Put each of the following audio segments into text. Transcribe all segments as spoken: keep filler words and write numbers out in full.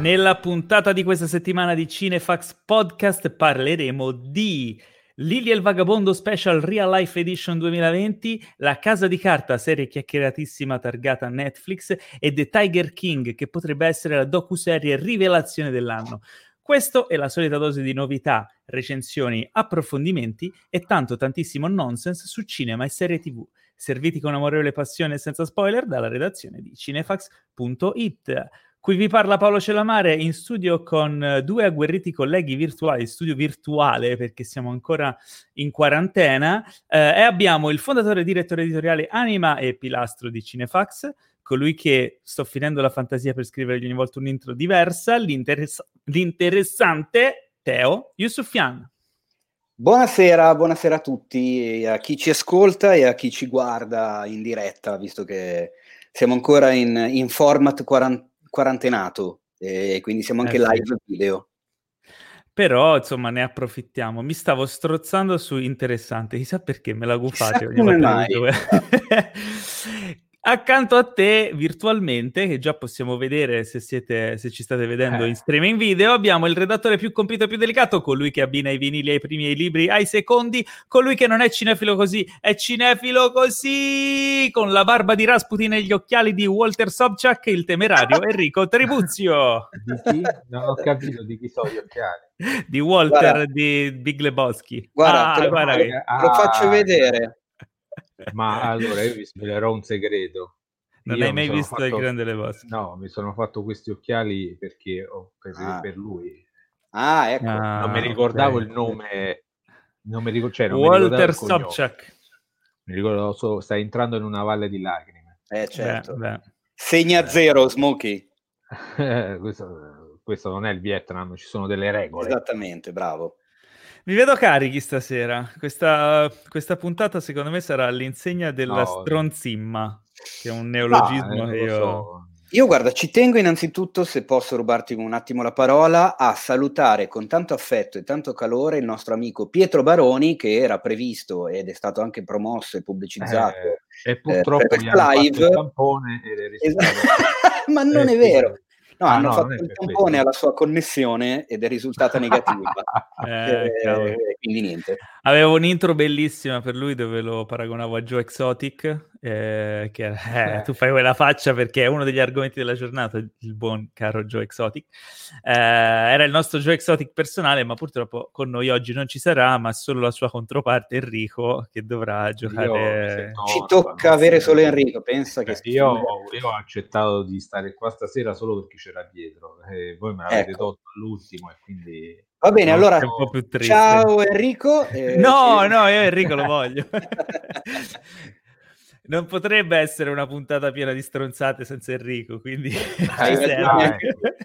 Nella puntata di questa settimana di Cinefax Podcast parleremo di Lily e il Vagabondo Special Real Life Edition duemilaventi, La Casa di Carta, serie chiacchieratissima targata Netflix, e The Tiger King, che potrebbe essere la docuserie rivelazione dell'anno. Questo è la solita dose di novità, recensioni, approfondimenti e tanto tantissimo nonsense su cinema e serie tv, serviti con amorevole passione e senza spoiler dalla redazione di cinefax punto it. Qui vi parla Paolo Celamare, in studio con due agguerriti colleghi virtuali, studio virtuale perché siamo ancora in quarantena, eh, e abbiamo il fondatore e direttore editoriale Anima e pilastro di Cinefax, colui che sto finendo la fantasia per scrivergli ogni volta un'intro diversa, l'interess- l'interessante Teo Yusufian. Buonasera, buonasera a tutti, a chi ci ascolta e a chi ci guarda in diretta, visto che siamo ancora in, in format quarant- quarantenato e quindi siamo anche Eh, live sì. video. Però, insomma, ne approfittiamo. Mi stavo strozzando su interessante. Chissà perché me la gufate ogni Come volta mai? che dico. Accanto a te, virtualmente, che già possiamo vedere se siete, se ci state vedendo Eh. in streaming video, abbiamo il redattore più compito e più delicato, colui che abbina i vinili ai primi e i libri ai secondi, colui che non è cinefilo così, è cinefilo così, con la barba di Rasputin e gli occhiali di Walter Sobchak, il temerario Enrico Tribuzio. Di chi? Non ho capito di chi sono gli occhiali. Di Walter Guarda. di Big Lebowski. Guarda, ah, te lo, guarda te lo- che... te lo faccio Ah, vedere. Ma allora io vi svelerò un segreto. Non Io hai mi mai sono visto fatto- il Grande Lebowski? No, mi sono fatto questi occhiali perché ho- per, Ah. per lui. Ah, ecco. Ah, Non mi ricordavo ok. il nome, non mi ricordo, cioè, non mi ricordavo Walter il cognome. Sobchak. Mi ricordo, so- stai entrando in una valle di lacrime. Eh, certo. Beh, beh. Segna Eh. zero, Smokey. questo, questo non è il Vietnam, ci sono delle regole. Esattamente, bravo. Vi vedo carichi stasera. Questa, questa puntata secondo me sarà all'insegna della No. stronzimma, che è un Ah, neologismo eh, che lo io... so. Io guarda, ci tengo innanzitutto, se posso rubarti un attimo la parola, a salutare con tanto affetto e tanto calore il nostro amico Pietro Baroni, che era previsto ed è stato anche promosso e pubblicizzato Eh, e eh, purtroppo per gli questa hanno live. fatto il tampone ed è risultato... Esatto. Ma non Eh, è vero. quindi- No, Ah, hanno no, non fatto è il per tampone questo. alla sua connessione ed è risultata negativa. Eh, Eh, cavolo. quindi niente. Avevo un'intro bellissima per lui dove lo paragonavo a Joe Exotic, eh, che eh, tu fai quella faccia perché è uno degli argomenti della giornata, il buon caro Joe Exotic. Eh, era il nostro Joe Exotic personale, ma purtroppo con noi oggi non ci sarà, ma solo la sua controparte Enrico che dovrà Io giocare... mi sento- Ci no, tocca no, avere no, solo no. Enrico, pensa Cioè, che... io, io ho accettato di stare qua stasera solo perché c'era Pietro, e voi me l'avete Ecco. tolto all'ultimo e quindi... Va bene, non allora, È un po' più triste. ciao Enrico. eh, No, ci- no, io Enrico lo voglio. Non potrebbe essere una puntata piena di stronzate senza Enrico, quindi ci Hai serve. ragione.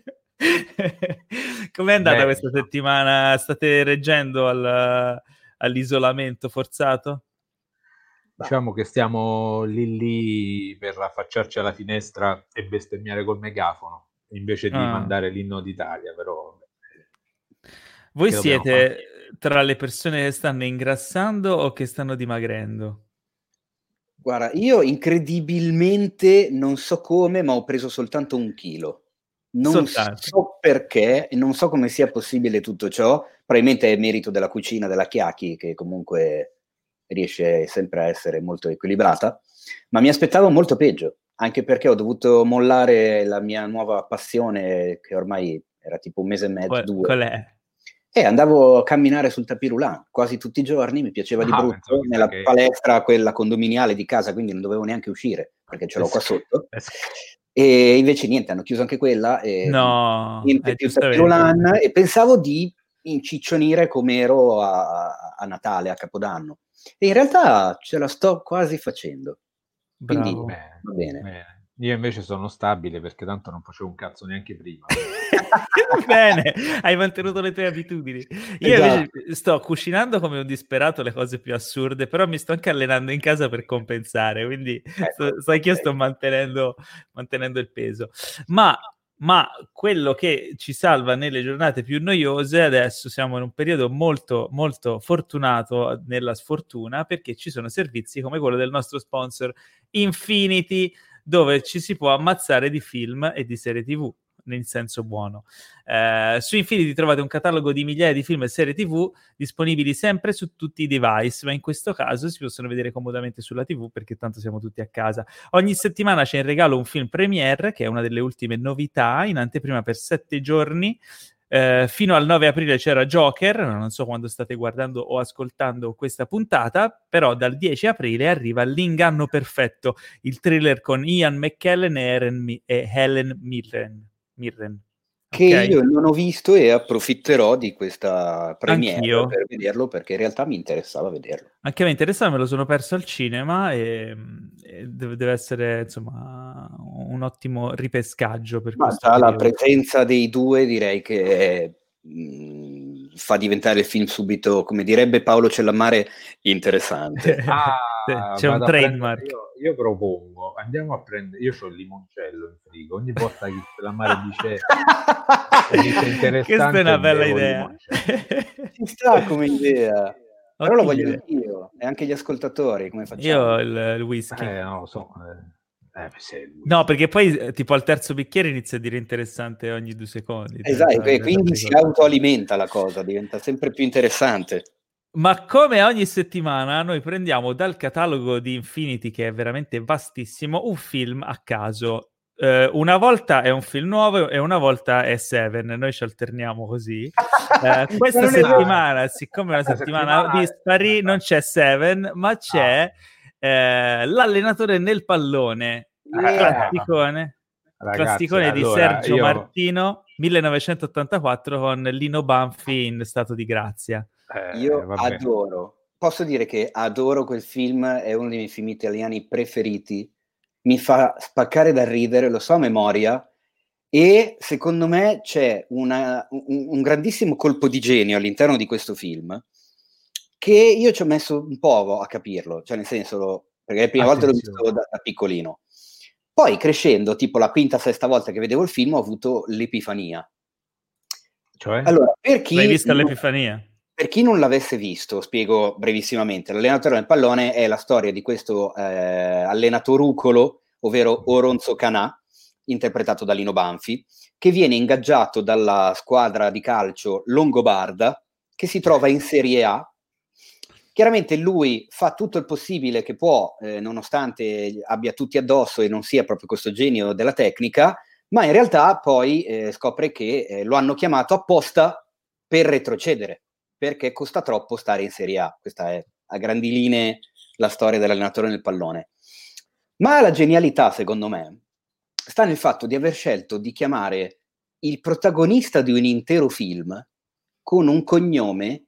Com'è andata Beh, questa no. settimana? State reggendo al- all'isolamento forzato? Diciamo che stiamo lì lì per affacciarci alla finestra e bestemmiare col megafono, invece di Ah. mandare l'inno d'Italia, però... Voi Che dobbiamo siete tra le persone che stanno ingrassando o che stanno dimagrendo? Guarda, io incredibilmente non so come, ma ho preso soltanto un chilo. Non Soltanto. so perché, e non so come sia possibile tutto ciò. Probabilmente è merito della cucina della Chiacchi, che comunque riesce sempre a essere molto equilibrata, ma mi aspettavo molto peggio, anche perché ho dovuto mollare la mia nuova passione, che ormai era tipo un mese e mezzo, Qual, due. qual è? E andavo a camminare sul tapis roulant quasi tutti i giorni, mi piaceva di Ah, brutto, pensavo chissà nella che- palestra, quella condominiale di casa, quindi non dovevo neanche uscire, perché ce l'ho qua sotto. Eh, E invece niente, hanno chiuso anche quella, e No, niente eh, più tapis giustamente. roulant, e pensavo di inciccionire come ero a, a Natale, a Capodanno. E in realtà ce la sto quasi facendo. Quindi Bravo. Bene, va bene. bene. Io invece sono stabile perché tanto non facevo un cazzo neanche prima. Bene, hai mantenuto le tue abitudini. Io Esatto. invece sto cucinando come un disperato le cose più assurde, però mi sto anche allenando in casa per compensare, quindi Ecco, sai che io ok. sto mantenendo, mantenendo il peso. Ma, ma quello che ci salva nelle giornate più noiose, adesso siamo in un periodo molto, molto fortunato nella sfortuna, perché ci sono servizi come quello del nostro sponsor Infinity, dove ci si può ammazzare di film e di serie tivù. nel senso buono. Eh, su Infinity trovate un catalogo di migliaia di film e serie tivù disponibili sempre su tutti i device, ma in questo caso si possono vedere comodamente sulla tivù perché tanto siamo tutti a casa. Ogni settimana c'è in regalo un film premiere, che è una delle ultime novità, in anteprima per sette giorni. Eh, fino al nove aprile c'era Joker, non so quando state guardando o ascoltando questa puntata, però dal dieci aprile arriva L'Inganno Perfetto, il thriller con Ian McKellen e, Eren, e Helen Mirren. Mirren. Che Okay. io non ho visto e approfitterò di questa premiere Anch'io. per vederlo, perché in realtà mi interessava vederlo. Anche a me interessava, me lo sono perso al cinema e, e deve, deve essere insomma un ottimo ripescaggio per Ma questo già la periodo. presenza dei due direi che mh, fa diventare il film subito, come direbbe Paolo Cellammare, interessante. Ah, c'è un vado a prendere- trademark. Io, io propongo, andiamo a prendere. Io ho il limoncello in frigo. Ogni volta che la mare dice, dice interessante, Questa è una bella bevo idea. limoncello. Ci sta come idea, però lo Ottima voglio idea. anch'io e anche gli ascoltatori, come Io facciamo? ho il, il whisky. Eh, non lo so. Eh, eh, se lui- No, perché poi eh, tipo al terzo bicchiere inizia a dire interessante ogni due secondi. Esatto, diventa- e diventa quindi si pericoloso. autoalimenta la cosa, diventa sempre più interessante. Ma come ogni settimana noi prendiamo dal catalogo di Infinity, che è veramente vastissimo, un film a caso. Eh, una volta è un film nuovo e una volta è Seven, noi ci alterniamo così. Eh, questa non è vero. settimana, siccome è una Questa settimana settimana- dispari, non c'è Seven, ma c'è eh, l'allenatore nel pallone, Yeah. classicone, Ragazzi, classicone di allora, Sergio io- Martino, millenovecentottantaquattro, con Lino Banfi in stato di grazia. eh, Io vabbè. adoro, posso dire che adoro quel film, è uno dei miei film italiani preferiti, mi fa spaccare dal ridere, lo so a memoria, e secondo me c'è una- un, un grandissimo colpo di genio all'interno di questo film, che io ci ho messo un po' a capirlo, cioè nel senso, perché le prime volte l'ho Attenzione. visto da, da piccolino. Poi crescendo, tipo la quinta, sesta volta che vedevo il film, ho avuto l'epifania. Cioè? Allora, per chi L'hai vista non- all'Epifania? per chi non l'avesse visto, spiego brevissimamente. L'allenatore del pallone è la storia di questo eh, allenatorucolo, ovvero Oronzo Canà, interpretato da Lino Banfi, che viene ingaggiato dalla squadra di calcio Longobarda, che si trova in Serie A. Chiaramente lui fa tutto il possibile che può, eh, nonostante abbia tutti addosso e non sia proprio questo genio della tecnica, ma in realtà poi eh, scopre che eh, lo hanno chiamato apposta per retrocedere, perché costa troppo stare in Serie A. Questa è a grandi linee la storia dell'allenatore nel pallone. Ma la genialità, secondo me, sta nel fatto di aver scelto di chiamare il protagonista di un intero film con un cognome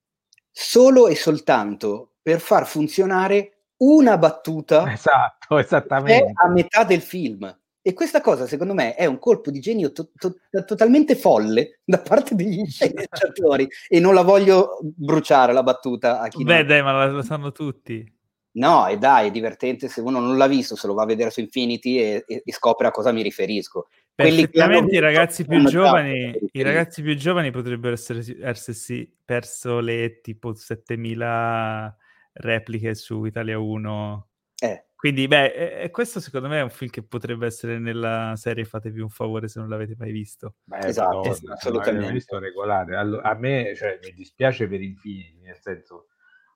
solo e soltanto per far funzionare una battuta Esatto, che è esattamente. a metà del film. E questa cosa, secondo me, è un colpo di genio to- to- totalmente folle da parte degli sceneggiatori. E non la voglio bruciare la battuta a chi Beh, non... dai, ma lo, lo sanno tutti. No, e dai, è divertente se uno non l'ha visto, se lo va a vedere su Infinity e, e- e scopre a cosa mi riferisco. Quelli che l'hanno Perfettamente i visto ragazzi più sanno già a cosa giovani, mi i riferisco. ragazzi più giovani potrebbero essere, essersi perso le tipo settemila repliche su Italia uno. Eh, Quindi, beh, e- e questo secondo me è un film che potrebbe essere nella serie Fatevi un favore se non l'avete mai visto. Beh, Esatto, Madonna, se non assolutamente. avete visto regolare. Allo- a me, cioè, mi dispiace per Infinity, nel senso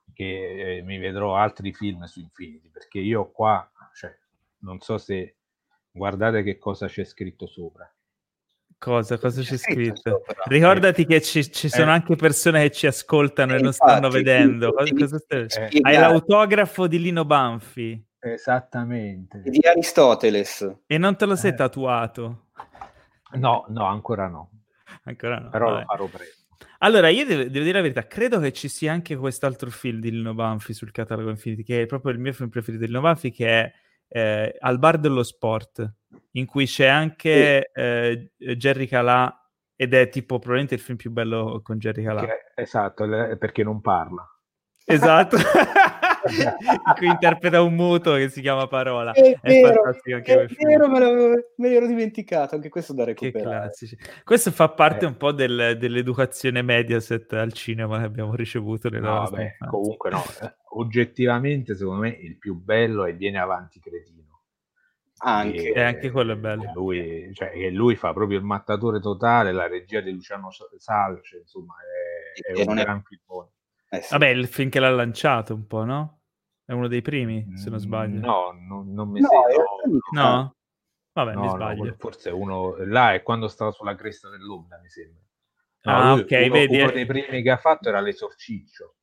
che eh, mi vedrò altri film su Infinity, perché io qua, cioè, non so se guardate che cosa c'è scritto sopra. Cosa, cosa c'è scritto? sopra? Ricordati che ci, ci sono Eh. anche persone che ci ascoltano Eh, e non stanno infatti, vedendo. Cosa, quindi cosa stai- Eh, Hai spiegare. l'autografo di Lino Banfi Esattamente. Di Aristoteles. e non te lo sei Eh. tatuato. No, no, ancora no. Ancora no. Però vabbè. lo farò presto. Allora, io devo, devo dire la verità, credo che ci sia anche quest'altro film di Lino Banfi sul catalogo Infinity, che è proprio il mio film preferito di Lino Banfi, che è eh, Al bar dello sport, in cui c'è anche eh, Jerry Calà, ed è tipo probabilmente il film più bello con Jerry Calà. Che- esatto, le- perché non parla. Esatto. In cui interpreta un muto che si chiama Parola. È È vero, fantastico anche è quel film. vero, me, l'avevo- me l'ero dimenticato, anche questo da Che recuperare. classici. Questo fa parte Eh. un po' del- dell'educazione Mediaset al cinema che abbiamo ricevuto nella No, nostra vabbè, infanzia. comunque no. eh, Oggettivamente, secondo me, il più bello è Viene avanti, cretino. Anche. E anche quello è bello. Lui, cioè, che lui fa proprio il mattatore totale, la regia di Luciano Salce, insomma, è, è un gran filmone. Eh sì. Vabbè, il film che l'ha lanciato un po', no? È uno dei primi, se non sbaglio. No, no non mi No, sembra. no. No? Vabbè, mi No, sbaglio. no, forse uno là è quando stava sulla cresta dell'onda, mi sembra. No, Ah, lui, ok, uno, vedi. uno eh. dei primi che ha fatto era L'Esorciccio.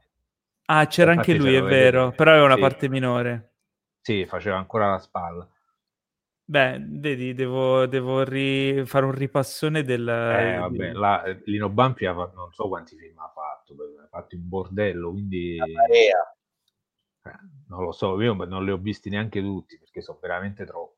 Ah, c'era Infatti anche lui, ce è lo vero, vedete. però aveva una Sì. parte minore. Sì, faceva ancora la spalla. Beh, vedi, devo, devo ri- fare un ripassone del... Eh, vabbè, di- là, Lino Banfi ha fatto- non so quanti film ha fatto, ha fatto un bordello, quindi Marea. eh, non lo so, io non li ho visti neanche tutti perché sono veramente troppi.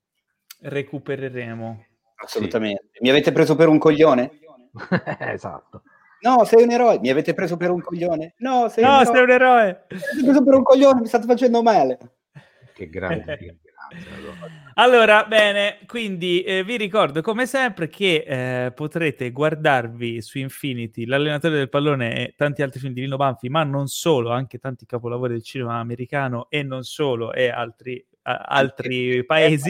Recupereremo. Assolutamente. Sì. Mi avete preso per un coglione? Esatto. No, sei un eroe. Mi avete preso per un coglione? No, sei No, un eroe. sei un eroe! Mi avete preso per un coglione, mi state facendo male. Che grande, che grazie. Allora. Allora, bene, quindi eh, vi ricordo come sempre che eh, potrete guardarvi su Infinity L'allenatore del pallone e tanti altri film di Lino Banfi, ma non solo, anche tanti capolavori del cinema americano e non solo, e altri, a, altri E, paesi.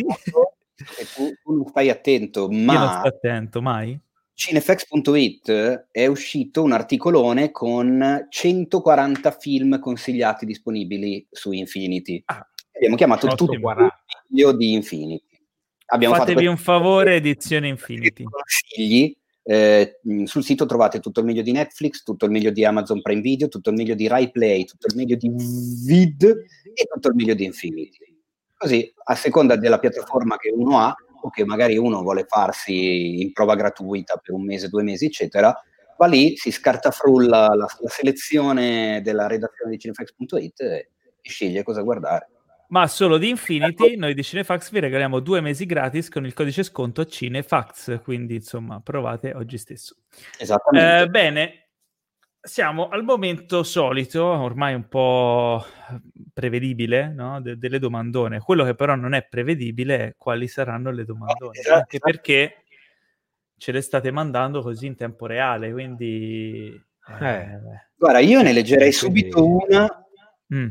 E tu, tu non stai attento, ma Io non sto attento, mai. Cinefx punto it è uscito un articolone con centoquaranta film consigliati disponibili su Infinity. Ah, Abbiamo chiamato ottimo. tutto il video di Infinity. Abbiamo Fatevi fatto un favore, edizione Infinity. Consigli. Eh, sul sito trovate tutto il meglio di Netflix, tutto il meglio di Amazon Prime Video, tutto il meglio di Rai Play, tutto il meglio di Vid e tutto il meglio di Infinity. Così, a seconda della piattaforma che uno ha, o che magari uno vuole farsi in prova gratuita per un mese, due mesi, eccetera, va lì, si scartafrulla la, la selezione della redazione di Cinefx punto it e sceglie cosa guardare. Ma solo di Infinity, noi di Cinefax vi regaliamo due mesi gratis con il codice sconto Cinefax, quindi insomma provate oggi stesso. Esattamente. Eh, bene, siamo al momento solito, ormai un po' prevedibile, no? De- delle domandone. Quello che però non è prevedibile è quali saranno le domandone, Esatto, anche esatto. perché ce le state mandando così in tempo reale, quindi... Eh, Eh. Guarda, io cioè, ne leggerei quindi... subito una... Mm.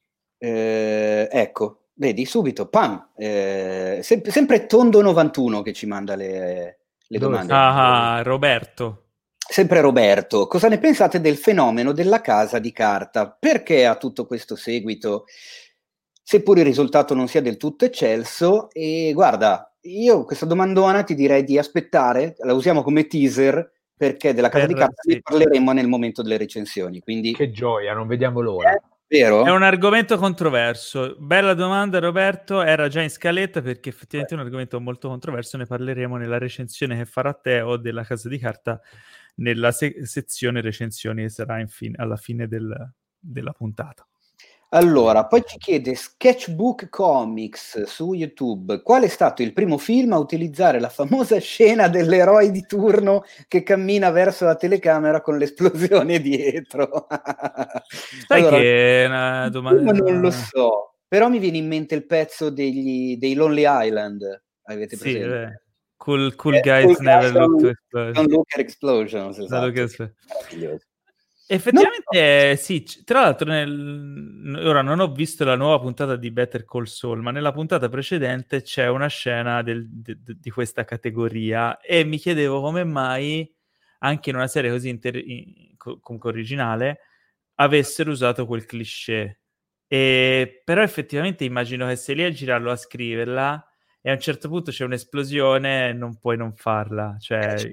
Eh, ecco, vedi, subito, pam, eh, sem- sempre Tondo novantuno che ci manda le, le Dove domande. Ah, Roberto. Sempre Roberto, cosa ne pensate del fenomeno della casa di carta? Perché ha tutto questo seguito, seppur il risultato non sia del tutto eccelso? E guarda, io questa domandona ti direi di aspettare, la usiamo come teaser, perché della casa Per- di carta sì. ne parleremo nel momento delle recensioni. Quindi, Che gioia, non vediamo l'ora. eh, vero? È un argomento controverso. Bella domanda, Roberto. Era già in scaletta perché effettivamente è un argomento molto controverso. Ne parleremo nella recensione che farà Teo della Casa di Carta nella se- sezione recensioni che sarà infine, alla fine del- della puntata. Allora, poi ci chiede Sketchbook Comics su YouTube, qual è stato il primo film a utilizzare la famosa scena dell'eroe di turno che cammina verso la telecamera con l'esplosione dietro? Sai Allora, che è una domanda... non lo so, però mi viene in mente il pezzo degli, dei Lonely Island, avete Sì, presente? eh. Cool, cool Eh, guys Cool never Guys look Don't- to explode. Don't Look at Explosions, Non esatto. look at- Meraviglioso. Effettivamente sì, c- tra l'altro nel... ora non ho visto la nuova puntata di Better Call Saul, ma nella puntata precedente c'è una scena del- de- de- di questa categoria e mi chiedevo come mai anche in una serie così inter- in- co- comunque originale avessero usato quel cliché. E... però effettivamente immagino che se lì a girarlo, a scriverla e a un certo punto c'è un'esplosione non puoi non farla, cioè...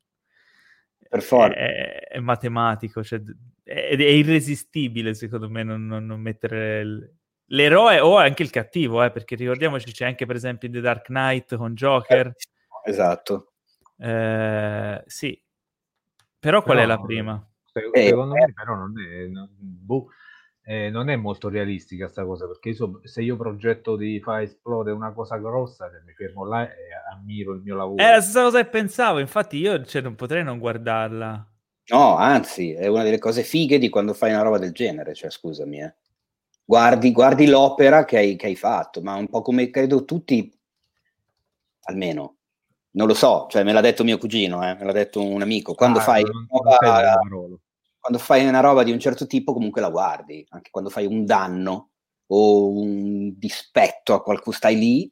Per forza. È, è matematico, cioè, è, è irresistibile secondo me non, non, non mettere il, l'eroe o anche il cattivo, eh, perché ricordiamoci c'è anche per esempio in The Dark Knight con Joker. Esatto. Eh, sì, però qual Però, è la prima? Secondo me però non è, non, boh, eh, non è molto realistica sta cosa, perché io so, se io progetto di far esplodere una cosa grossa, cioè, mi fermo là e ammiro il mio lavoro. È la stessa cosa che pensavo, infatti io cioè, non potrei non guardarla. No, anzi, è una delle cose fighe di quando fai una roba del genere, cioè scusami, eh. Guardi, guardi l'opera che hai, che hai fatto, ma un po' come credo tutti, almeno, non lo so, cioè me l'ha detto mio cugino, eh, me l'ha detto un amico, quando, Ah, fai, non, roba, non quando fai una roba di un certo tipo comunque la guardi, anche quando fai un danno o un dispetto a qualcuno, stai lì,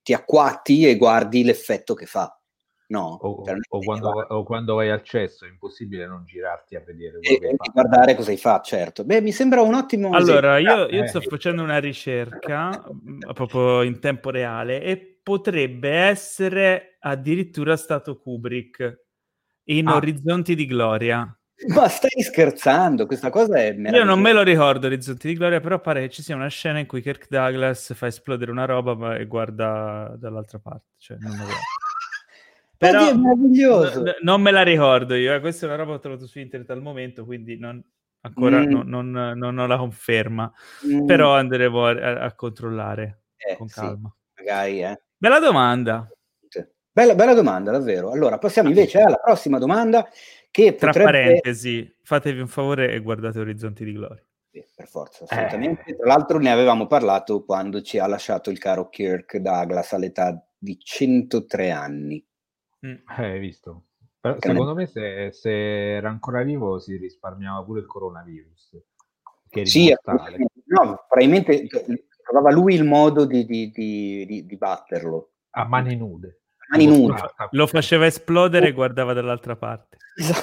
ti acquatti e guardi l'effetto che fa. No? O, cioè, o, quando, o quando vai al cesso è impossibile non girarti a vedere e, quello che e guardare cosa hai fatto, certo. Beh, mi sembra un ottimo allora esempio. io, io Eh. sto facendo una ricerca proprio in tempo reale e potrebbe essere addirittura stato Kubrick in Ah. Orizzonti di Gloria. Ma stai scherzando? Questa cosa è meravigliosa. Io non me lo ricordo Orizzonti di Gloria, però pare che ci sia una scena in cui Kirk Douglas fa esplodere una roba ma, e guarda dall'altra parte, cioè non lo guarda. Però Oddio, è meraviglioso. n- non me la ricordo io, eh. Questa è una roba che ho trovato su internet al momento, quindi non, ancora Mm. no, non, non ho la conferma, Mm. però andremo a, a- a controllare Eh, con sì, calma. magari, eh. Bella domanda. Bella, bella domanda, davvero. Allora, passiamo invece alla prossima domanda che Tra potrebbe... parentesi, fatevi un favore e guardate Orizzonti di Gloria. Sì, per forza, assolutamente. Eh. Tra l'altro ne avevamo parlato quando ci ha lasciato il caro Kirk Douglas all'età di centotré anni. Mm. Eh, hai visto? Però, secondo me se, se era ancora vivo si risparmiava pure il coronavirus. Che sì, no, probabilmente trovava lui il modo di, di, di, di, di batterlo. A mani nude. A mani nude. Lo faceva esplodere e guardava dall'altra parte.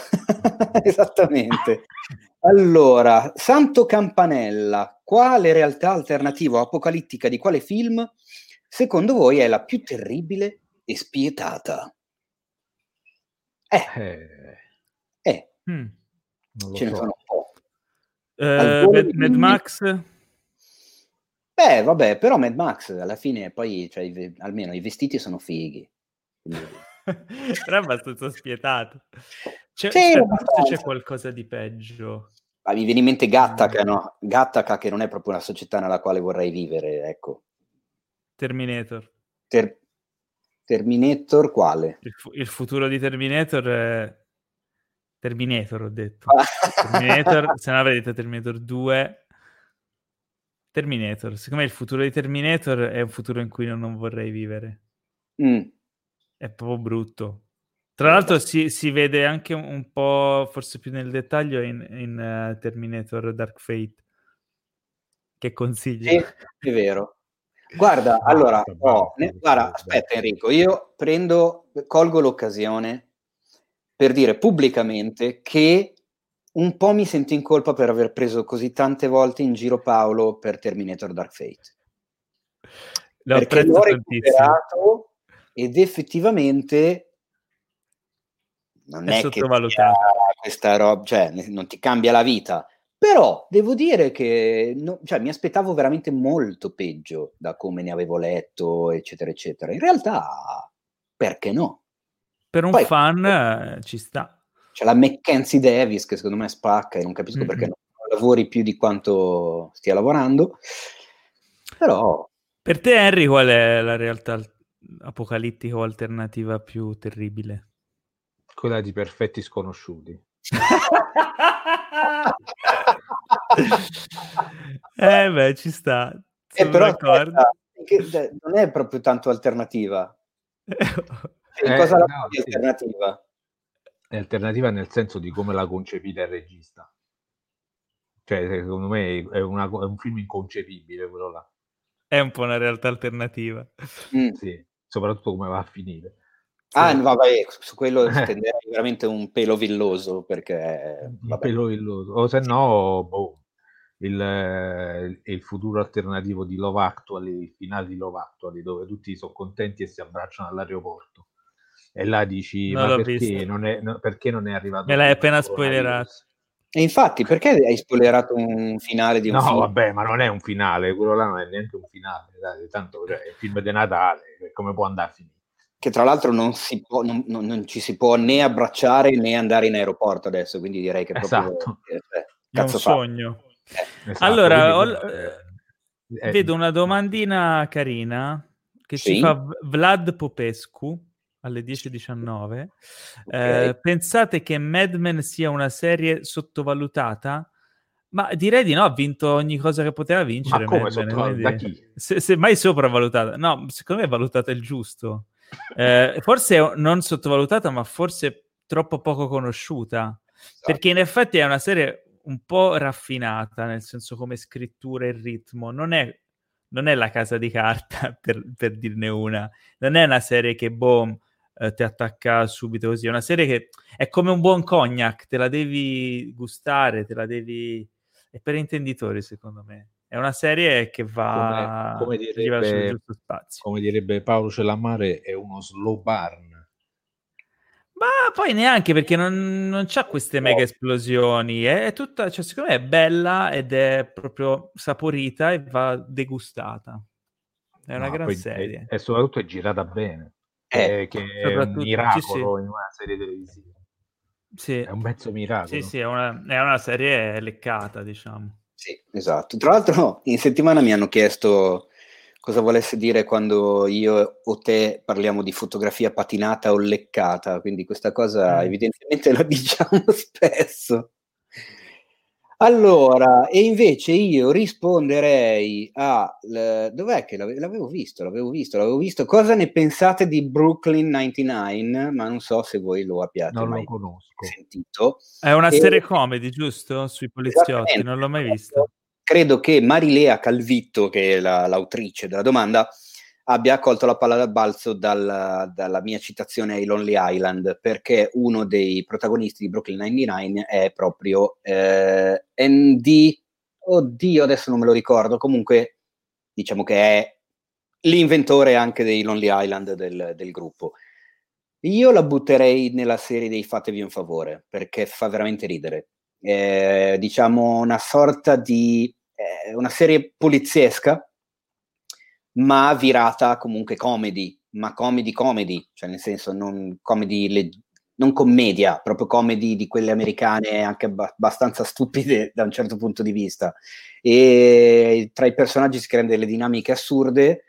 Esattamente. Allora, Santo Campanella, quale realtà alternativa o apocalittica di quale film secondo voi è la più terribile e spietata? Eh. Eh. eh. Hmm. Non lo Ce so. ne sono un po'. Uh, Mad, Mad Max? Beh, vabbè, però Mad Max alla fine poi, cioè, i, almeno i vestiti sono fighi. Quindi... Però è abbastanza spietato. C'è, sì, aspetta, forse c'è qualcosa di peggio. Ah, mi viene in mente Gattaca, no? Gattaca che non è proprio una società nella quale vorrei vivere, ecco. Terminator. Ter- Terminator quale? Il, fu- il futuro di Terminator è... Terminator, ho detto. Terminator, se no avrei detto Terminator due. Terminator. Secondo me il futuro di Terminator è un futuro in cui non, non vorrei vivere. Mm. È proprio brutto. Tra l'altro si, si vede anche un, un po', forse più nel dettaglio, in, in uh, Terminator Dark Fate, che consiglio. Sì, è vero. Guarda, basta, allora, basta, oh, ne, guarda, aspetta Enrico, io prendo, colgo l'occasione per dire pubblicamente che un po' mi sento in colpa per aver preso così tante volte in giro Paolo per Terminator Dark Fate. Lo perché l'ho recuperato ed effettivamente non è, è che questa roba, cioè non ti cambia la vita, però devo dire che no, cioè, mi aspettavo veramente molto peggio da come ne avevo letto, eccetera, eccetera. In realtà, perché no? Per un Poi, fan eh, ci sta. C'è la Mackenzie Davis che secondo me spacca e non capisco mm-hmm. perché non lavori più di quanto stia lavorando. Però... Per te, Henry, qual è la realtà apocalittica o alternativa più terribile? Quella di Perfetti Sconosciuti. eh beh, ci sta. Eh, però aspetta, che, non è proprio tanto alternativa. Eh, cosa la no, sì. alternativa? È alternativa nel senso di come la concepita il regista. Cioè, secondo me è, una, è un film inconcepibile quello là. È un po' una realtà alternativa. Mm. Sì, soprattutto come va a finire. Ah, sì. no, vabbè, su quello stenderei veramente un pelo villoso, perché... Un vabbè. pelo villoso. O se no, boh, il, il futuro alternativo di Love Actually, il finale di Love Actually, dove tutti sono contenti e si abbracciano all'aeroporto. E là dici, non ma perché non, è, no, perché non è arrivato? Me l'hai appena spoilerato. E infatti, perché hai spoilerato un finale di un no, film? No, vabbè, ma non è un finale, quello là non è neanche un finale, dai, tanto cioè, è il film di Natale, come può andare a finire? Che tra l'altro non, si può, non, non, non ci si può né abbracciare né andare in aeroporto adesso, quindi direi che proprio... Esatto. Eh, è un sogno. Eh. Esatto, allora, ho, eh, eh, vedo una domandina carina che sì? ci fa Vlad Popescu alle dieci e diciannove. Okay. Eh, pensate che Mad Men sia una serie sottovalutata? Ma direi di no, ha vinto ogni cosa che poteva vincere. Ma come Mad sottovalutata? Da chi? Se, se mai sopravvalutata. No, secondo me è valutata il giusto. Eh, forse non sottovalutata, ma forse troppo poco conosciuta. Esatto. Perché in effetti è una serie un po' raffinata, nel senso come scrittura e ritmo. Non è non è La Casa di Carta, per, per dirne una, non è una serie che boh, eh, ti attacca subito così, è una serie che è come un buon cognac, te la devi gustare, te la devi... è per intenditori secondo me, è una serie che va, come, come che gli va sul direbbe, giusto spazio. come direbbe Paolo Celamare, è uno slow burn. Ma poi neanche, perché non, non c'ha queste mega esplosioni, è, è tutta, cioè secondo me è bella ed è proprio saporita e va degustata. È una No, gran poi serie. è, è soprattutto è girata bene, Eh, che, che è un Soprattutto, sì, sì. miracolo in una serie televisiva. Sì, È un mezzo sì, miracolo. sì, è una, è una serie leccata, diciamo. Sì, esatto. Tra l'altro in settimana mi hanno chiesto cosa volesse dire quando io o te parliamo di fotografia patinata o leccata, quindi questa cosa Mm. evidentemente la diciamo spesso. Allora, e invece io risponderei a... l- dov'è che l'ave- l'avevo visto, l'avevo visto, l'avevo visto. Cosa ne pensate di Brooklyn novantanove? Ma non so se voi lo abbiate Non lo mai conosco. sentito. È una E- serie comedy, giusto? Sui poliziotti, Esattamente. non l'ho mai vista. Credo che Marilea Calvitto, che è la- l'autrice della domanda, abbia colto la palla da balzo dal- dalla mia citazione ai Lonely Island, perché uno dei protagonisti di Brooklyn novantanove è proprio eh, Andy, oddio adesso non me lo ricordo, comunque diciamo che è l'inventore anche dei Lonely Island del, del gruppo. Io la butterei nella serie dei Fatevi un favore, perché fa veramente ridere. Eh, diciamo una sorta di eh, una serie poliziesca, ma virata comunque comedy, ma comedy comedy, cioè nel senso non comedy, le- non commedia, proprio comedy di quelle americane anche abba- abbastanza stupide da un certo punto di vista. E tra i personaggi si creano delle dinamiche assurde.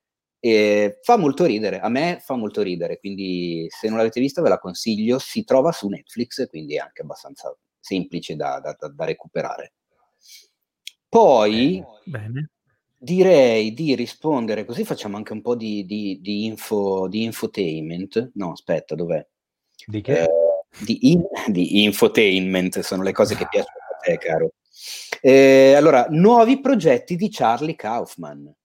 E fa molto ridere, a me fa molto ridere, quindi se non l'avete vista ve la consiglio, si trova su Netflix, quindi è anche abbastanza semplice da, da, da recuperare. Poi Bene. direi di rispondere, così facciamo anche un po' di, di, di info, di infotainment. No, aspetta, dov'è? Di che? Eh, di, in, di infotainment, sono le cose che piacciono a te, caro. Eh, allora, nuovi progetti di Charlie Kaufman.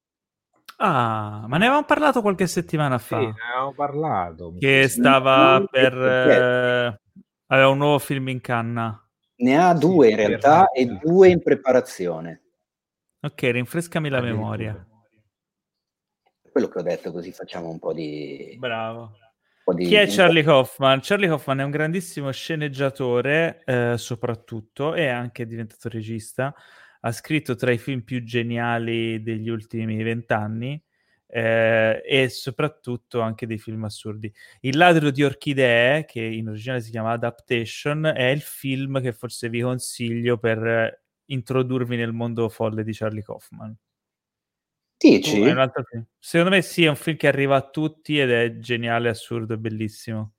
Ah, ma ne avevamo parlato qualche settimana Sì, fa, ne avevamo parlato. Mi che sembra. stava Non per... progetti. eh, aveva un nuovo film in canna. Ne ha Sì, due in per realtà e Netflix. due in preparazione. Ok, rinfrescami la memoria. Addirittura. Quello che ho detto, così facciamo un po' di... Bravo. un po' Chi di è un po'. Charlie Kaufman? Charlie Kaufman è un grandissimo sceneggiatore, eh, soprattutto, è anche diventato regista. Ha scritto tra i film più geniali degli ultimi vent'anni eh, e soprattutto anche dei film assurdi. Il ladro di orchidee, che in originale si chiama Adaptation, è il film che forse vi consiglio per eh, introdurvi nel mondo folle di Charlie Kaufman. Tu Dici? hai un altro film? Secondo me sì, è un film che arriva a tutti ed è geniale, assurdo e bellissimo.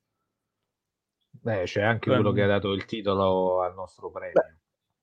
Beh, c'è anche Con quello che ha dato il titolo al nostro Beh, premio.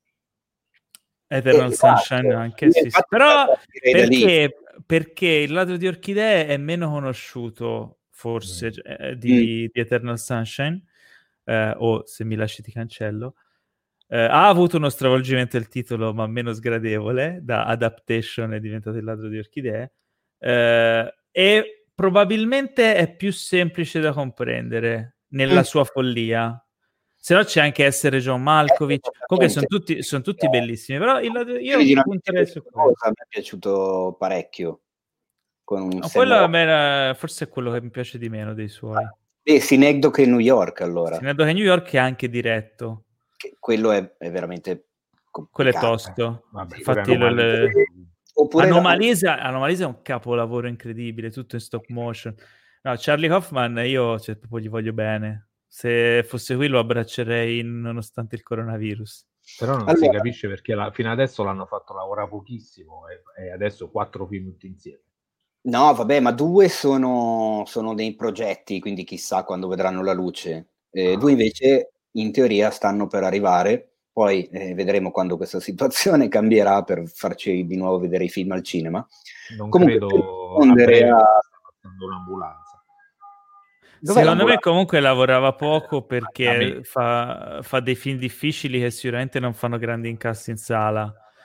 Eternal Sunshine esatto. anche, Io sì, sì. infatti Però partirei da lì. perché, perché Il ladro di orchidee è meno conosciuto, forse, Mm. eh, Mm. di, di Eternal Sunshine, eh, o Se mi lasci ti cancello. Eh, ha avuto uno stravolgimento del titolo, ma meno sgradevole, da Adaptation è diventato Il ladro di orchidee, eh, e probabilmente è più semplice da comprendere nella Mm. sua follia. Se no c'è anche Essere John Malkovich. Comunque sono Esattamente. tutti, son tutti bellissimi, però il, io Originalmente punterei su quello. cosa mi è piaciuto parecchio. Con un No, quello a Sam me era- forse è quello che mi piace di meno dei suoi. e Synecdoche in New York, allora. Sinado che New York è anche diretto. Che quello è, è veramente Quello è complicato. tosto. Vabbè, pure Infatti, lo- Anomalisa. le- Oppure la- Anomalisa, Anomalisa è un capolavoro incredibile, tutto in stop motion. No, Charlie Kaufman io cioè, proprio gli voglio bene. Se fosse qui lo abbraccerei nonostante il coronavirus. Però non si allora, capisce perché la- fino adesso l'hanno fatto lavorare pochissimo e, e adesso quattro film tutti insieme. no, vabbè, ma due sono, sono dei progetti, quindi chissà quando vedranno la luce. Eh, Ah. Due invece, in teoria, stanno per arrivare. Poi eh, vedremo quando questa situazione cambierà per farci di nuovo vedere i film al cinema. Non Comunque, per credo a rispondere breve a... sta passando un'ambulanza. Dov'è Secondo me l'ambulanza? comunque lavorava poco Da perché me. fa, fa dei film difficili che sicuramente non fanno grandi incassi in sala.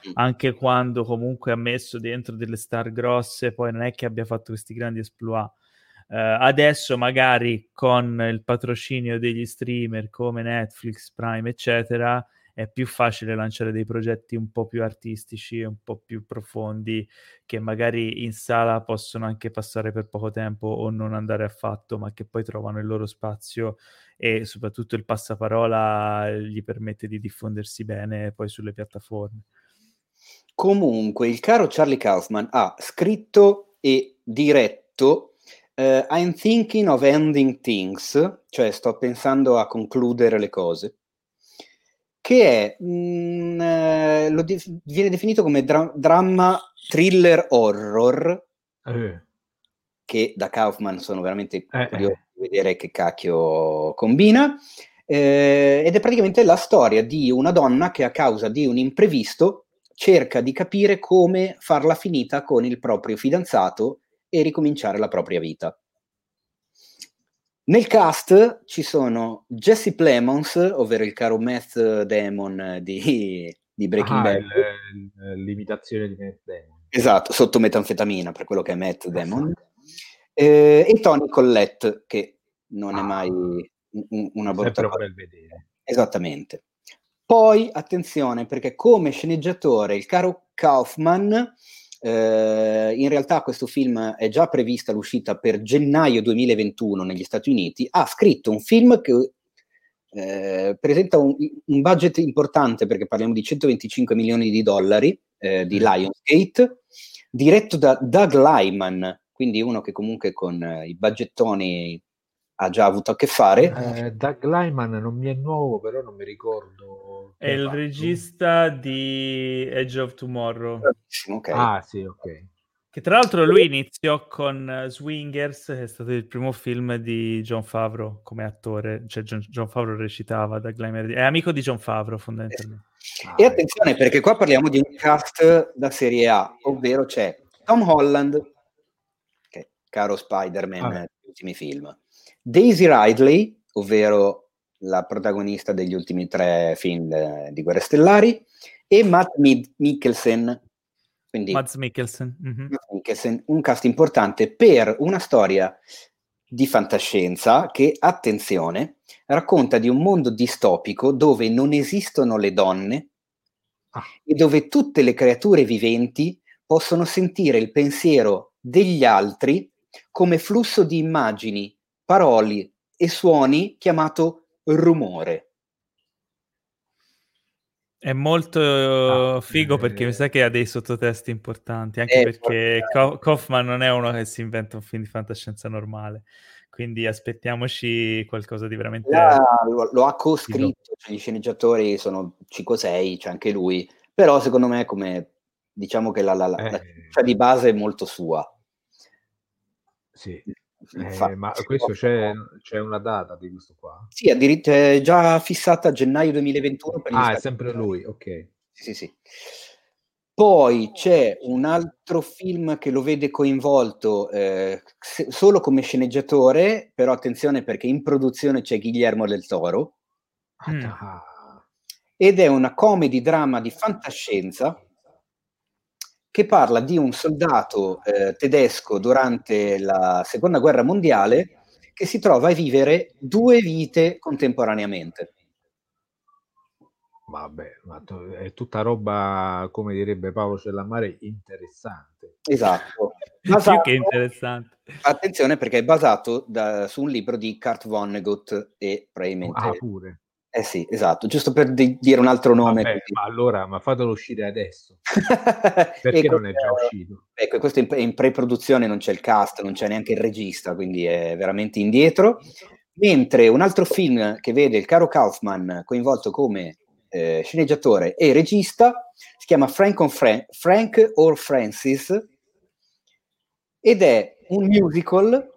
anche quando comunque ha messo dentro delle star grosse, poi non è che abbia fatto questi grandi exploit. Uh, adesso magari con il patrocinio degli streamer come Netflix, Prime, eccetera, è più facile lanciare dei progetti un po' più artistici, un po' più profondi, che magari in sala possono anche passare per poco tempo o non andare affatto, ma che poi trovano il loro spazio e soprattutto il passaparola gli permette di diffondersi bene poi sulle piattaforme. Comunque, il caro Charlie Kaufman ha scritto e diretto Uh, I'm thinking of ending things, cioè sto pensando a concludere le cose, che è mh, eh, lo de- viene definito come dra- dramma thriller horror, eh. che da Kaufman sono veramente eh, curioso eh. di vedere che cacchio combina, eh, ed è praticamente la storia di una donna che a causa di un imprevisto cerca di capire come farla finita con il proprio fidanzato e ricominciare la propria vita. Nel cast ci sono Jesse Plemons, ovvero il caro Meth Damon di, di Breaking ah, Bad. Il, il, l'imitazione di Meth Damon. Esatto, sotto metanfetamina, per quello che è Meth Damon. Eh, e Toni Collette, che non ah, è mai un, una brutta sempre cosa. un bel vedere. Esattamente. Poi, attenzione, perché come sceneggiatore il caro Kaufman, eh, in realtà questo film è già prevista l'uscita per gennaio duemilaventuno negli Stati Uniti, ha scritto un film che eh, presenta un, un budget importante, perché parliamo di centoventicinque milioni di dollari eh, di Lionsgate, diretto da Doug Liman, quindi uno che comunque con eh, i budgettoni ha già avuto a che fare. Eh, Doug Liman non mi è nuovo, però non mi ricordo. È il regista di Edge of Tomorrow. Okay. Ah, sì, ok. Che tra l'altro lui iniziò con Swingers, che è stato il primo film di Jon Favreau come attore, cioè Jon, Jon Favreau recitava, Doug Liman è amico di Jon Favreau fondamentalmente. Ah, e attenzione, ecco, perché qua parliamo di un cast da serie A, ovvero c'è Tom Holland, che caro Spider-Man negli ultimi film, Daisy Ridley, ovvero la protagonista degli ultimi tre film de, di Guerre Stellari, e Matt Mid- Mikkelsen. Quindi, Mads Mikkelsen. Mm-hmm. Mikkelsen, un cast importante per una storia di fantascienza che, attenzione, racconta di un mondo distopico dove non esistono le donne ah. e dove tutte le creature viventi possono sentire il pensiero degli altri come flusso di immagini, parole e suoni chiamato rumore. È molto ah, figo eh... perché mi sa che ha dei sottotesti importanti, anche eh, perché Ka- Kaufman non è uno che si inventa un film di fantascienza normale, quindi aspettiamoci qualcosa di veramente... La, lo, lo ha co-scritto, cioè gli sceneggiatori sono cinque sei, c'è anche lui, però secondo me come diciamo che la, la, la, eh. la cifra di base è molto sua. Sì. Eh, ma questo c'è, c'è una data di questo qua? Sì, addirittura è già fissata a gennaio duemilaventuno per gli ah, Stati è sempre lui, ok. Sì, sì, sì. Poi c'è un altro film che lo vede coinvolto eh, se, solo come sceneggiatore, però attenzione perché in produzione c'è Guillermo del Toro, mm. ed è una comedy drama di fantascienza che parla di un soldato eh, tedesco durante la seconda guerra mondiale che si trova a vivere due vite contemporaneamente. Vabbè, ma è tutta roba, come direbbe Paolo Cellammare, interessante. Esatto. Basato, più che interessante. Attenzione perché è basato da, su un libro di Kurt Vonnegut e probabilmente... Ah, pure. Eh sì, esatto, giusto per di- dire un altro nome. Vabbè, ma allora, ma fatelo uscire adesso. Perché non è già uscito? Ecco, questo è in pre-produzione, non c'è il cast, non c'è neanche il regista, quindi è veramente indietro. Mentre un altro film che vede il caro Kaufman coinvolto come eh, sceneggiatore e regista si chiama Frank, on Fra- Frank or Francis ed è un musical.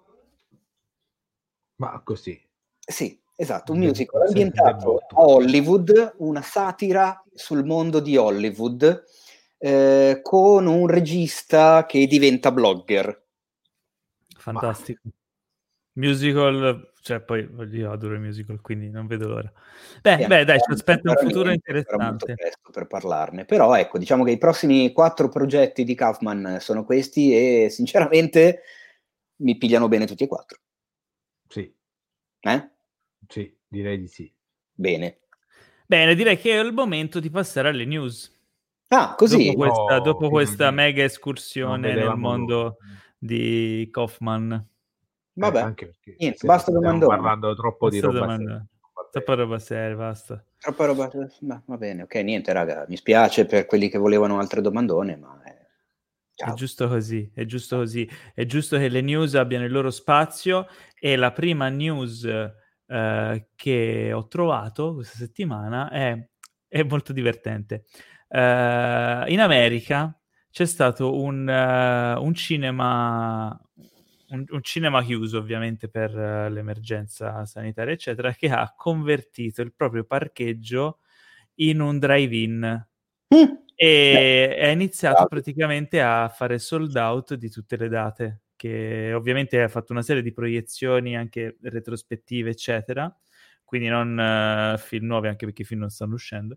Ma così? Sì. Esatto, un musical ambientato a Hollywood, una satira sul mondo di Hollywood, eh, con un regista che diventa blogger. Fantastico. musical, cioè poi io adoro i musical, quindi non vedo l'ora. Beh, Eh, beh dai, ci aspetta un futuro niente, sarà molto interessante. presto per parlarne, però ecco, diciamo che i prossimi quattro progetti di Kaufman sono questi e sinceramente mi pigliano bene tutti e quattro. Sì. Eh? Sì, direi di sì. Bene. Bene, direi che è il momento di passare alle news. Ah, così? Dopo questa, Oh, dopo questa finalmente. mega Non escursione nel vedevamo mondo l'ora. di Kaufman. Vabbè, Eh, anche perché niente, se- basta stiamo domandone. parlando troppo di Questa roba domanda, seria. Va troppa bene. roba seria, basta. Troppa roba, ma va bene, ok, niente raga, mi spiace per quelli che volevano altre domandone, ma eh, È ciao. giusto così, è giusto così. È giusto che le news abbiano il loro spazio e la prima news eh, che ho trovato questa settimana è, è molto divertente. Eh, in America c'è stato un, eh, un cinema un, un cinema chiuso ovviamente per eh, l'emergenza sanitaria eccetera, che ha convertito il proprio parcheggio in un drive-in Mm. e è iniziato Bravo. praticamente a fare sold out di tutte le date, che ovviamente ha fatto una serie di proiezioni anche retrospettive eccetera, quindi non uh, film nuovi, anche perché i film non stanno uscendo.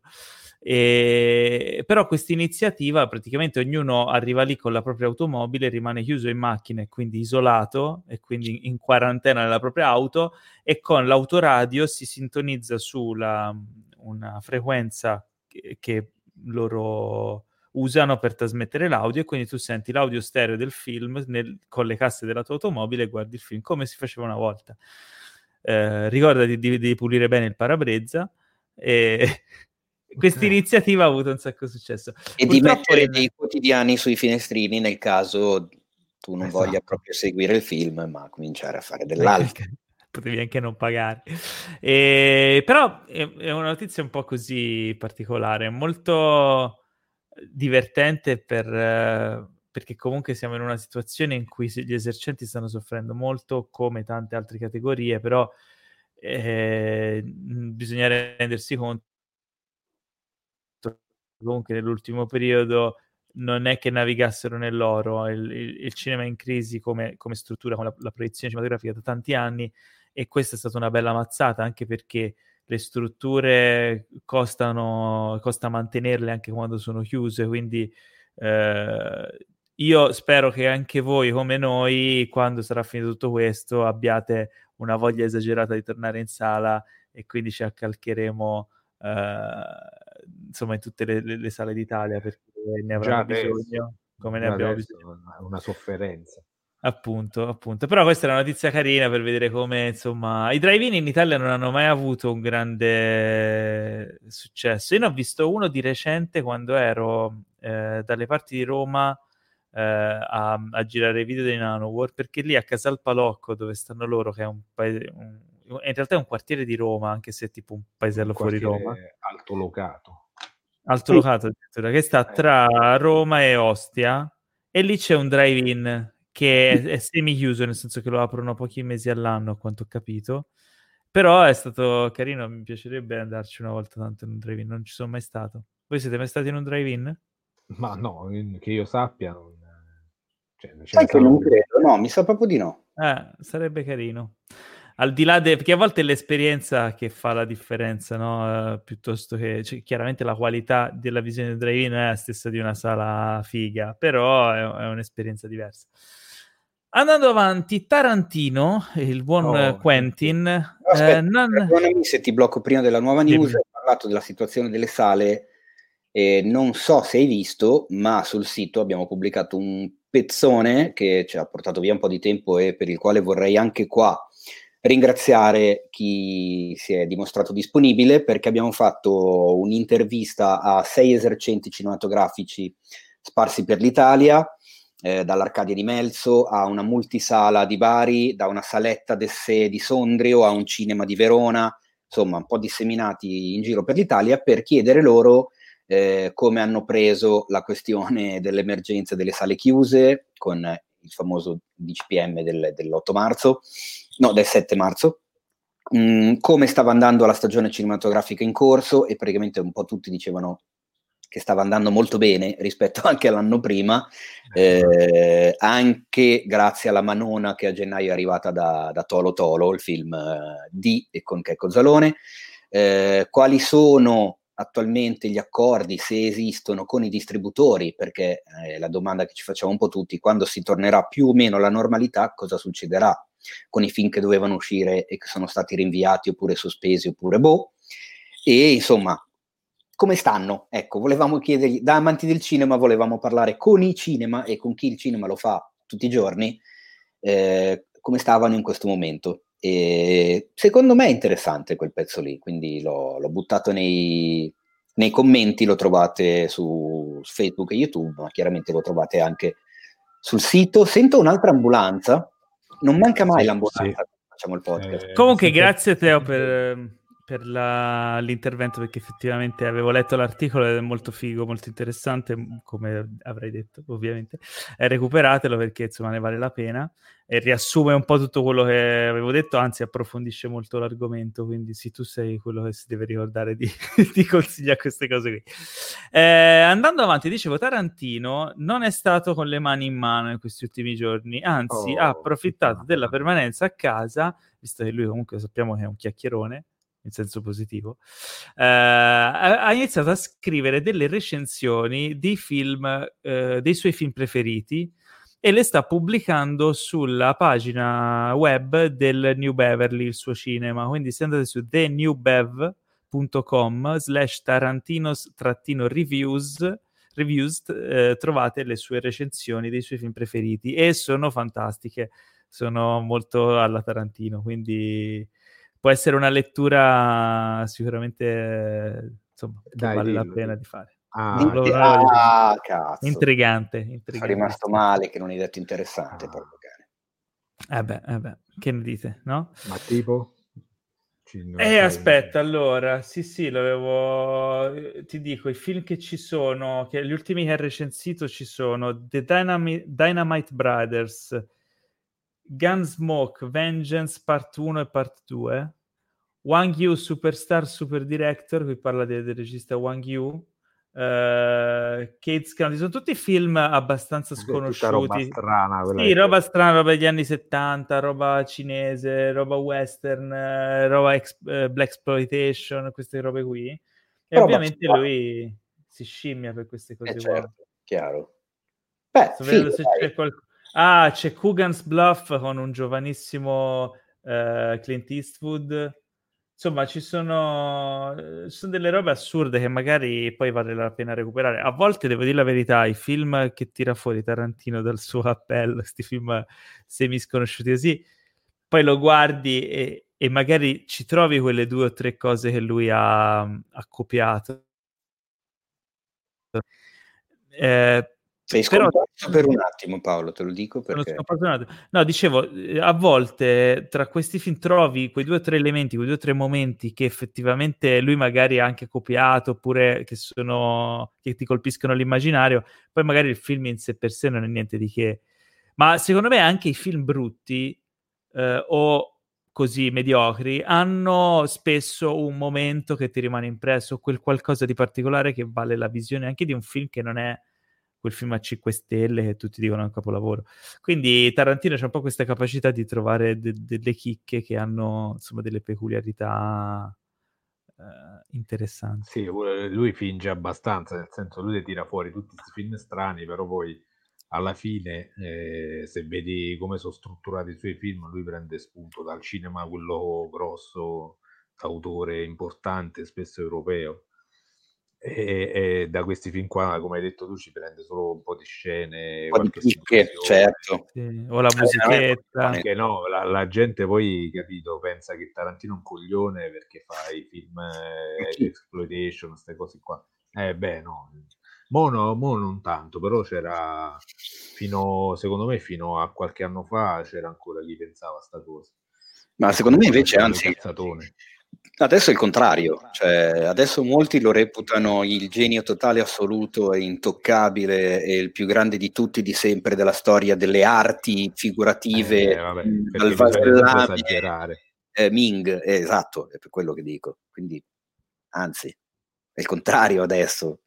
E... però questa iniziativa praticamente ognuno arriva lì con la propria automobile, rimane chiuso in macchina e quindi isolato e quindi in quarantena nella propria auto, e con l'autoradio si sintonizza su la, una frequenza che, che loro usano per trasmettere l'audio, e quindi tu senti l'audio stereo del film nel, con le casse della tua automobile e guardi il film come si faceva una volta. Eh, ricordati di, di pulire bene il parabrezza. E questa iniziativa ha avuto un sacco di successo. E Purtroppo di mettere in... dei quotidiani sui finestrini nel caso tu non Esatto. voglia proprio seguire il film, ma cominciare a fare dell'altro. Potevi anche non pagare. E... però è, è una notizia un po' così particolare, molto divertente per... Uh, perché comunque siamo in una situazione in cui gli esercenti stanno soffrendo molto, come tante altre categorie, però eh, bisogna rendersi conto comunque nell'ultimo periodo non è che navigassero nell'oro, il, il, il cinema è in crisi come, come struttura, con la, la proiezione cinematografica da tanti anni, e questa è stata una bella mazzata, anche perché le strutture costano, costa mantenerle anche quando sono chiuse, quindi eh, io spero che anche voi come noi, quando sarà finito tutto questo, abbiate una voglia esagerata di tornare in sala, e quindi ci accalcheremo uh, insomma in tutte le, le, le sale d'Italia, perché ne avranno Già bisogno adesso, come ne già abbiamo adesso bisogno. è una sofferenza. Appunto, appunto. Però questa è una notizia carina per vedere come, insomma, i drive-in in Italia non hanno mai avuto un grande successo. Io ne ho visto uno di recente quando ero eh, dalle parti di Roma eh, a, a girare video dei Nanowar, perché lì a Casalpalocco, dove stanno loro, che è un paese, un, in realtà è un quartiere di Roma, anche se è tipo un paesello Un fuori Roma. altolocato. Altolocato addirittura, che sta tra Roma e Ostia, e lì c'è un drive-in che è, è semi-chiuso, nel senso che lo aprono pochi mesi all'anno, a quanto ho capito, però è stato carino, mi piacerebbe andarci una volta tanto in un drive-in, non ci sono mai stato. Voi siete mai stati in un drive-in? Ma no, che io sappia, non, cioè, ce Sai ne che stanno non più. credo, no, mi sa proprio di no. Eh, sarebbe carino. Al di là de... perché a volte è l'esperienza che fa la differenza, no? Uh, piuttosto che... cioè, chiaramente la qualità della visione del drive-in è la stessa di una sala figa, però è, è un'esperienza diversa. Andando avanti, Tarantino, il buon Oh, Quentin... No, aspetta, eh, non... perdonami se ti blocco prima della nuova news. Dimmi. Hai parlato della situazione delle sale. Eh, non so se hai visto, ma sul sito abbiamo pubblicato un pezzone che ci ha portato via un po' di tempo e per il quale vorrei anche qua ringraziare chi si è dimostrato disponibile, perché abbiamo fatto un'intervista a sei esercenti cinematografici sparsi per l'Italia, eh, dall'Arcadia di Melzo a una multisala di Bari, da una saletta d'Essè di Sondrio a un cinema di Verona, insomma un po' disseminati in giro per l'Italia, per chiedere loro Eh, come hanno preso la questione dell'emergenza delle sale chiuse con il famoso D C P M del, dell'otto marzo, no, del sette marzo, mm, come stava andando la stagione cinematografica in corso, e praticamente un po' tutti dicevano che stava andando molto bene rispetto anche all'anno prima, eh, anche grazie alla manona che a gennaio è arrivata da, da Tolo Tolo, il film eh, di e con Checco Zalone. Eh, quali sono attualmente gli accordi, se esistono, con i distributori, perché eh, la domanda che ci facciamo un po' tutti, quando si tornerà più o meno alla normalità, cosa succederà con i film che dovevano uscire e che sono stati rinviati oppure sospesi oppure boh, e insomma come stanno? Ecco, volevamo chiedergli, da amanti del cinema volevamo parlare con i cinema e con chi il cinema lo fa tutti i giorni, eh, come stavano in questo momento. E secondo me è interessante quel pezzo lì, quindi l'ho, l'ho buttato nei, nei commenti, lo trovate su Facebook e YouTube, ma chiaramente lo trovate anche sul sito. Sento un'altra ambulanza, non manca mai sì, l'ambulanza, sì. facciamo il podcast. Eh, Comunque sempre... grazie Teo per... per la, l'intervento, perché effettivamente avevo letto l'articolo ed è molto figo, molto interessante, come avrei detto ovviamente. E recuperatelo perché insomma ne vale la pena e riassume un po' tutto quello che avevo detto, anzi approfondisce molto l'argomento, quindi sì, tu sei quello che si deve ricordare di, di consigliare queste cose qui. Eh, andando avanti, dicevo, Tarantino non è stato con le mani in mano in questi ultimi giorni, anzi oh, ha approfittato della permanenza a casa, visto che lui comunque sappiamo che è un chiacchierone in senso positivo, eh, ha iniziato a scrivere delle recensioni di film, eh, dei suoi film preferiti, e le sta pubblicando sulla pagina web del New Beverly, il suo cinema. Quindi se andate su the new bev punto com slash tarantinos trattino reviews reviews eh, trovate le sue recensioni dei suoi film preferiti e sono fantastiche, sono molto alla Tarantino, quindi può essere una lettura sicuramente, insomma, che Dai, vale dillo, la pena dillo. di fare. Ah, Di, lo, di, lo, ah cazzo. Intrigante, intrigante. Sono rimasto male che non hai detto interessante. Ah. Proprio, cane. Eh beh, eh beh, che ne dite, no? Ma tipo? Eh, aspetta, allora, sì, sì, l'avevo... Ti dico, i film che ci sono, che gli ultimi che ha recensito ci sono The Dynami- Dynamite Brothers, Gunsmoke, Vengeance Part uno e Part due, Wang Yu Superstar Super Director, qui parla del, del regista Wang Yu, uh, Kate's County, sono tutti film abbastanza sconosciuti. Tutta roba strana. Sì, roba strana, roba degli anni settanta, roba cinese, roba western, eh, roba ex- eh, blaxploitation, queste robe qui. E roba ovviamente strana. lui si scimmia per queste cose eh, qua. certo, chiaro. Beh, Sto figo, vedendo se c'è qualcosa. Ah, c'è Coogan's Bluff con un giovanissimo uh, Clint Eastwood. Insomma, ci sono, ci sono delle robe assurde che magari poi vale la pena recuperare. A volte, devo dire la verità, i film che tira fuori Tarantino dal suo cappello, questi film semi-sconosciuti così, poi lo guardi e, e magari ci trovi quelle due o tre cose che lui ha, ha copiato. Eh, Sei scomparso però... per un attimo, Paolo, te lo dico perché... No, dicevo, a volte tra questi film trovi quei due o tre elementi, quei due o tre momenti che effettivamente lui magari ha anche copiato, oppure che sono che ti colpiscono l'immaginario, poi magari il film in sé per sé non è niente di che. Ma secondo me anche i film brutti eh, o così mediocri hanno spesso un momento che ti rimane impresso, quel qualcosa di particolare che vale la visione anche di un film che non è quel film a cinque stelle che tutti dicono è un capolavoro. Quindi Tarantino c'ha un po' questa capacità di trovare de- delle chicche che hanno insomma delle peculiarità eh, interessanti. Sì, lui finge abbastanza, nel senso lui tira fuori tutti questi film strani, però poi alla fine eh, se vedi come sono strutturati i suoi film, lui prende spunto dal cinema quello grosso, d'autore importante, spesso europeo. E, e da questi film qua, come hai detto tu, ci prende solo un po' di scene, un po' qualche di picche, certo. Sì, o la musichetta. Anche no, la, la gente poi, capito, pensa che Tarantino è un coglione perché fa i film eh, exploitation, queste cose qua. Eh beh, no. Mo, no, mo non tanto, però c'era fino, secondo me, fino a qualche anno fa c'era ancora chi pensava a sta cosa. Ma secondo me invece, anzi, adesso è il contrario, cioè adesso molti lo reputano il genio totale assoluto e intoccabile e il più grande di tutti di sempre della storia delle arti figurative, eh, vabbè, dal vasellame, eh, Ming, eh, esatto, è per quello che dico, quindi anzi, è il contrario adesso.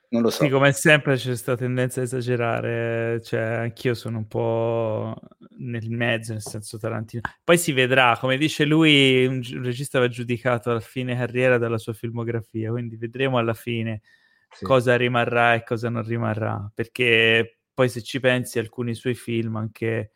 Non lo so. Sì, come sempre c'è questa tendenza a esagerare, cioè anch'io sono un po' nel mezzo, nel senso Tarantino. Poi si vedrà, come dice lui, un, gi- un regista va giudicato alla fine carriera dalla sua filmografia, quindi vedremo alla fine Sì. cosa rimarrà e cosa non rimarrà, perché poi se ci pensi alcuni suoi film anche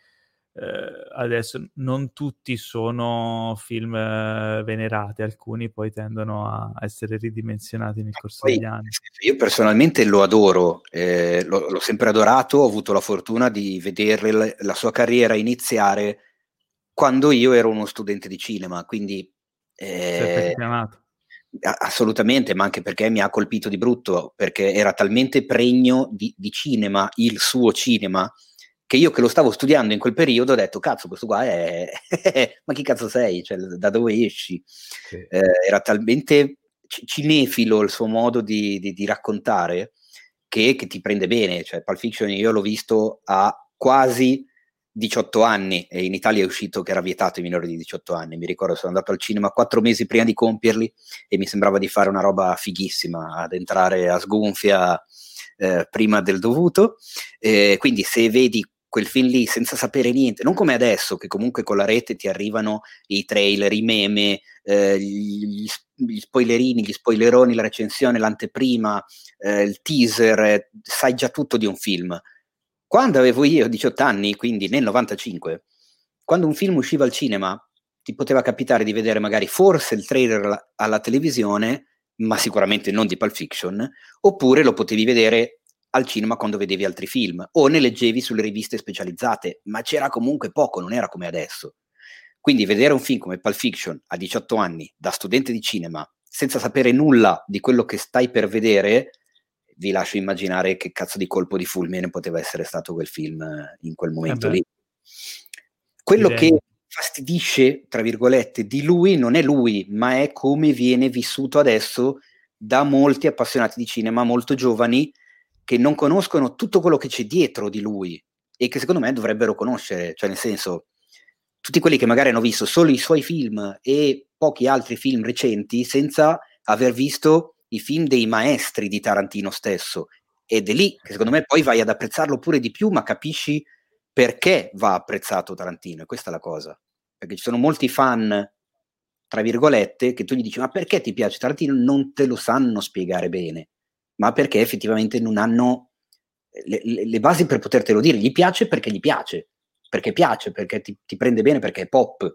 eh, adesso non tutti sono film eh, venerati, alcuni poi tendono a essere ridimensionati nel corso Poi, degli anni. io personalmente lo adoro, eh, l'ho, l'ho sempre adorato, ho avuto la fortuna di vedere la, la sua carriera iniziare quando io ero uno studente di cinema, quindi Sei eh, affezionato. a- assolutamente, ma anche perché mi ha colpito di brutto, perché era talmente pregno di, di cinema, il suo cinema, che io che lo stavo studiando in quel periodo ho detto, cazzo, questo qua è... ma chi cazzo sei? Cioè, da dove esci? Sì. Eh, era talmente c- cinefilo il suo modo di, di- di raccontare che, che ti prende bene. Cioè, Pulp Fiction io l'ho visto a quasi diciotto anni e in Italia è uscito che era vietato ai minori di diciotto anni. Mi ricordo, sono andato al cinema quattro mesi prima di compierli e mi sembrava di fare una roba fighissima, ad entrare a sgonfia eh, prima del dovuto. Eh, quindi se vedi quel film lì senza sapere niente, non come adesso che comunque con la rete ti arrivano i trailer, i meme, eh, gli, gli spoilerini, gli spoileroni, la recensione, l'anteprima, eh, il teaser, eh, sai già tutto di un film. Quando avevo io diciotto anni, quindi nel novantacinque, quando un film usciva al cinema, ti poteva capitare di vedere magari forse il trailer alla, alla televisione, ma sicuramente non di Pulp Fiction, oppure lo potevi vedere al cinema quando vedevi altri film, o ne leggevi sulle riviste specializzate, ma c'era comunque poco, non era come adesso. Quindi vedere un film come Pulp Fiction a diciotto anni, da studente di cinema, senza sapere nulla di quello che stai per vedere, vi lascio immaginare che cazzo di colpo di fulmine poteva essere stato quel film in quel momento Eh beh, lì. Quello direi. che fastidisce, tra virgolette, di lui non è lui, ma è come viene vissuto adesso da molti appassionati di cinema molto giovani che non conoscono tutto quello che c'è dietro di lui e che secondo me dovrebbero conoscere, cioè nel senso, tutti quelli che magari hanno visto solo i suoi film e pochi altri film recenti senza aver visto i film dei maestri di Tarantino stesso, ed è lì che secondo me poi vai ad apprezzarlo pure di più, ma capisci perché va apprezzato Tarantino, e questa è la cosa, perché ci sono molti fan, tra virgolette, che tu gli dici ma perché ti piace Tarantino, non te lo sanno spiegare bene, ma perché effettivamente non hanno le, le, le basi per potertelo dire. Gli piace perché gli piace, perché piace, perché ti, ti prende bene, perché è pop.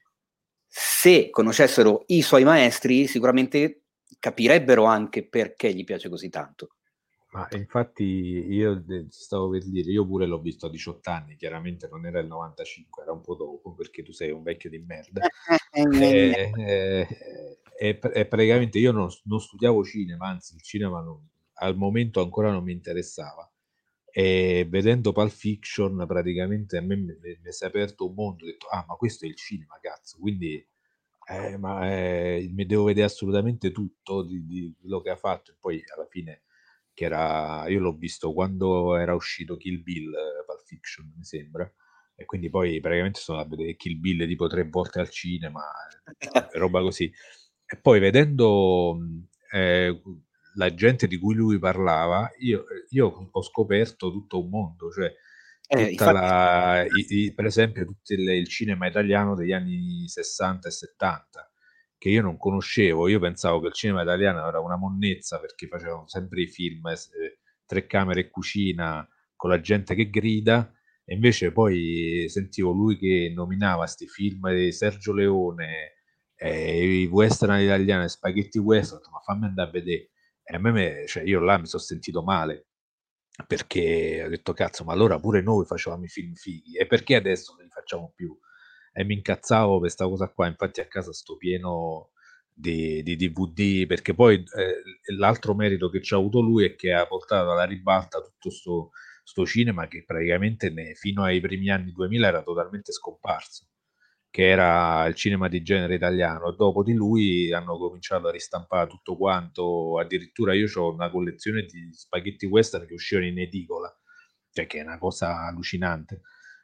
Se conoscessero i suoi maestri sicuramente capirebbero anche perché gli piace così tanto. Ma infatti io eh, stavo per dire, io pure l'ho visto a diciotto anni, chiaramente non era il novantacinque, era un po' dopo, perché tu sei un vecchio di merda. E, e, e, e praticamente io non, non studiavo cinema, anzi il cinema non, al momento ancora non mi interessava. E vedendo Pulp Fiction praticamente a me mi, mi- mi si è aperto un mondo, ho detto, ah ma questo è il cinema, cazzo, quindi eh, ma, eh, mi devo vedere assolutamente tutto di, di quello che ha fatto. E poi alla fine che era, io l'ho visto quando era uscito Kill Bill, eh, Pulp Fiction, mi sembra, e quindi poi praticamente sono andato a vedere Kill Bill tipo tre volte al cinema, eh, roba così. E poi vedendo mh, eh, la gente di cui lui parlava, io, io ho scoperto tutto un mondo, cioè Eh, tutta infatti, la, i- i- per esempio tutto il, il cinema italiano degli anni sessanta e settanta che io non conoscevo. Io pensavo che il cinema italiano era una monnezza perché facevano sempre i film, eh, tre camere e cucina con la gente che grida, e invece poi sentivo lui che nominava sti film di Sergio Leone, eh, i western italiani, spaghetti western, ho detto, ma fammi andare a vedere. E a me, me- cioè io là mi sono sentito male perché ho detto cazzo, ma allora pure noi facevamo i film fighi e perché adesso non li facciamo più? E mi incazzavo per questa cosa qua, infatti a casa sto pieno di, di D V D, perché poi eh, l'altro merito che ci ha avuto lui è che ha portato alla ribalta tutto sto, sto cinema che praticamente ne- fino ai primi anni duemila era totalmente scomparso, che era il cinema di genere italiano. Dopo di lui hanno cominciato a ristampare tutto quanto, addirittura io ho una collezione di spaghetti western che uscivano in edicola, cioè che è una cosa allucinante.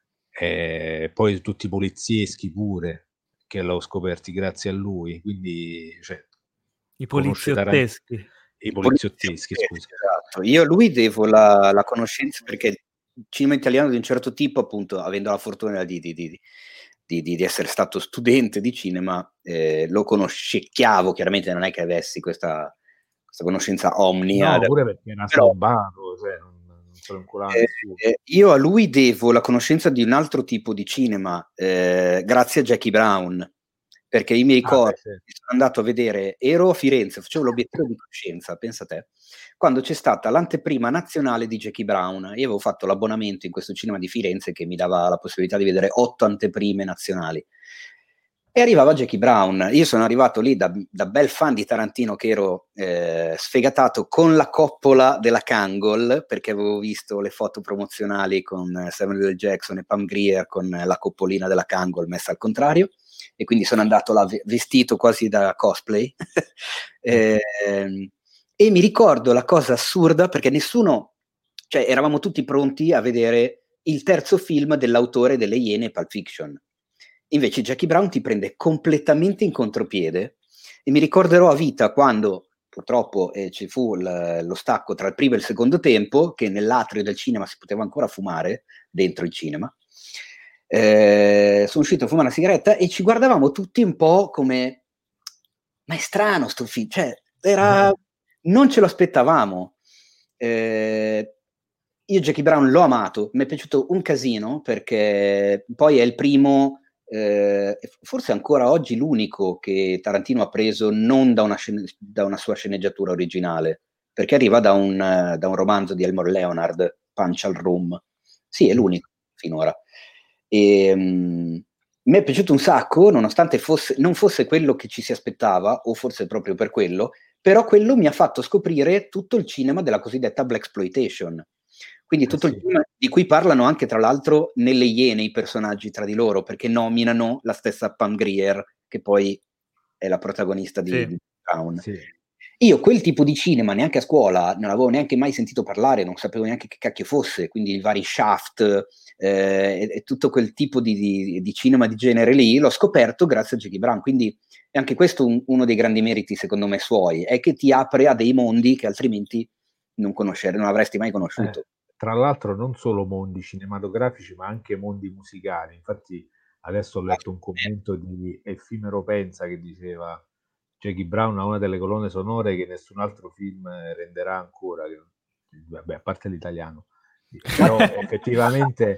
E poi tutti i polizieschi pure, che l'ho scoperti grazie a lui, quindi cioè, I conosce Tarantino, poliziotteschi. i i polizieschi, poliziotteschi, scusa. Esatto, io a lui devo la, la conoscenza, perché il cinema italiano di un certo tipo, appunto, avendo la fortuna di, di, di, di, di essere stato studente di cinema, eh, lo conoscchiavo, chiaramente non è che avessi questa, questa conoscenza omnia. No, pure perché era però, snobbato, cioè, non, non se lo inculava eh, nessuno. eh, io a lui devo la conoscenza di un altro tipo di cinema, eh, grazie a Jackie Brown, perché io mi ricordo Ah, beh, sì. che sono andato a vedere, ero a Firenze, facevo l'obiettivo di coscienza, pensa te, quando c'è stata l'anteprima nazionale di Jackie Brown. Io avevo fatto l'abbonamento in questo cinema di Firenze che mi dava la possibilità di vedere otto anteprime nazionali. E arrivava Jackie Brown. Io sono arrivato lì da, da bel fan di Tarantino, che ero eh, sfegatato con la coppola della Kangol, perché avevo visto le foto promozionali con Samuel L. Jackson e Pam Grier con la coppolina della Kangol messa al contrario, e quindi sono andato là vestito quasi da cosplay. eh, e mi ricordo la cosa assurda, perché nessuno, cioè eravamo tutti pronti a vedere il terzo film dell'autore delle Iene, Pulp Fiction. Invece Jackie Brown ti prende completamente in contropiede, e mi ricorderò a vita quando purtroppo eh, ci fu l- lo stacco tra il primo e il secondo tempo, che nell'atrio del cinema si poteva ancora fumare dentro il cinema. Eh, sono uscito a fumare una sigaretta e ci guardavamo tutti un po' come, ma è strano sto film, cioè era, non ce lo aspettavamo. Eh, io Jackie Brown l'ho amato, mi è piaciuto un casino, perché poi è il primo, eh, forse ancora oggi l'unico che Tarantino ha preso non da una, scene, da una sua sceneggiatura originale, perché arriva da un, uh, da un romanzo di Elmore Leonard, Punch al Room. Sì, è l'unico finora. E, um, mi è piaciuto un sacco, nonostante fosse, non fosse quello che ci si aspettava, o forse proprio per quello, però quello mi ha fatto scoprire tutto il cinema della cosiddetta blaxploitation. Quindi tutto Eh sì. il cinema di cui parlano anche, tra l'altro, nelle Iene i personaggi tra di loro, perché nominano la stessa Pam Grier, che poi è la protagonista di, Sì. di Brown. Sì. Io quel tipo di cinema neanche a scuola non avevo neanche mai sentito parlare, non sapevo neanche che cacchio fosse, quindi i vari Shaft eh, e, e tutto quel tipo di, di, di cinema di genere lì l'ho scoperto grazie a Jackie Brown. Quindi è anche questo un, uno dei grandi meriti, secondo me, suoi, è che ti apre a dei mondi che altrimenti non conoscere, non avresti mai conosciuto. Eh, tra l'altro non solo mondi cinematografici, ma anche mondi musicali. Infatti adesso ho letto un commento di Effimero Pensa che diceva Jackie Brown ha una delle colonne sonore che nessun altro film renderà ancora, che, vabbè, a parte l'italiano. Però effettivamente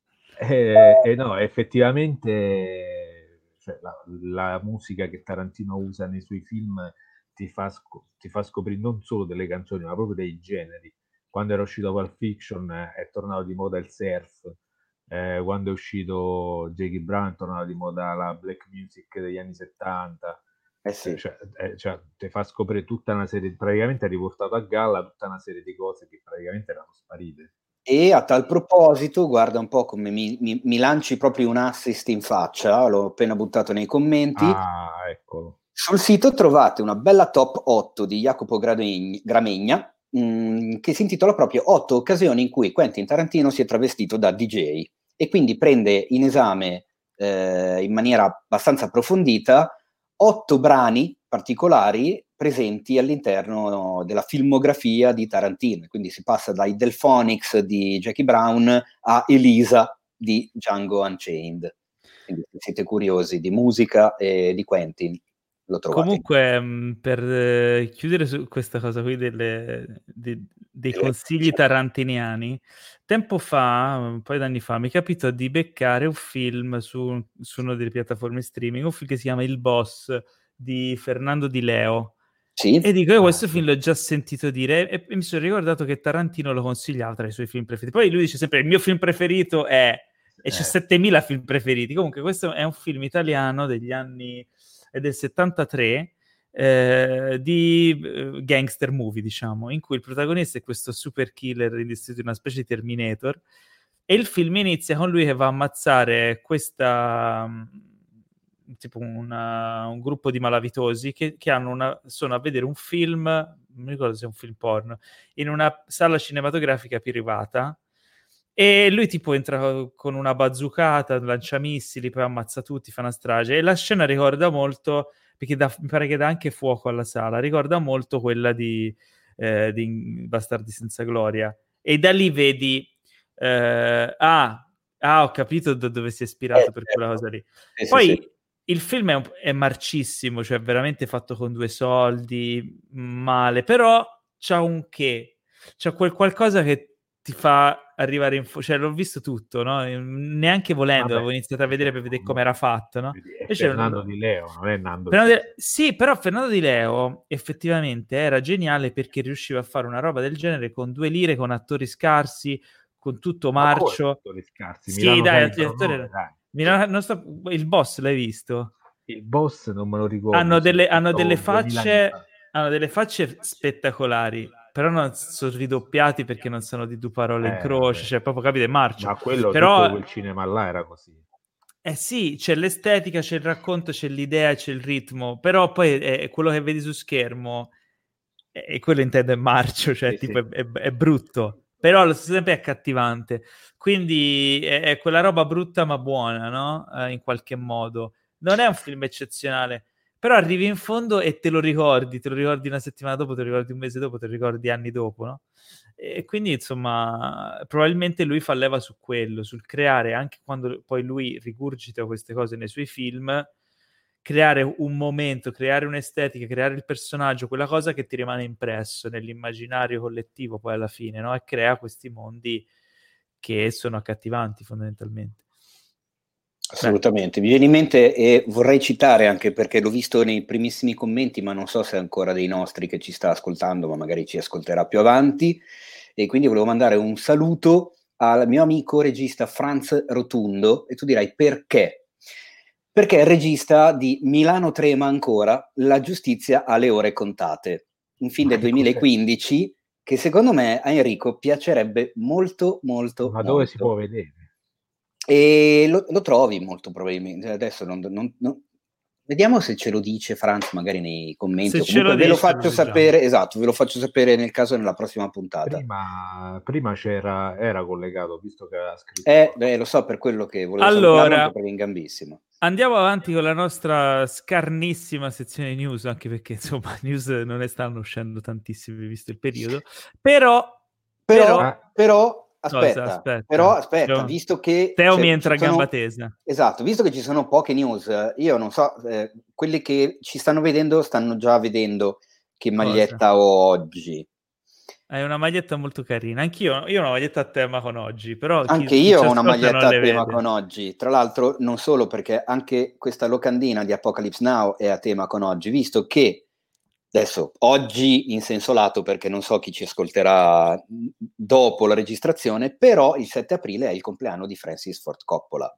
eh, eh, no, effettivamente cioè, la, la musica che Tarantino usa nei suoi film ti fa, sc- ti fa scoprire non solo delle canzoni, ma proprio dei generi. Quando era uscito Pulp Fiction eh, è tornato di moda il surf, eh, quando è uscito Jackie Brown è tornato di moda la black music degli anni settanta. Eh sì. Eh, cioè, eh, cioè, ti fa scoprire tutta una serie, praticamente ha riportato a galla tutta una serie di cose che praticamente erano sparite. E a tal proposito, guarda un po' come mi, mi, mi lanci proprio un assist in faccia, l'ho appena buttato nei commenti. Ah, eccolo. Sul sito trovate una bella top otto di Jacopo Gramegna, Gramegna mh, che si intitola proprio otto occasioni in cui Quentin Tarantino si è travestito da D J, e quindi prende in esame eh, in maniera abbastanza approfondita otto brani particolari presenti all'interno della filmografia di Tarantino. Quindi si passa dai Delphonics di Jackie Brown a Elisa di Django Unchained. Quindi se siete curiosi di musica e di Quentin, lo trovate. Comunque, mh, per eh, chiudere su questa cosa qui delle, de- dei consigli tarantiniani, tempo fa, un paio d'anni fa, mi capitò di beccare un film su, su una delle piattaforme streaming, un film che si chiama Il Boss di Fernando Di Leo. Sì. E dico, io questo Ah, sì. film l'ho già sentito dire, e, e mi sono ricordato che Tarantino lo consigliava tra i suoi film preferiti. Poi lui dice sempre, il mio film preferito è... E c'è Eh. settemila film preferiti. Comunque questo è un film italiano degli anni... è del settantatré, eh, di eh, gangster movie, diciamo, in cui il protagonista è questo super killer rivestito in una specie di Terminator, e il film inizia con lui che va a ammazzare questa... tipo una, un gruppo di malavitosi che, che hanno una, sono a vedere un film, non mi ricordo se è un film porno, in una sala cinematografica privata, e lui tipo entra con una bazzoocata, lancia missili, poi ammazza tutti, fa una strage, e la scena ricorda molto, perché dà, mi pare che dà anche fuoco alla sala, ricorda molto quella di eh, di Bastardi senza gloria, e da lì vedi eh, ah, ah, ho capito da dove si è ispirato Eh, per certo. quella cosa lì. Sì, Poi sì, sì. il film è, un- è marcissimo, cioè veramente fatto con due soldi, male, però c'ha un che, c'ha quel qualcosa che ti fa arrivare in fu- cioè l'ho visto tutto, no? Neanche volendo, Vabbè, avevo iniziato a vedere per vedere come era fatto, no? È Invece, Fernando Di Leo, non è Nando Fernando Zesi. Di- sì, però Fernando Di Leo effettivamente era geniale perché riusciva a fare una roba del genere con due lire, con attori scarsi, con tutto Ma come marcio. attori scarsi? Sì, Milano dai, gli calibro attori nove, erano- dai. Milano- non sto- il boss l'hai visto? Il boss non me lo ricordo, Hanno sì, delle, hanno tutto delle duemila anni fa. facce, hanno delle facce spettacolari, però non sono ridoppiati perché non sono di due parole in Eh, croce, vabbè. cioè proprio capite, marcio. Ma quello, tutto Però, quel cinema là era così. eh sì, c'è l'estetica, c'è il racconto, c'è l'idea, c'è il ritmo, però poi è quello che vedi su schermo, e quello intendo è marcio, cioè Sì, tipo sì. è, è- è brutto, però allo stesso tempo è accattivante. Quindi è, è quella roba brutta ma buona, no? Eh, in qualche modo. Non è un film eccezionale, però arrivi in fondo e te lo ricordi, te lo ricordi una settimana dopo, te lo ricordi un mese dopo, te lo ricordi anni dopo, no? E quindi, insomma, probabilmente lui fa leva su quello, sul creare, anche quando poi lui rigurgita queste cose nei suoi film, creare un momento, creare un'estetica, creare il personaggio, quella cosa che ti rimane impresso nell'immaginario collettivo poi alla fine, no? E crea questi mondi che sono accattivanti fondamentalmente. Assolutamente, mi viene in mente e vorrei citare anche perché l'ho visto nei primissimi commenti, ma non so se è ancora dei nostri che ci sta ascoltando, ma magari ci ascolterà più avanti, e quindi volevo mandare un saluto al mio amico regista Franz Rotundo, e tu dirai perché? Perché è il regista di Milano trema ancora, La giustizia ha le ore contate, un film del duemilaquindici che secondo me a Enrico piacerebbe molto molto Ma dove molto. si può vedere? E lo, lo trovi molto probabilmente. Adesso non, non- non- vediamo se ce lo dice Franz magari nei commenti, Se o ce comunque lo ve lo dice, lo faccio leggiamo. sapere, esatto, ve lo faccio sapere nel caso nella prossima puntata. Prima, prima c'era, era collegato, visto che aveva scritto. Eh, beh, lo so, per quello che volevo Allora, salutarlo, anche perché è in gambissimo. Andiamo avanti con la nostra scarnissima sezione news, anche perché insomma news non ne stanno uscendo tantissime visto il periodo, però Però, però, però cosa? aspetta, Aspetta, però aspetta, Teo, visto che Teo c'è- mi ci entra a sono- gamba tesa. Esatto, visto che ci sono poche news, eh, io non so, eh, quelli che ci stanno vedendo stanno già vedendo che maglietta ho oggi. Hai una maglietta molto carina, anch'io io ho una maglietta a tema con oggi, però chi, Anche chi io ci ho una ascolta maglietta non a le tema vede. con oggi, tra l'altro non solo perché anche questa locandina di Apocalypse Now è a tema con oggi, visto che adesso oggi in senso lato, perché non so chi ci ascolterà dopo la registrazione, però il sette aprile è il compleanno di Francis Ford Coppola.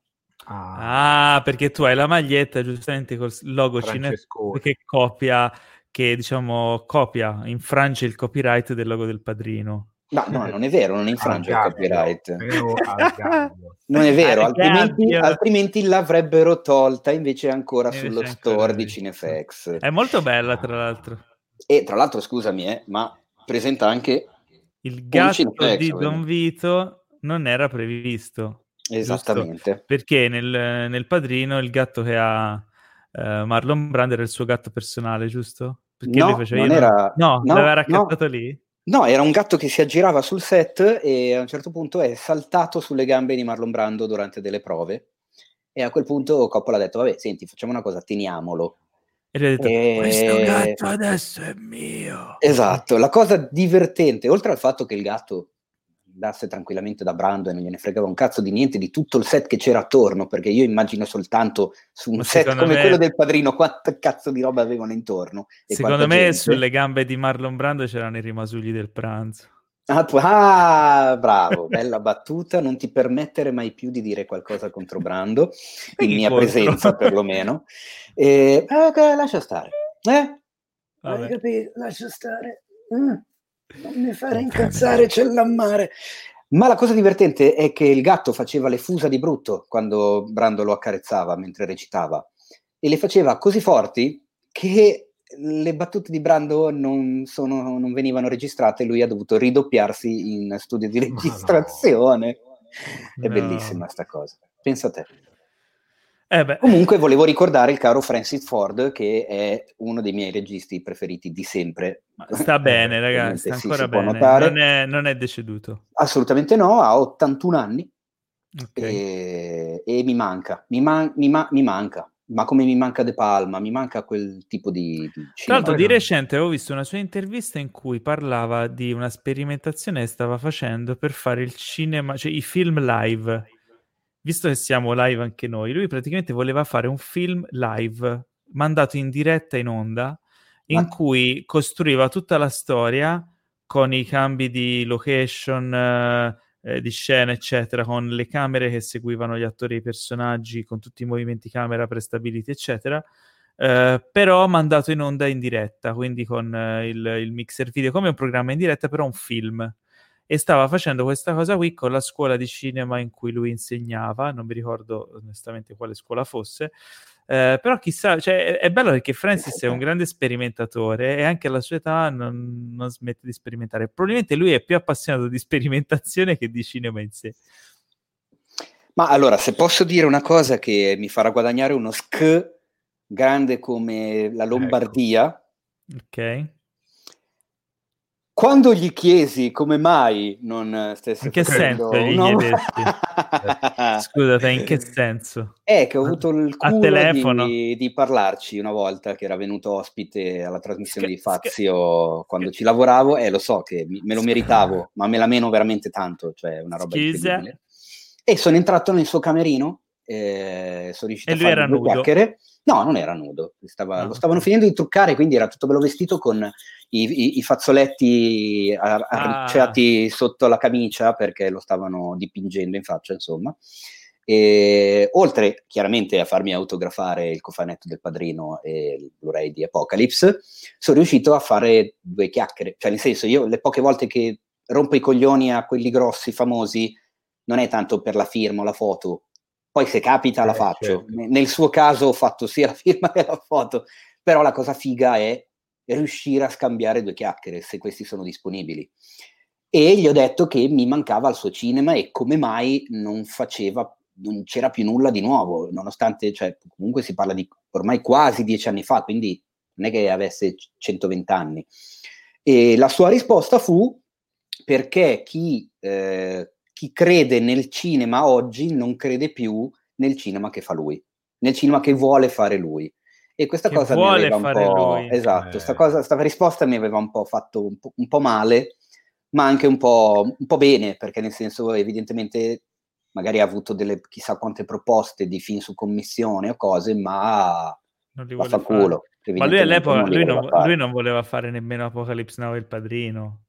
Ah, Ah, perché tu hai la maglietta giustamente col logo cinese Francescone. che copia, che diciamo copia, infrange il copyright del logo del padrino. Ma no, non è vero, non Al infrange il gabbio, copyright. però al gabbio. Non è vero, Al altrimenti, gabbio. altrimenti l'avrebbero tolta, invece è ancora E sullo invece ancora store di lì. Cinefx. È molto bella, tra l'altro. E tra l'altro, scusami, eh, ma presenta anche Il un gatto Cinefx, di ovviamente. Don Vito non era previsto, giusto? Esattamente. Perché nel, nel Padrino il gatto che ha eh, Marlon Brando era il suo gatto personale, giusto? Perché lui No, faceva... non io non- era... No, No, l'aveva no. raccattato lì? No, era un gatto che si aggirava sul set e a un certo punto è saltato sulle gambe di Marlon Brando durante delle prove. E a quel punto Coppola ha detto, vabbè, senti, facciamo una cosa, teniamolo. E lui ha detto, E- questo gatto adesso è mio. Esatto, la cosa divertente, oltre al fatto che il gatto andasse tranquillamente da Brando e non gliene fregava un cazzo di niente di tutto il set che c'era attorno, perché io immagino soltanto su un Ma set secondo come me- quello del Padrino quanto cazzo di roba avevano intorno e Secondo quanta me gente. sulle gambe di Marlon Brando c'erano i rimasugli del pranzo. Ah, pu- ah, bravo, bella battuta, non ti permettere mai più di dire qualcosa contro Brando, in chi mia contro? presenza perlomeno. E, eh, ok, lascia stare. Eh? Vabbè. Hai capito? Lascia stare. Mm. Non mi fare incazzare, c'è l'ammare. Ma la cosa divertente è che il gatto faceva le fusa di brutto quando Brando lo accarezzava mentre recitava e le faceva così forti che le battute di Brando non, sono, non venivano registrate e lui ha dovuto ridoppiarsi in studio di registrazione. No. È bellissima sta cosa. Pensa a te. Eh beh. Comunque volevo ricordare il caro Francis Ford, che è uno dei miei registi preferiti di sempre. Sta bene, eh, ragazzi, sta sì, ancora si può bene. notare. Non è, non è deceduto. Assolutamente no, ha ottantuno anni. Okay. E, e mi manca, mi, man- mi, ma- mi manca, ma come mi manca De Palma, mi manca quel tipo di, di Tra cinema. l'altro di recente avevo visto una sua intervista in cui parlava di una sperimentazione che stava facendo per fare il cinema, cioè i film live. Visto che siamo live anche noi, lui praticamente voleva fare un film live, mandato in diretta in onda, in Ma- cui costruiva tutta la storia con i cambi di location, eh, eh, di scena, eccetera, con le camere che seguivano gli attori e i personaggi, con tutti i movimenti camera prestabiliti, eccetera, eh, però mandato in onda in diretta, quindi con eh, il, il mixer video, come un programma in diretta, però un film. E stava facendo questa cosa qui con la scuola di cinema in cui lui insegnava, non mi ricordo onestamente quale scuola fosse, eh, però chissà, cioè, è, è bello perché Francis è un grande sperimentatore e anche alla sua età non, non smette di sperimentare. Probabilmente lui è più appassionato di sperimentazione che di cinema in sé. Ma allora, se posso dire una cosa che mi farà guadagnare uno sc grande come la Lombardia, Ok. quando gli chiesi come mai non stesse In che facendo senso gli no? chiedesti? Scusate, in che senso? È che ho avuto il A culo telefono? di, di parlarci una volta che era venuto ospite alla trasmissione Sca- di sca- Fazio quando sca- ci lavoravo e lo so che mi- me lo sca- meritavo, ma me la meno veramente tanto, cioè una roba Scusa? incredibile. E sono entrato nel suo camerino, eh, sono riuscito E a lui fare era due nudo? chiacchiere. No, non era nudo, stava- Ah, lo stavano ok. finendo di truccare, quindi era tutto bello vestito con i, i- i fazzoletti ar- Ah, arricciati sotto la camicia perché lo stavano dipingendo in faccia, insomma. E, oltre chiaramente a farmi autografare il cofanetto del Padrino e il Blu-ray di Apocalypse, sono riuscito a fare due chiacchiere. Cioè, nel senso, io le poche volte che rompo i coglioni a quelli grossi, famosi, non è tanto per la firma o la foto, poi se capita la Eh, faccio. certo. Nel suo caso ho fatto sia la firma che la foto, però la cosa figa è riuscire a scambiare due chiacchiere, se questi sono disponibili. E gli ho detto che mi mancava il suo cinema e come mai non faceva, non c'era più nulla di nuovo, nonostante, cioè, comunque si parla di ormai quasi dieci anni fa, quindi non è che avesse centoventi anni. E la sua risposta fu: perché chi, eh, chi crede nel cinema oggi non crede più nel cinema che fa lui, nel cinema che vuole fare lui. E questa che cosa mi vuole aveva un fare po'... lui. Esatto, sta, Eh, cosa, sta risposta mi aveva un po' fatto un po', un po' male, ma anche un po', un po' bene, perché nel senso evidentemente magari ha avuto delle chissà quante proposte di film su commissione o cose, ma Non li vuole fare. vaffanculo, Ma lui evidentemente all'epoca, non li lui voleva non, lui fare. non voleva fare nemmeno Apocalypse Now e il Padrino.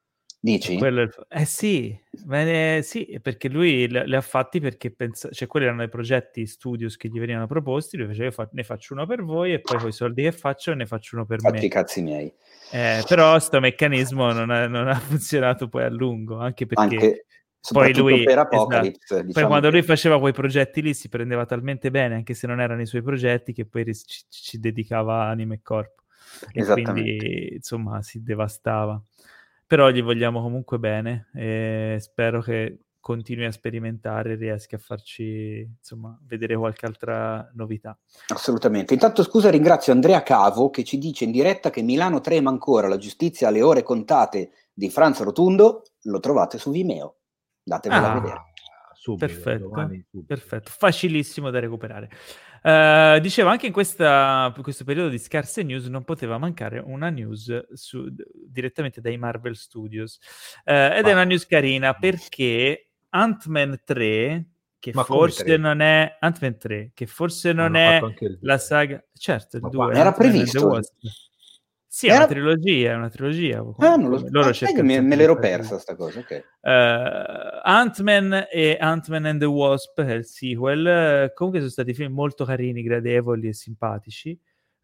E Dici? quello è il fa- eh sì, bene, sì, perché lui le, le ha fatti perché pensa, cioè quelli erano i progetti studios che gli venivano proposti, lui faceva: "Io fa- ne faccio uno per voi e poi con i soldi che faccio ne faccio uno per Faccio i me." cazzi miei. Eh, però sto meccanismo non ha, non ha funzionato poi a lungo, anche perché Anche, poi soprattutto lui, per esatto, Apocalypse, poi diciamo quando lui che... faceva quei progetti lì si prendeva talmente bene, anche se non erano i suoi progetti, che poi ris- ci, ci dedicava anima e corpo e Esattamente. quindi insomma si devastava. Però gli vogliamo comunque bene e spero che continui a sperimentare e riesca a farci insomma vedere qualche altra novità. Assolutamente. Intanto scusa, ringrazio Andrea Cavo che ci dice in diretta che Milano trema ancora, la giustizia alle ore contate di Franz Rotundo, lo trovate su Vimeo. Datevela a Ah, vedere. subito, perfetto, domani subito. perfetto, facilissimo da recuperare. Uh, dicevo, anche in, questa, in questo periodo di scarse news non poteva mancare una news su, direttamente dai Marvel Studios. Uh, ed è una news carina perché Ant-Man tre, che Ma come forse tre? non è Ant-Man tre, che forse non Hanno fatto è anche il la due. saga, certo, il Ma due, quando? Era Ant-Man and the previsto? Wasp. Sì, è una Era... trilogia, è una trilogia, Ah, come, non lo come so. loro Ah, sai che cercano me, me sempre di l'ero fare trilogie. persa sta cosa, ok. Uh, Ant-Man e Ant-Man and the Wasp, che è il sequel, uh, comunque sono stati film molto carini, gradevoli e simpatici,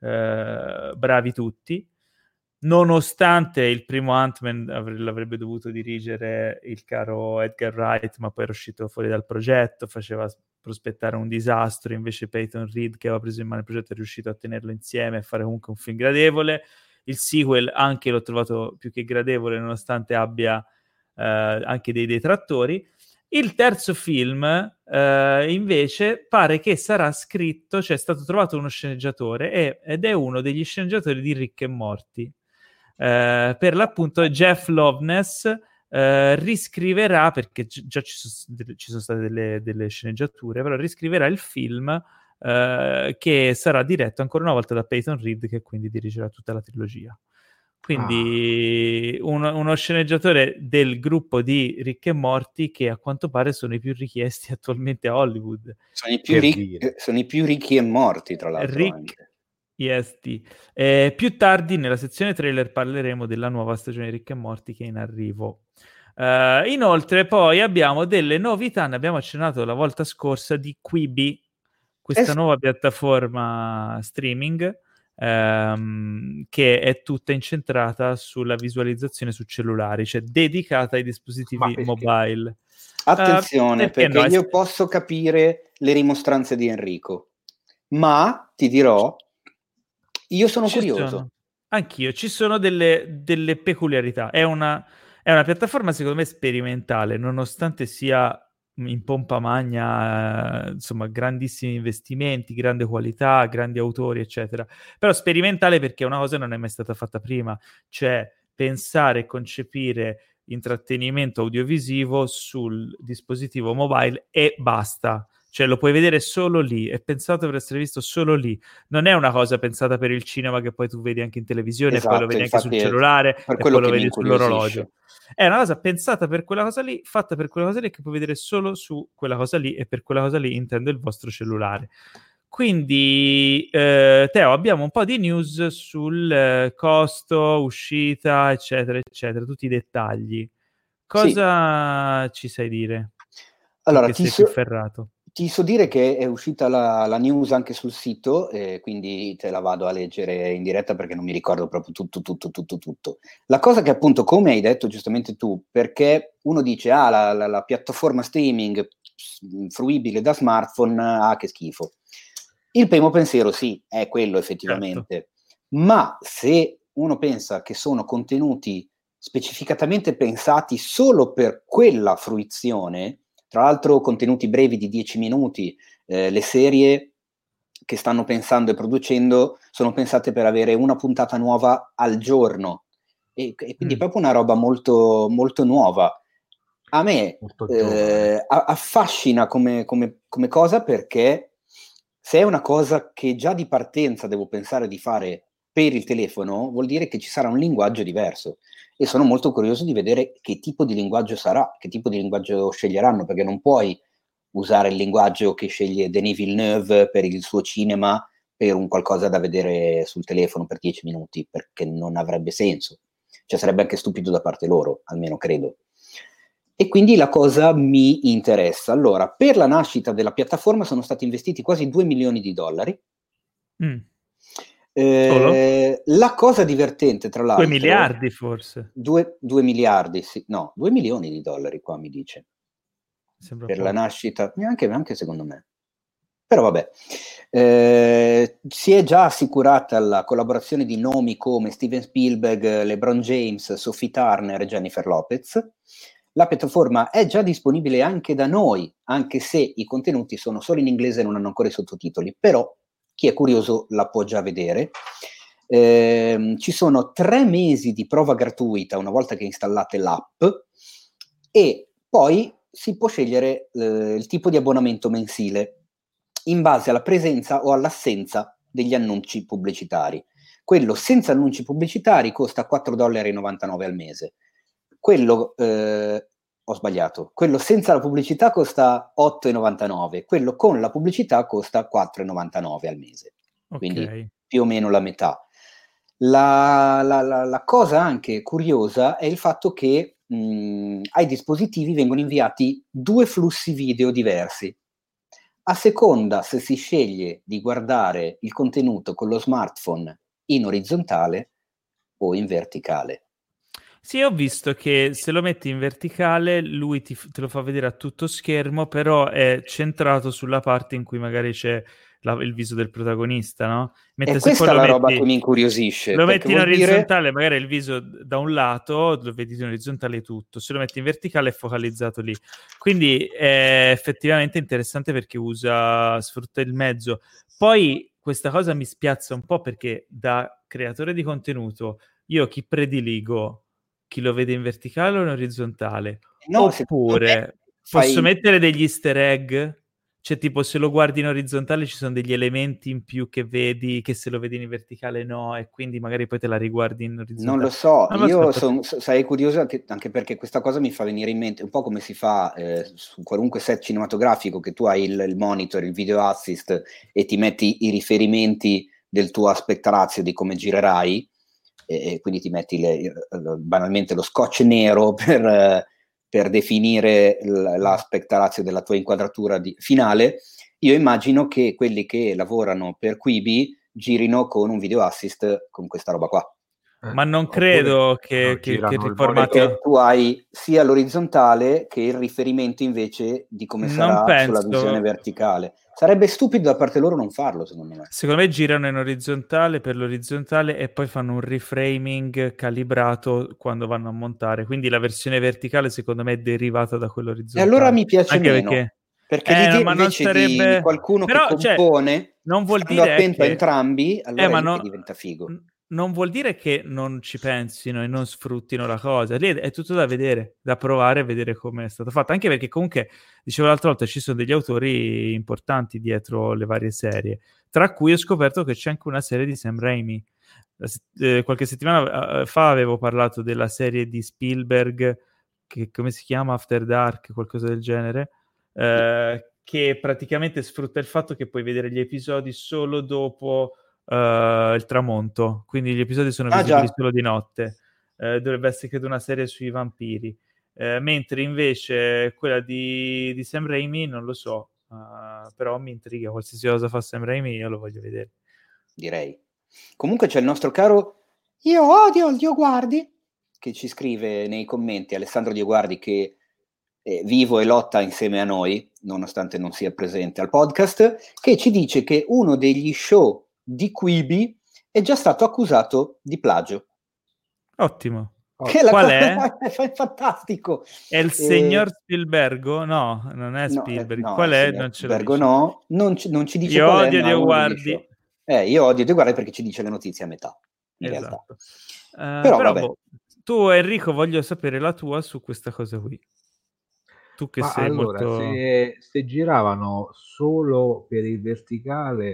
uh, bravi tutti, nonostante il primo Ant-Man avre- l'avrebbe dovuto dirigere il caro Edgar Wright, ma poi era uscito fuori dal progetto, faceva prospettare un disastro, invece Peyton Reed, che aveva preso in mano il progetto, è riuscito a tenerlo insieme e fare comunque un film gradevole. Il sequel anche l'ho trovato più che gradevole, nonostante abbia Uh, anche dei detrattori. Il terzo film Uh, invece pare che sarà scritto, cioè è stato trovato uno sceneggiatore e, ed è uno degli sceneggiatori di Rick e Morty. Uh, per l'appunto Jeff Loveness uh, riscriverà, perché gi- già ci, so- ci sono state delle, delle sceneggiature, però riscriverà il film uh, che sarà diretto ancora una volta da Peyton Reed, che quindi dirigerà tutta la trilogia. Quindi ah. uno, uno sceneggiatore del gruppo di Rick e Morty, che a quanto pare sono i più richiesti attualmente a Hollywood. Sono i più, ric- sono i più ricchi e morti, tra l'altro. Rick anche. E S T. Eh, più tardi nella sezione trailer parleremo della nuova stagione di Rick e Morty che è in arrivo. Uh, inoltre poi abbiamo delle novità, ne abbiamo accennato la volta scorsa, di Quibi, questa es- nuova piattaforma streaming Um, che è tutta incentrata sulla visualizzazione su cellulari, cioè dedicata ai dispositivi mobile. Attenzione, uh, perché, perché no? io posso capire le rimostranze di Enrico, ma ti dirò, io sono ci curioso. Sono. Anch'io, ci sono delle, delle peculiarità. È una, è una piattaforma secondo me sperimentale, nonostante sia in pompa magna, eh, insomma, grandissimi investimenti, grande qualità, grandi autori, eccetera. Però sperimentale perché una cosa non è mai stata fatta prima, cioè pensare e concepire intrattenimento audiovisivo sul dispositivo mobile e basta. Cioè lo puoi vedere solo lì, è pensato per essere visto solo lì. Non è una cosa pensata per il cinema che poi tu vedi anche in televisione, esatto, e poi lo vedi anche sul cellulare e poi lo vedi sull'orologio. È una cosa pensata per quella cosa lì, fatta per quella cosa lì, che puoi vedere solo su quella cosa lì, e per quella cosa lì intendo il vostro cellulare. Quindi, eh, Teo, abbiamo un po' di news sul eh, costo, uscita, eccetera, eccetera, tutti i dettagli. Cosa sì. ci sai dire? Allora, ti sei so, più ferrato. Ti so dire che è uscita la, la news anche sul sito, eh, quindi te la vado a leggere in diretta perché non mi ricordo proprio tutto, tutto, tutto, tutto. La cosa che appunto, come hai detto giustamente tu, perché uno dice, ah, la, la, la piattaforma streaming fruibile da smartphone, ah, che schifo. Il primo pensiero, sì, è quello effettivamente. Certo. Ma se uno pensa che sono contenuti specificatamente pensati solo per quella fruizione, tra l'altro contenuti brevi di dieci minuti, eh, le serie che stanno pensando e producendo sono pensate per avere una puntata nuova al giorno, e, e quindi mm. è proprio una roba molto, molto nuova. A me eh, affascina come, come, come cosa, perché se è una cosa che già di partenza devo pensare di fare per il telefono, vuol dire che ci sarà un linguaggio diverso. E sono molto curioso di vedere che tipo di linguaggio sarà, che tipo di linguaggio sceglieranno, perché non puoi usare il linguaggio che sceglie Denis Villeneuve per il suo cinema per un qualcosa da vedere sul telefono per dieci minuti, perché non avrebbe senso. Cioè sarebbe anche stupido da parte loro, almeno credo. E quindi la cosa mi interessa. Allora, per la nascita della piattaforma sono stati investiti quasi due milioni di dollari. Mm. Eh, la cosa divertente, tra l'altro... due miliardi forse. due miliardi, sì. No, due milioni di dollari qua mi dice. Sembra per poco. La nascita, neanche, neanche secondo me. Però vabbè. Eh, si è già assicurata la collaborazione di nomi come Steven Spielberg, LeBron James, Sophie Turner e Jennifer Lopez. La piattaforma è già disponibile anche da noi, anche se i contenuti sono solo in inglese e non hanno ancora i sottotitoli, però chi è curioso la può già vedere. Eh, ci sono tre mesi di prova gratuita una volta che installate l'app, e poi si può scegliere eh, il tipo di abbonamento mensile in base alla presenza o all'assenza degli annunci pubblicitari. Quello senza annunci pubblicitari costa quattro virgola novantanove dollari al mese. Quello, eh, ho sbagliato, quello senza la pubblicità costa otto virgola novantanove, quello con la pubblicità costa quattro virgola novantanove al mese. Okay. Quindi più o meno la metà. La, la, la, la cosa anche curiosa è il fatto che mh, ai dispositivi vengono inviati due flussi video diversi. A seconda se si sceglie di guardare il contenuto con lo smartphone in orizzontale o in verticale. Sì, ho visto che se lo metti in verticale lui ti, te lo fa vedere a tutto schermo, però è centrato sulla parte in cui magari c'è la, il viso del protagonista, no? Mentre e se questa poi è la metti, roba che mi incuriosisce. Lo metti in orizzontale, dire... magari il viso da un lato, lo vedi in orizzontale tutto, se lo metti in verticale è focalizzato lì. Quindi è effettivamente interessante perché usa, sfrutta il mezzo. Poi questa cosa mi spiazza un po' perché da creatore di contenuto io chi prediligo? Chi lo vede in verticale o in orizzontale? No, oppure fai... posso mettere degli easter egg? Cioè tipo se lo guardi in orizzontale ci sono degli elementi in più che vedi che se lo vedi in verticale no, e quindi magari poi te la riguardi in orizzontale. Non lo so, non io sono, sarei curioso anche, anche perché questa cosa mi fa venire in mente un po' come si fa eh, su qualunque set cinematografico, che tu hai il, il monitor, il video assist e ti metti i riferimenti del tuo aspect ratio di come girerai, e, e quindi ti metti le, banalmente lo scotch nero per, per definire l'aspect ratio della tua inquadratura di, finale. Io immagino che quelli che lavorano per Quibi girino con un video assist con questa roba qua. Eh, ma non credo che, che, che il formato... tu hai sia l'orizzontale che il riferimento invece di come sarà penso... sulla visione verticale. Sarebbe stupido da parte loro non farlo, secondo me. Secondo me girano in orizzontale per l'orizzontale e poi fanno un reframing calibrato quando vanno a montare. Quindi la versione verticale secondo me è derivata da quello orizzontale. E allora mi piace anche meno. Perché... Perché eh, l'idea invece sarebbe... di qualcuno Però, che compone, cioè, non vuol stando dire attento che... a entrambi, allora eh, ma è lì no... che diventa figo. Non vuol dire che non ci pensino e non sfruttino la cosa. Lì è tutto da vedere, da provare e vedere come è stato fatto. Anche perché comunque, dicevo l'altra volta, ci sono degli autori importanti dietro le varie serie. Tra cui ho scoperto che c'è anche una serie di Sam Raimi. Eh, qualche settimana fa avevo parlato della serie di Spielberg, che come si chiama? After Dark, qualcosa del genere. Eh, che praticamente sfrutta il fatto che puoi vedere gli episodi solo dopo uh, il tramonto, quindi gli episodi sono ah, visibili già. solo di notte. Uh, dovrebbe essere credo una serie sui vampiri, uh, mentre invece quella di, di Sam Raimi non lo so, uh, però mi intriga, qualsiasi cosa fa Sam Raimi io lo voglio vedere. Direi. Comunque c'è il nostro caro Io odio il Dio Guardi, che ci scrive nei commenti, Alessandro Dio Guardi, che Eh, vivo e lotta insieme a noi, nonostante non sia presente al podcast, che ci dice che uno degli show di Quibi è già stato accusato di plagio. Ottimo. Che la Qual cosa è? È fantastico. È il signor eh... Spielbergo? No, non è Spielberg. No, no, Qual è? Non ce lo dice. No, non ci, non ci dice io qual odio è, Dio Guardi. Eh, io odio Dio Guardi perché ci dice le notizie a metà, in esatto. realtà. Uh, però, però vabbè. boh, tu Enrico voglio sapere la tua su questa cosa qui. Tu che Ma sei allora, molto... se, se giravano solo per il verticale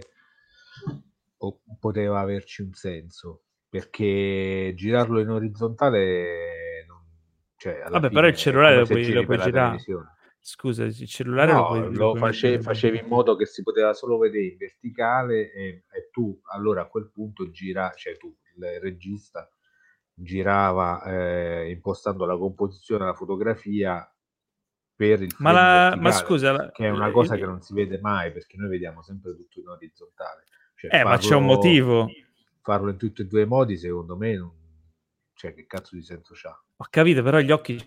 o poteva averci un senso, perché girarlo in orizzontale non, cioè alla vabbè, fine però il cellulare lo puoi, lo puoi girare. girare. Scusa, il cellulare no, lo puoi, lo puoi face, facevi in modo che si poteva solo vedere in verticale e, e tu allora a quel punto gira, cioè tu, il regista girava eh, impostando la composizione, la fotografia per il ma, la, ma verticale, scusa, la, che è una cosa il, che non si vede mai perché noi vediamo sempre tutto in orizzontale. Cioè, eh, farlo, ma c'è un motivo. Farlo in tutti e due i modi, secondo me, non, cioè, che cazzo di senso c'ha? Ho capito, però gli occhi.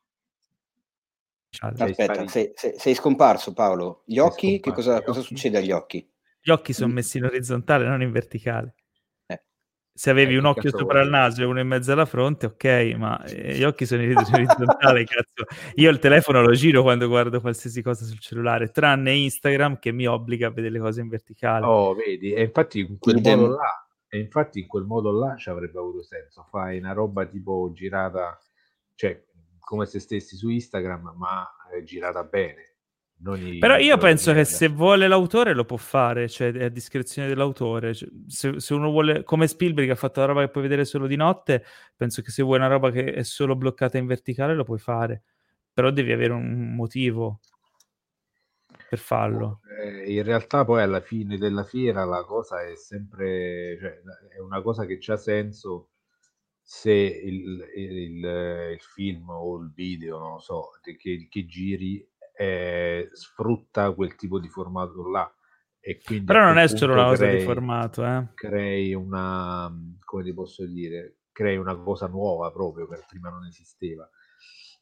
Aspetta, sei, sei, sei scomparso, Paolo. Gli occhi, che cosa, cosa occhi? succede agli occhi? Gli occhi sono messi in orizzontale, non in verticale. Eh. Se avevi eh, un occhio sopra il naso e uno in mezzo alla fronte, ok, ma eh, gli occhi sono in orizzontale, cazzo. Io il telefono lo giro quando guardo qualsiasi cosa sul cellulare, tranne Instagram che mi obbliga a vedere le cose in verticale. Oh, vedi, e infatti in quel Idem. modo là, e infatti in quel modo là ci avrebbe avuto senso. Fai una roba tipo girata, cioè come se stessi su Instagram, ma eh, girata bene. Però io penso che se vuole l'autore lo può fare, cioè è a discrezione dell'autore. Cioè, se, se uno vuole, come Spielberg ha fatto la roba che puoi vedere solo di notte, penso che se vuoi una roba che è solo bloccata in verticale lo puoi fare, però devi avere un motivo per farlo. Eh, in realtà poi alla fine della fiera la cosa è sempre, cioè, è una cosa che c'ha senso se il, il, il, il film o il video, non lo so, che, che giri Eh, sfrutta quel tipo di formato là e quindi però non è solo una cosa crei, di formato eh. crei una, come ti posso dire, crei una cosa nuova proprio che prima non esisteva.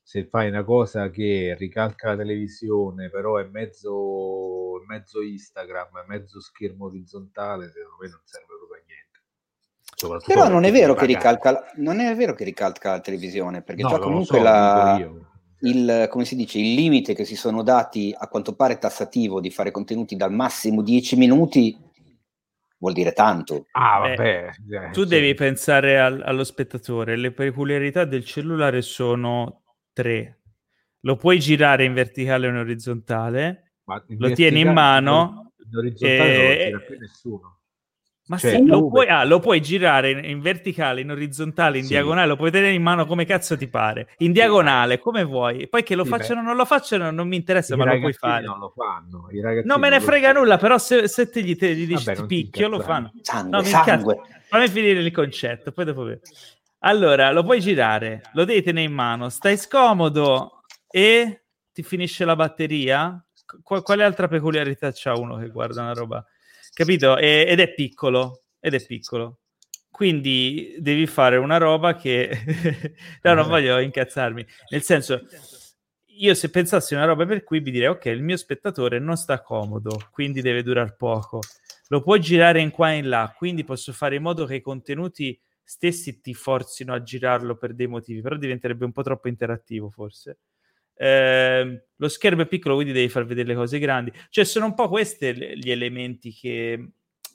se fai una cosa che ricalca la televisione, però è mezzo, mezzo Instagram, è mezzo schermo orizzontale, secondo me non serve proprio a niente. Soprattutto Però non è perché vero devi che pagare. ricalca, non è vero che ricalca la televisione, perché No, già non lo comunque so, la, dico io. il, come si dice, il limite che si sono dati a quanto pare tassativo di fare contenuti dal massimo dieci minuti vuol dire tanto. Ah, Beh, vabbè. eh, tu sì. devi pensare al- allo spettatore. Le peculiarità del cellulare sono tre. Lo puoi girare in verticale o in orizzontale, Ma in lo tieni in verticale, in, or- mano in orizzontale non lo gira e... più nessuno. Ma Cioè, sì, lo tu puoi, per- ah, lo puoi girare in, in verticale, in orizzontale, in Sì. diagonale, lo puoi tenere in mano come cazzo ti pare. In diagonale, come vuoi. Poi che lo Sì, facciano o beh. non lo facciano non mi interessa, I ma lo puoi ragazzini fare. non lo fanno. I ragazzini Non me ne non lo frega girano. nulla, però se, se te gli, te gli dici Vabbè, ti non ti picchio, lo incazzare. fanno. Sangue, No, mi incazzo. sangue. Fammi finire il concetto, poi dopo vedo. Allora, lo puoi girare, lo devi tenere in mano, stai scomodo e ti finisce la batteria. Qu- quale altra peculiarità c'ha uno che guarda una roba? Capito? E- ed è piccolo, ed è piccolo. Quindi devi fare una roba che... no, non voglio incazzarmi. Nel senso, io se pensassi a una roba per cui mi direi, ok, il mio spettatore non sta comodo, quindi deve durare poco. Lo puoi girare in qua e in là, quindi posso fare in modo che i contenuti stessi ti forzino a girarlo per dei motivi, però diventerebbe un po' troppo interattivo forse. Eh, lo schermo è piccolo, quindi devi far vedere le cose grandi. Cioè sono un po' questi gli elementi che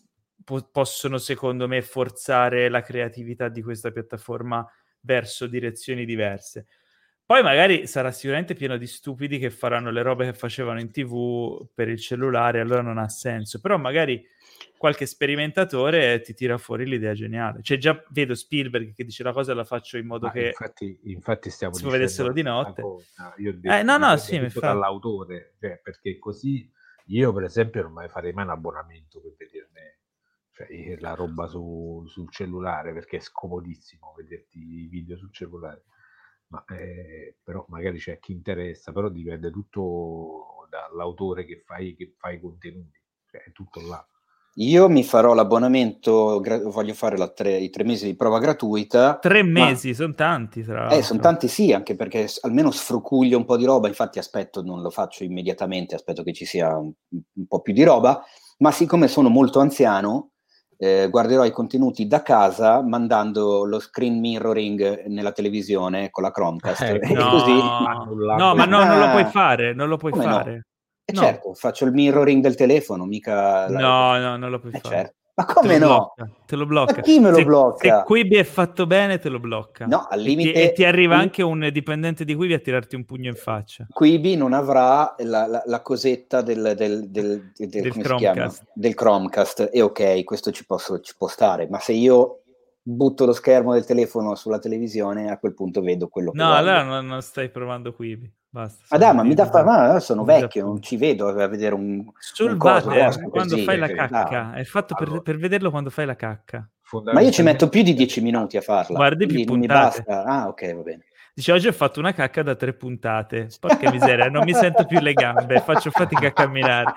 po- possono secondo me forzare la creatività di questa piattaforma verso direzioni diverse. Poi magari sarà sicuramente pieno di stupidi che faranno le robe che facevano in TV per il cellulare, allora non ha senso. Però magari qualche sperimentatore ti tira fuori l'idea geniale. Cioè già vedo Spielberg che dice la cosa la faccio in modo Ma che infatti, infatti stiamo si può dicendo vedessero la di stessa notte. cosa. Io ho detto, Eh, no, no, dipende sì, mi tutto fa... dall'autore, cioè, perché così io per esempio non mai farei mai un abbonamento per vederne, cioè, la roba su, sul cellulare, perché è scomodissimo vederti i video sul cellulare. Ma, eh, però magari c'è chi interessa, però dipende tutto dall'autore che fai, che fa i contenuti, cioè è tutto là. Io mi farò l'abbonamento, gra- voglio fare la tre, i tre mesi di prova gratuita. Tre ma- mesi, sono tanti, tra l'altro. Eh, sono tanti sì, anche perché s- almeno sfrucuglio un po' di roba, infatti aspetto, non lo faccio immediatamente, aspetto che ci sia un, un po' più di roba, ma siccome sono molto anziano, eh, guarderò i contenuti da casa mandando lo screen mirroring nella televisione con la Chromecast. Eh, E No, così... no, ma no, non lo puoi Ah, fare, non lo puoi come no? fare. E No. certo, faccio il mirroring del telefono, mica... la- No, no, non lo puoi Eh fare. certo. Ma Te come lo no? blocca, te lo blocca. Ma chi me lo se, blocca? Se Quibi è fatto bene, te lo blocca. No, al E ti, limite... e ti arriva al- anche un dipendente di Quibi a tirarti un pugno in faccia. Quibi non avrà la, la- la cosetta del, del, del, del, Del come si chiama? Chromecast. Del Chromecast, e ok, questo ci, posso, ci può stare, ma se io butto lo schermo del telefono sulla televisione, a quel punto vedo quello che No, voglio. allora non, non stai provando Quibi. Basta. Ma dai, ma mi dà fa... ma sono mi dà vecchio, non punto. ci vedo a vedere un, Sul un coso water, vostro quando così. fai la Dai. cacca, è fatto per, Allora. per vederlo quando fai la cacca. Ma io ci metto più di dieci minuti a farla, Guardi quindi più non mi puntate. basta. Ah, ok, va bene. Dice, oggi ho fatto una cacca da tre puntate. Porca miseria, non mi sento più le gambe, faccio fatica a camminare.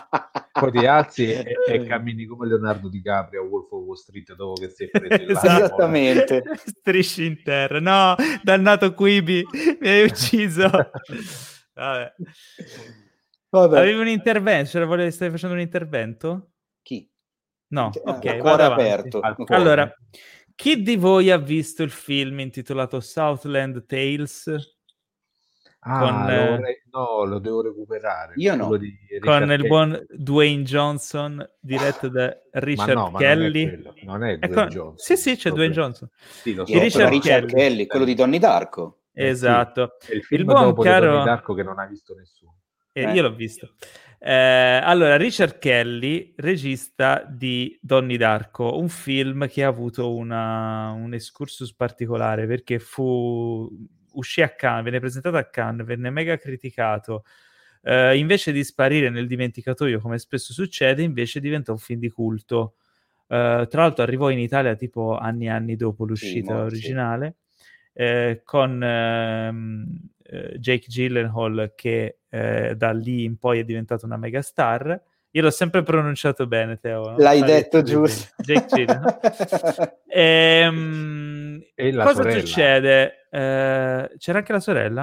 Poi ti alzi e, e cammini come Leonardo DiCaprio a Wolf of Wall Street dopo che si è preso il Esatto. Esattamente. Strisci in terra. No, dannato Quibi, mi hai ucciso. Vabbè. Vabbè. Avevi un intervento? Cioè, volevi, stai facendo un intervento? Chi? No, Ah, ok, a vado cuore avanti. aperto. Al cuore. Allora, chi di voi ha visto il film intitolato Southland Tales? Ah, con, lo eh, vorrei- no, lo devo recuperare. Io no. Quello di con Richard il Kelly. buon Dwayne Johnson, diretto da Ma Richard no, ma Kelly. non è quello, non è È Dwayne con- Johnson. Sì, sì, c'è Proprio- Dwayne Johnson. Sì, lo so, Di Diretto da Richard Richard Kelly. Kelly, quello di Donnie Darko. Eh, Esatto. sì, è il Il film buon dopo di caro... Donnie Darko che non ha visto nessuno. Eh, Eh. Io l'ho visto. Eh, allora, Richard Kelly, regista di Donnie Darko, un film che ha avuto una, un excursus particolare perché fu uscì a Cannes, venne presentato a Cannes, venne mega criticato. Eh, invece di sparire nel dimenticatoio, come spesso succede, invece diventò un film di culto. Eh, tra l'altro arrivò in Italia tipo anni e anni dopo l'uscita Sì, mo- originale, eh, con ehm, eh, Jake Gyllenhaal che eh, da lì in poi è diventato una megastar. Io l'ho sempre pronunciato bene, Teo. No? L'hai Fai detto le tue giusto. idee. Jake Gyllenhaal. Ehm, E la cosa sorella. succede? Eh, c'era anche la sorella?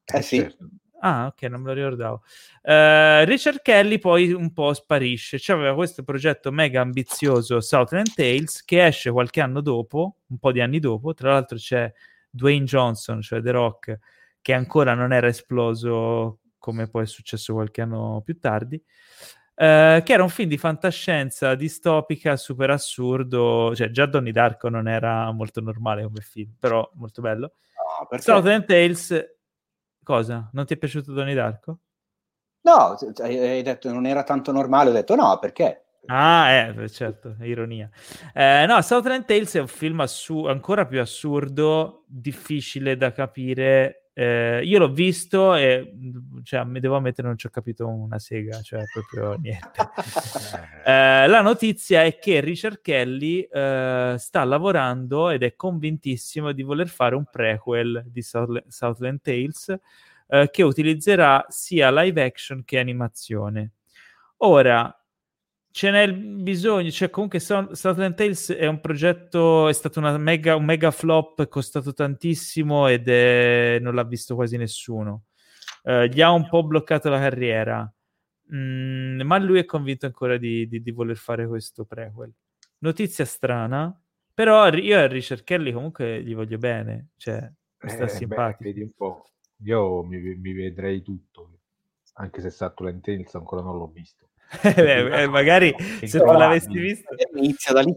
Eh sì. Certo. Ah, ok, non me lo ricordavo. Uh, Richard Kelly poi un po' sparisce. C'aveva questo progetto mega ambizioso, Southland Tales, che esce qualche anno dopo, un po' di anni dopo. Tra l'altro c'è Dwayne Johnson, cioè The Rock, che ancora non era esploso come poi è successo qualche anno più tardi, uh, che era un film di fantascienza distopica super assurdo. Cioè già Donnie Darko non era molto normale come film, però molto bello. No, perché... Southland Tales... Cosa? Non ti è piaciuto Donnie Darko? No, hai detto non era tanto normale, ho detto no, perché? Ah, eh, certo, ironia. Eh, no, Southland Tales è un film assu- ancora più assurdo, difficile da capire. Eh, io l'ho visto e cioè, mi devo ammettere non ci ho capito una sega, cioè proprio niente. eh, la notizia è che Richard Kelly eh, sta lavorando ed è convintissimo di voler fare un prequel di South- Southland Tales eh, che utilizzerà sia live action che animazione. Ora, ce n'è il bisogno, cioè comunque Southland Tales è un progetto, è stato una mega, un mega flop, è costato tantissimo ed è, non l'ha visto quasi nessuno. Uh, gli ha un po' bloccato la carriera, mm, ma lui è convinto ancora di, di, di voler fare questo prequel. Notizia strana, però io a Richard Kelly comunque gli voglio bene, cioè mi sta eh, simpatico. Beh, vedi un po', io mi, mi vedrei tutto, anche se Southland Tales ancora non l'ho visto. eh, magari se tu l'avessi visto inizia da lì.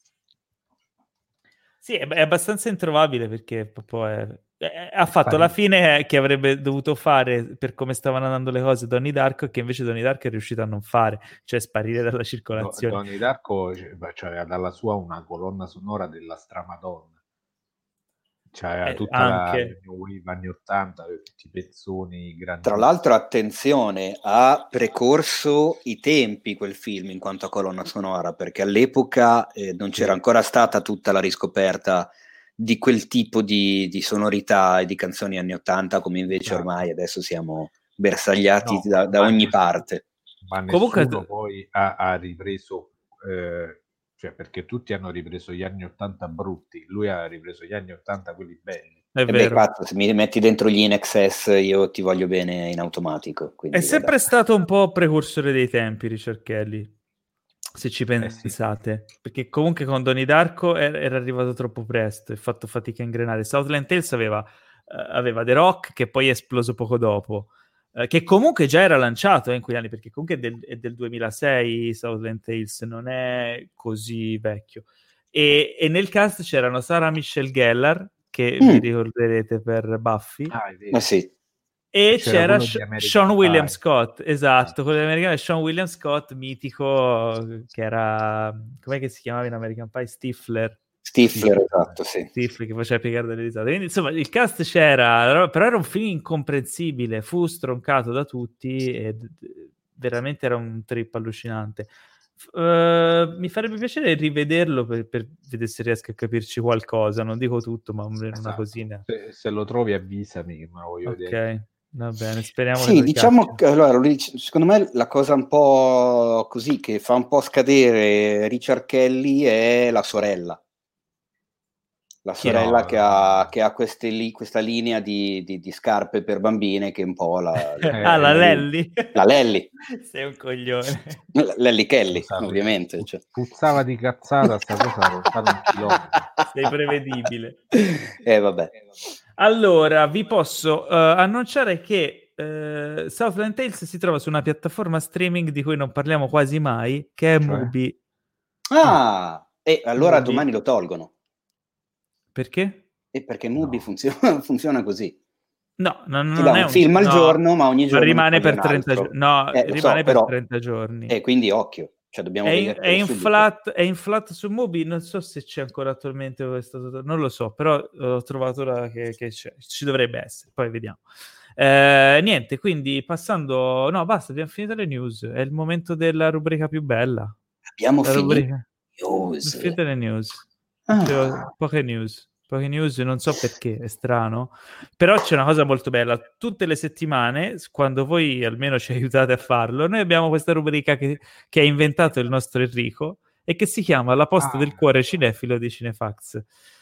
Sì, è, è abbastanza introvabile perché proprio è, è, ha fatto la fine che avrebbe dovuto fare per come stavano andando le cose Donnie Darko, che invece Donnie Darko è riuscito a non fare, cioè sparire dalla circolazione. Donnie Darko cioè, dalla sua una colonna sonora della stramadonna. Cioè, eh, tutta anche. la wave anni ottanta, tutti i pezzoni grandi. Tra l'altro, attenzione, ha precorso i tempi quel film in quanto a colonna sonora, perché all'epoca eh, non c'era sì. ancora stata tutta la riscoperta di quel tipo di, di sonorità e di canzoni anni ottanta, come invece esatto. ormai adesso siamo bersagliati no, da, da ogni parte. Ma nessuno Comunque... poi ha, ha ripreso... Eh, cioè perché tutti hanno ripreso gli anni ottanta brutti, lui ha ripreso gli anni ottanta quelli belli. È e vero. Beh, cazzo, se mi metti dentro gli In Excess io ti voglio bene in automatico. È sempre vabbè. stato un po' precursore dei tempi Richard Kelly, se ci pensate, eh sì. perché comunque con Donnie Darko era, era arrivato troppo presto e fatto fatica a ingranare. Southland Tales aveva, uh, aveva The Rock che poi è esploso poco dopo, Uh, che comunque già era lanciato eh, in quegli anni, perché comunque è del, è del duemilasei Southland Tales, non è così vecchio. E, e nel cast c'erano Sarah Michelle Gellar, che mm. vi ricorderete per Buffy. Ah, ah sì. E c'era, c'era Sean William Scott, esatto, quello dell'americano, Sean William Scott, mitico, che era, com'è che si chiamava in American Pie? Stifler. Stifler, esatto, sì. Stifler che faceva piegare delle risate. Quindi, insomma, il cast c'era, però era un film incomprensibile, fu stroncato da tutti e veramente era un trip allucinante. Uh, mi farebbe piacere rivederlo per, per vedere se riesco a capirci qualcosa, non dico tutto, ma una esatto. cosina. Se, se lo trovi avvisami che me lo voglio okay. vedere. Va bene, speriamo. Sì, che diciamo che allora, secondo me la cosa un po' così che fa un po' scadere Richard Kelly è la sorella. La sorella no, che, ha, che ha queste li, questa linea di, di, di scarpe per bambine che è un po' la... la ah, la Lelly? La Lelly. Sei un coglione. Lelly Kelly, Scusate, ovviamente. Cioè. Puzzava di cazzata sta cosa, non fa un chilometro. Sei prevedibile. Eh, vabbè. Allora, vi posso uh, annunciare che uh, Southland Tales si trova su una piattaforma streaming di cui non parliamo quasi mai, che è cioè? Mubi. Ah, e allora Mubi. Domani lo tolgono. Perché? E perché Mubi no. funziona, funziona così. No, non, non Ti dà è un film al no, giorno, ma ogni giorno ma rimane per trenta giorni. No, eh, rimane so, per però, trenta giorni. E eh, quindi occhio. Cioè dobbiamo è, in, è, in flat, è in flat su Mubi, non so se c'è ancora attualmente, non lo so, però ho trovato ora che, che c'è, ci dovrebbe essere, poi vediamo. Eh, niente, quindi passando, no basta, abbiamo finito le news, è il momento della rubrica più bella. Abbiamo La finito rubrica... news. finito le news, ah. cioè, poche news. Poche news, non so perché, è strano, però c'è una cosa molto bella, tutte le settimane, quando voi almeno ci aiutate a farlo, noi abbiamo questa rubrica che, che ha inventato il nostro Enrico e che si chiama La posta ah. del cuore cinefilo di Cinefax.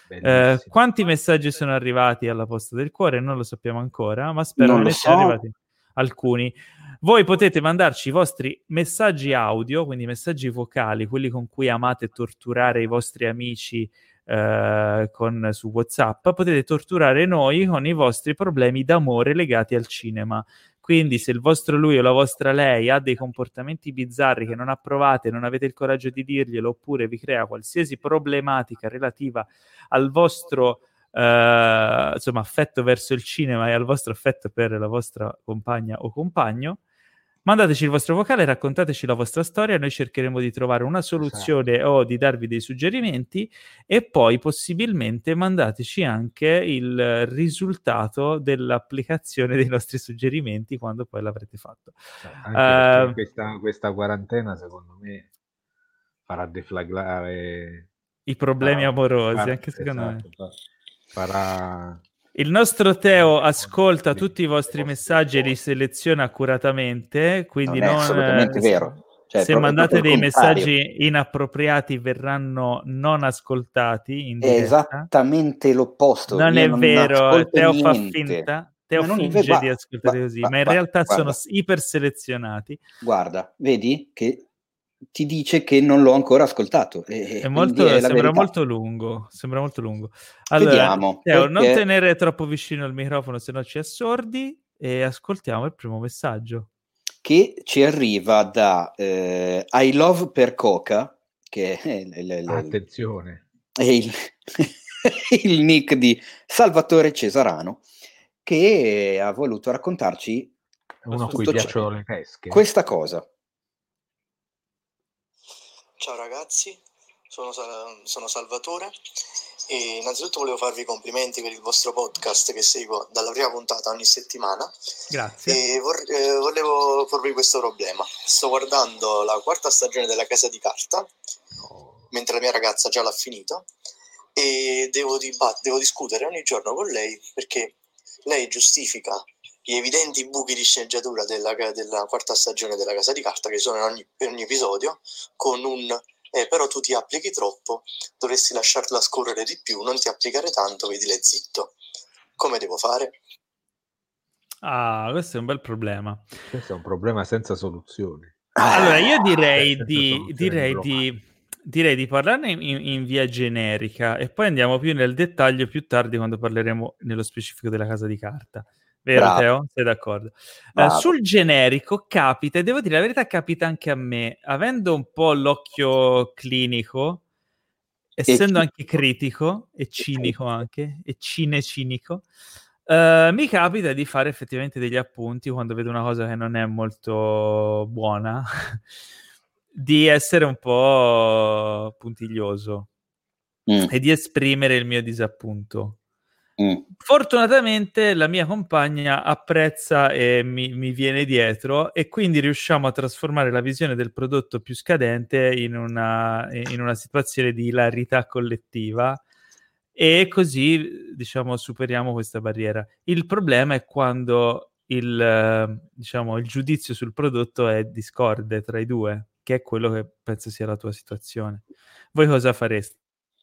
Eh, quanti messaggi sono arrivati alla Posta del Cuore? Non lo sappiamo ancora, ma spero non ne lo siano so. arrivati alcuni. Voi potete mandarci i vostri messaggi audio, quindi messaggi vocali, quelli con cui amate torturare i vostri amici eh, con, su WhatsApp. Potete torturare noi con i vostri problemi d'amore legati al cinema. Quindi se il vostro lui o la vostra lei ha dei comportamenti bizzarri che non approvate, non avete il coraggio di dirglielo, oppure vi crea qualsiasi problematica relativa al vostro eh, insomma, affetto verso il cinema e al vostro affetto per la vostra compagna o compagno, mandateci il vostro vocale, raccontateci la vostra storia, noi cercheremo di trovare una soluzione esatto. o di darvi dei suggerimenti, e poi possibilmente mandateci anche il risultato dell'applicazione dei nostri suggerimenti quando poi l'avrete fatto. Anche uh, questa, questa quarantena secondo me farà deflagrare i problemi farà, amorosi, farà, anche secondo esatto, me. Farà... Il nostro Teo ascolta tutti i vostri messaggi e li seleziona accuratamente, quindi non è non, assolutamente eh, vero. Cioè, se proprio, mandate proprio dei messaggi inappropriati verranno non ascoltati in diretta. È esattamente l'opposto. Non Io è non vero, Teo niente. fa finta, Teo Ma finge va, di ascoltare va, così, va, ma in va, realtà guarda. sono iperselezionati. Guarda, vedi che ti dice che non l'ho ancora ascoltato. E è molto, è la sembra verità. molto lungo. Sembra molto lungo. Allora, Vediamo, Teo, perché... non tenere troppo vicino il microfono, se no ci assordi, e ascoltiamo il primo messaggio. Che ci arriva da eh, I Love per Coca, che è il, il, attenzione, è il, il nick di Salvatore Cesarano, che ha voluto raccontarci uno a cui piacciono le pesche. Questa cosa. Ciao ragazzi, sono, sono Salvatore e innanzitutto volevo farvi i complimenti per il vostro podcast che seguo dalla prima puntata ogni settimana. Grazie. E vor- eh, volevo porvi questo problema. Sto guardando la quarta stagione della Casa di Carta, oh. mentre la mia ragazza già l'ha finito, e devo, dibat- devo discutere ogni giorno con lei perché lei giustifica gli evidenti buchi di sceneggiatura della, della quarta stagione della Casa di Carta, che sono in ogni, in ogni episodio, con un eh, però tu ti applichi troppo, dovresti lasciarla scorrere di più, non ti applicare tanto, vedile zitto. Come devo fare? Ah, questo è un bel problema. Questo è un problema senza soluzione. Allora, io direi di direi di direi di parlarne in, in via generica e poi andiamo più nel dettaglio più tardi quando parleremo nello specifico della Casa di Carta. Vero, Bravo. Teo? Sei d'accordo? Uh, sul generico capita, e devo dire la verità, capita anche a me, avendo un po' l'occhio clinico, essendo e anche critico e cinico anche, e cine-cinico, uh, mi capita di fare effettivamente degli appunti quando vedo una cosa che non è molto buona, di essere un po' puntiglioso mm. e di esprimere il mio disappunto. Mm. Fortunatamente la mia compagna apprezza e mi, mi viene dietro, e quindi riusciamo a trasformare la visione del prodotto più scadente in una, in una situazione di ilarità collettiva, e così, diciamo, superiamo questa barriera. Il problema è quando il, diciamo, il giudizio sul prodotto è discorde tra i due, che è quello che penso sia la tua situazione. Voi cosa fareste?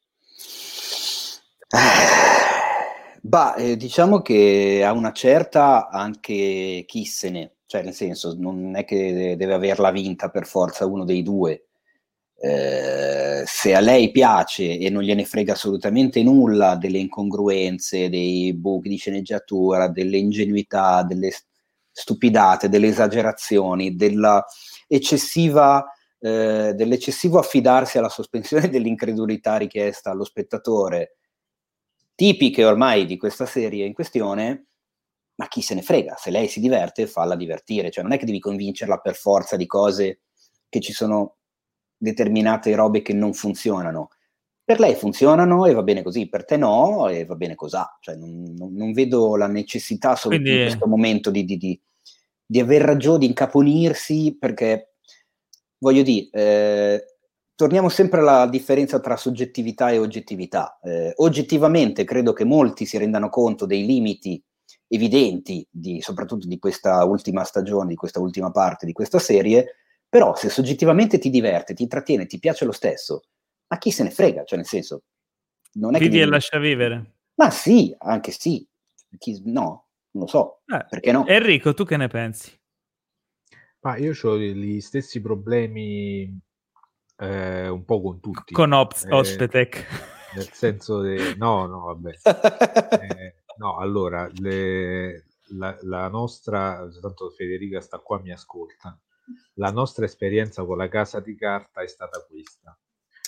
Bah, eh, diciamo che a una certa anche chi se ne, cioè nel senso non è che deve averla vinta per forza uno dei due. Eh, se a lei piace e non gliene frega assolutamente nulla delle incongruenze, dei buchi di sceneggiatura, delle ingenuità, delle stupidate, delle esagerazioni, della eccessiva, eh, dell'eccessivo affidarsi alla sospensione dell'incredulità richiesta allo spettatore, tipiche ormai di questa serie in questione, ma chi se ne frega, se lei si diverte falla divertire, cioè non è che devi convincerla per forza di cose, che ci sono determinate robe che non funzionano. Per lei funzionano e va bene così, per te no e va bene così, cioè non, non, non vedo la necessità solo Quindi... in questo momento di, di, di, di aver ragione, di incaponirsi, perché voglio dire, eh, torniamo sempre alla differenza tra soggettività e oggettività. Eh, oggettivamente credo che molti si rendano conto dei limiti evidenti, di, soprattutto di questa ultima stagione, di questa ultima parte di questa serie, però se soggettivamente ti diverte, ti intrattiene, ti piace lo stesso, ma chi se ne frega? Cioè nel senso, non è Vivi che e devi... lascia vivere. Ma sì, anche sì. Chi... No, non lo so. Eh, Perché no? Enrico, tu che ne pensi? Ma io ho gli stessi problemi eh, un po' con tutti. Con Ops, eh, Ospetec. Nel senso de... No, no, vabbè. Eh, no, allora, le... la, la nostra... Tanto Federica sta qua, mi ascolta. La nostra esperienza con la casa di carta è stata questa.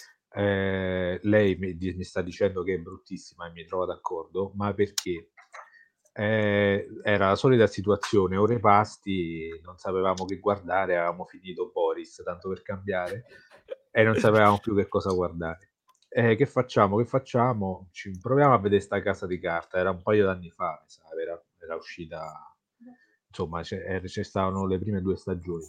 Eh, lei mi, mi sta dicendo che è bruttissima e mi trovo d'accordo, ma perché eh, era la solita situazione, ore pasti, non sapevamo che guardare, avevamo finito Boris, tanto per cambiare, e non sapevamo più che cosa guardare. Eh, che facciamo? Che facciamo? Ci proviamo a vedere sta casa di carta, era un paio d'anni fa, mi sa, era, era uscita, insomma, c'è, ci stavano le prime due stagioni.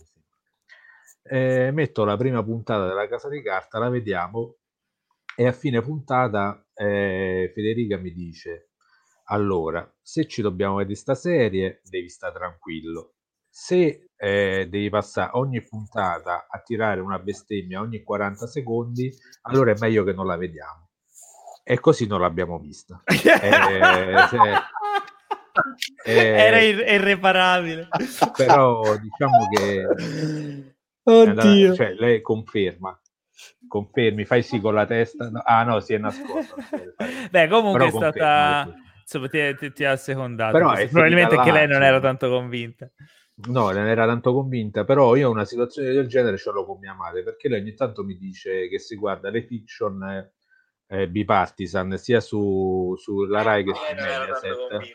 Eh, metto la prima puntata della casa di carta, la vediamo e a fine puntata eh, Federica mi dice: allora, se ci dobbiamo vedere sta serie devi stare tranquillo, se eh, devi passare ogni puntata a tirare una bestemmia ogni quaranta secondi, allora è meglio che non la vediamo. E così non l'abbiamo vista. eh, se, eh, era ir- irreparabile. Però diciamo che Oddio. andata, cioè, lei conferma confermi, fai sì con la testa. No, ah no, si è nascosta. Beh, comunque però è stata, insomma, ti, ti, ti ha secondato. Però è probabilmente là, che lei non insomma. era tanto convinta. No, non era tanto convinta, però io una situazione del genere ce l'ho con mia madre, perché lei ogni tanto mi dice che si guarda le fiction eh, eh, bipartisan sia su sulla Rai che su Mediaset.